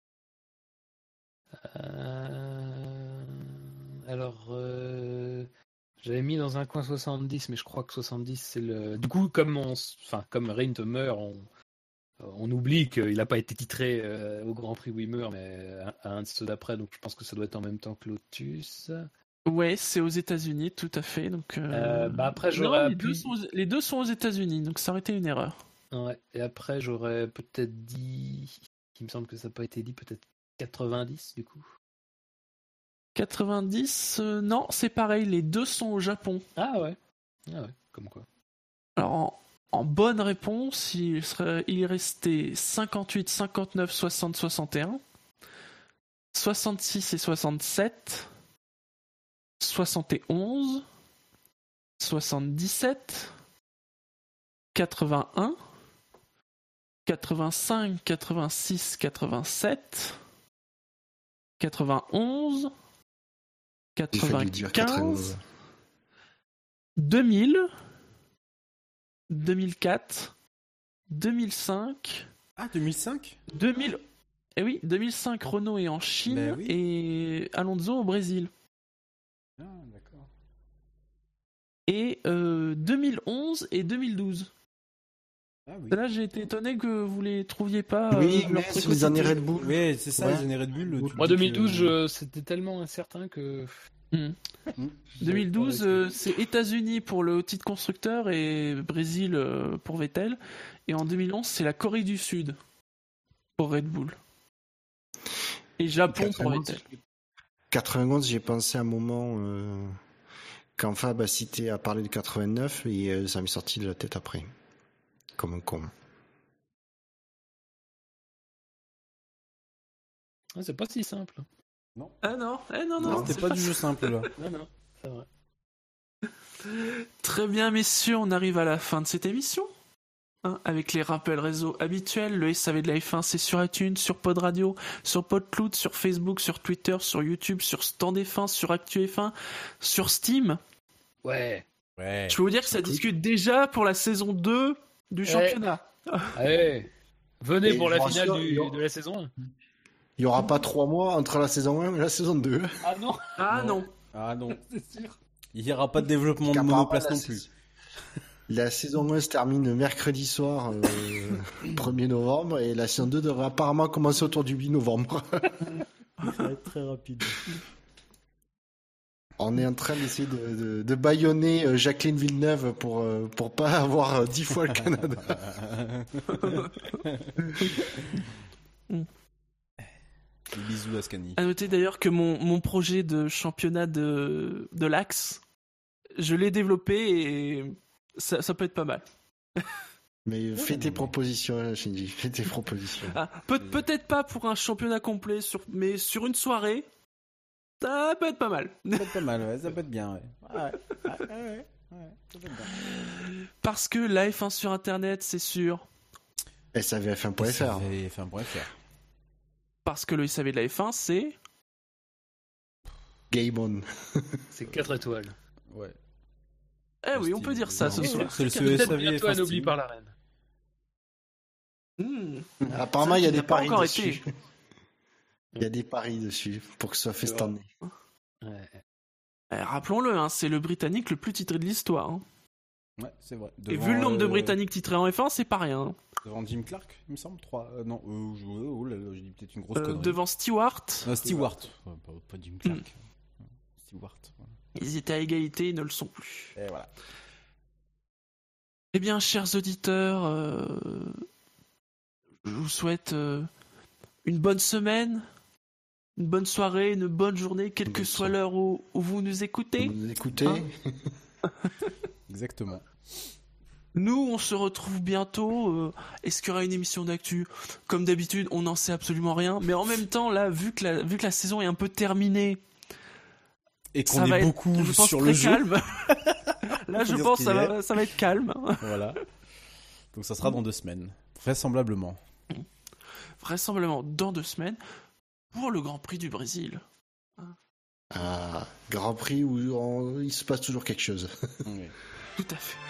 Euh, Alors, euh, j'avais mis dans un coin soixante-dix, mais je crois que soixante-dix, c'est le. Du coup, comme on, s- enfin, comme Rindt meurt, on, on oublie qu'il n'a pas été titré euh, au Grand Prix où il meurt, mais à, à un de ceux d'après, donc je pense que ça doit être en même temps que Lotus. Ouais, c'est aux États-Unis, tout à fait. Donc, euh... Euh, bah après, non, j'aurais les, pu- deux sont aux... les deux sont aux États-Unis, donc ça aurait été une erreur. Ouais. Et après, j'aurais peut-être dit. Il me semble que ça n'a pas été dit, peut-être quatre-vingt-dix du coup. quatre-vingt-dix, euh, non, c'est pareil, les deux sont au Japon. Ah ouais. Ah ouais, comme quoi. Alors, en, en bonne réponse, il, serait, il est resté cinquante-huit, cinquante-neuf, soixante, soixante et un, soixante-six et soixante-sept, soixante et onze, soixante-dix-sept, quatre-vingt-un, quatre-vingt-cinq, quatre-vingt-six, quatre-vingt-sept, quatre-vingt-onze, Il fallait dire quatre-vingt-quinze, quatre-vingt-onze. deux mille, deux mille quatre, deux mille cinq, Ah, deux mille cinq deux mille... Eh oui, deux mille cinq, Renault est en Chine Ben oui. et Alonso au Brésil. Ah, d'accord. Et euh, deux mille onze et deux mille douze. Ah oui. Là, j'ai été étonné que vous les trouviez pas. Oui, euh, leur mais sur les années Red Bull. Oui, c'est ça, Ouais. les années Red Bull. tu Moi, dis deux mille douze, que- je- c'était tellement incertain que Hmm. deux mille douze, euh, c'est États-Unis pour le titre constructeur et Brésil euh, pour Vettel. Et en deux mille onze, c'est la Corée du Sud pour Red Bull. Et Japon pour Vettel. quatre-vingt-onze, j'ai pensé un moment euh, quand Fab a cité, a parlé de quatre-vingt-neuf et euh, ça m'est sorti de la tête après. Comme un con. Ah, c'est pas si simple. Ah non, eh non, non, Non, c'était pas du jeu simple là. Non, non, c'est vrai. Très bien, messieurs, on arrive à la fin de cette émission. Hein, avec les rappels réseaux habituels, le S A V de la F un, c'est sur iTunes, sur Pod Radio, sur PodCloud, sur Facebook, sur Twitter, sur YouTube, sur Stand F un, sur Actu F un, sur Steam. Ouais. Ouais. Je peux vous dire que ça discute déjà pour la saison deux du championnat. Allez, venez Et pour la je finale rassure, du- il y aura- de la saison un. Il n'y aura pas trois mois entre la saison un et la saison deux. Ah non, Ah non. Ah non. c'est sûr. Il n'y aura pas de développement de Qu'apparemment, monoplace la non sais- plus. La saison un se termine mercredi soir, euh, premier novembre, et la saison deux devrait apparemment commencer autour du huit novembre. Ça va être très rapide. On est en train d'essayer de, de, de bâillonner euh, Jacqueline Villeneuve pour, euh, pour pas avoir euh, dix fois le Canada. Bisous à Scani. À noter d'ailleurs que mon, mon projet de championnat de, de l'Axe, je l'ai développé et ça, ça peut être pas mal. Mais fais tes mais- propositions, hein, Shinji, fais tes propositions. Ah, peut, peut-être pas pour un championnat complet, sur, mais sur une soirée, ça peut être pas mal. Ça peut être pas mal, ouais, ça peut être bien, ouais. Ouais, ouais, ouais, ouais, ça peut être bien. Parce que la F un sur Internet, c'est sûr. S A V F un point F R. F un point F R. Parce que le S A V de la F un, c'est... Game on. C'est quatre étoiles. Ouais. Eh oui, on peut dire ça ce Non, soir. C'est le Peut-être S A V bientôt F un anobli Steam. par la reine. Hmm. Apparemment, il y a qui n'a des pas paris encore dessus. été. Il y a des paris dessus pour que ce soit fait cette année. Ouais. Eh, rappelons-le, hein, c'est le Britannique le plus titré de l'histoire. hein. Ouais, c'est vrai. Et Devant, vu le nombre de euh, Britanniques titrés en F un, c'est pas rien. hein. Devant Jim Clark, il me semble, trois. Euh, non, euh, je- oh là là, j'ai dit peut-être une grosse Euh, connerie. devant Stewart, Non, Stewart. Ouais, pas, pas Jim Clark. Stewart. voilà. ils étaient à égalité, ils ne le sont plus. Et voilà. Eh bien, chers auditeurs, euh, je vous souhaite euh, une bonne semaine, une bonne soirée, une bonne journée, quelle que Bonne soit soirée. l'heure où, où vous nous écoutez. Vous écoutez Hein Exactement. Nous, on se retrouve bientôt. euh, Est-ce qu'il y aura une émission d'actu? Comme d'habitude, on n'en sait absolument rien. Mais en même temps, là, vu que la, vu que la saison est un peu terminée, Et ça qu'on va est être, beaucoup je pense, sur très le jeu. calme. Là, Faut je dire pense ce que ça qu'il va, ça va être calme. Voilà. Donc ça sera dans deux semaines. Vraisemblablement. Vraisemblablement dans deux semaines pour le Grand Prix du Brésil. Ah, Grand Prix où on- il se passe toujours quelque chose. Oui. Tout à fait.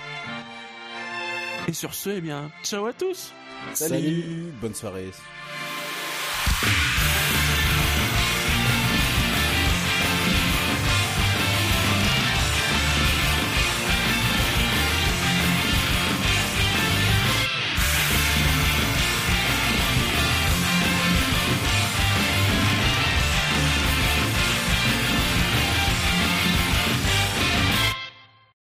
Et sur ce, eh bien, ciao à tous. Salut. Bonne soirée.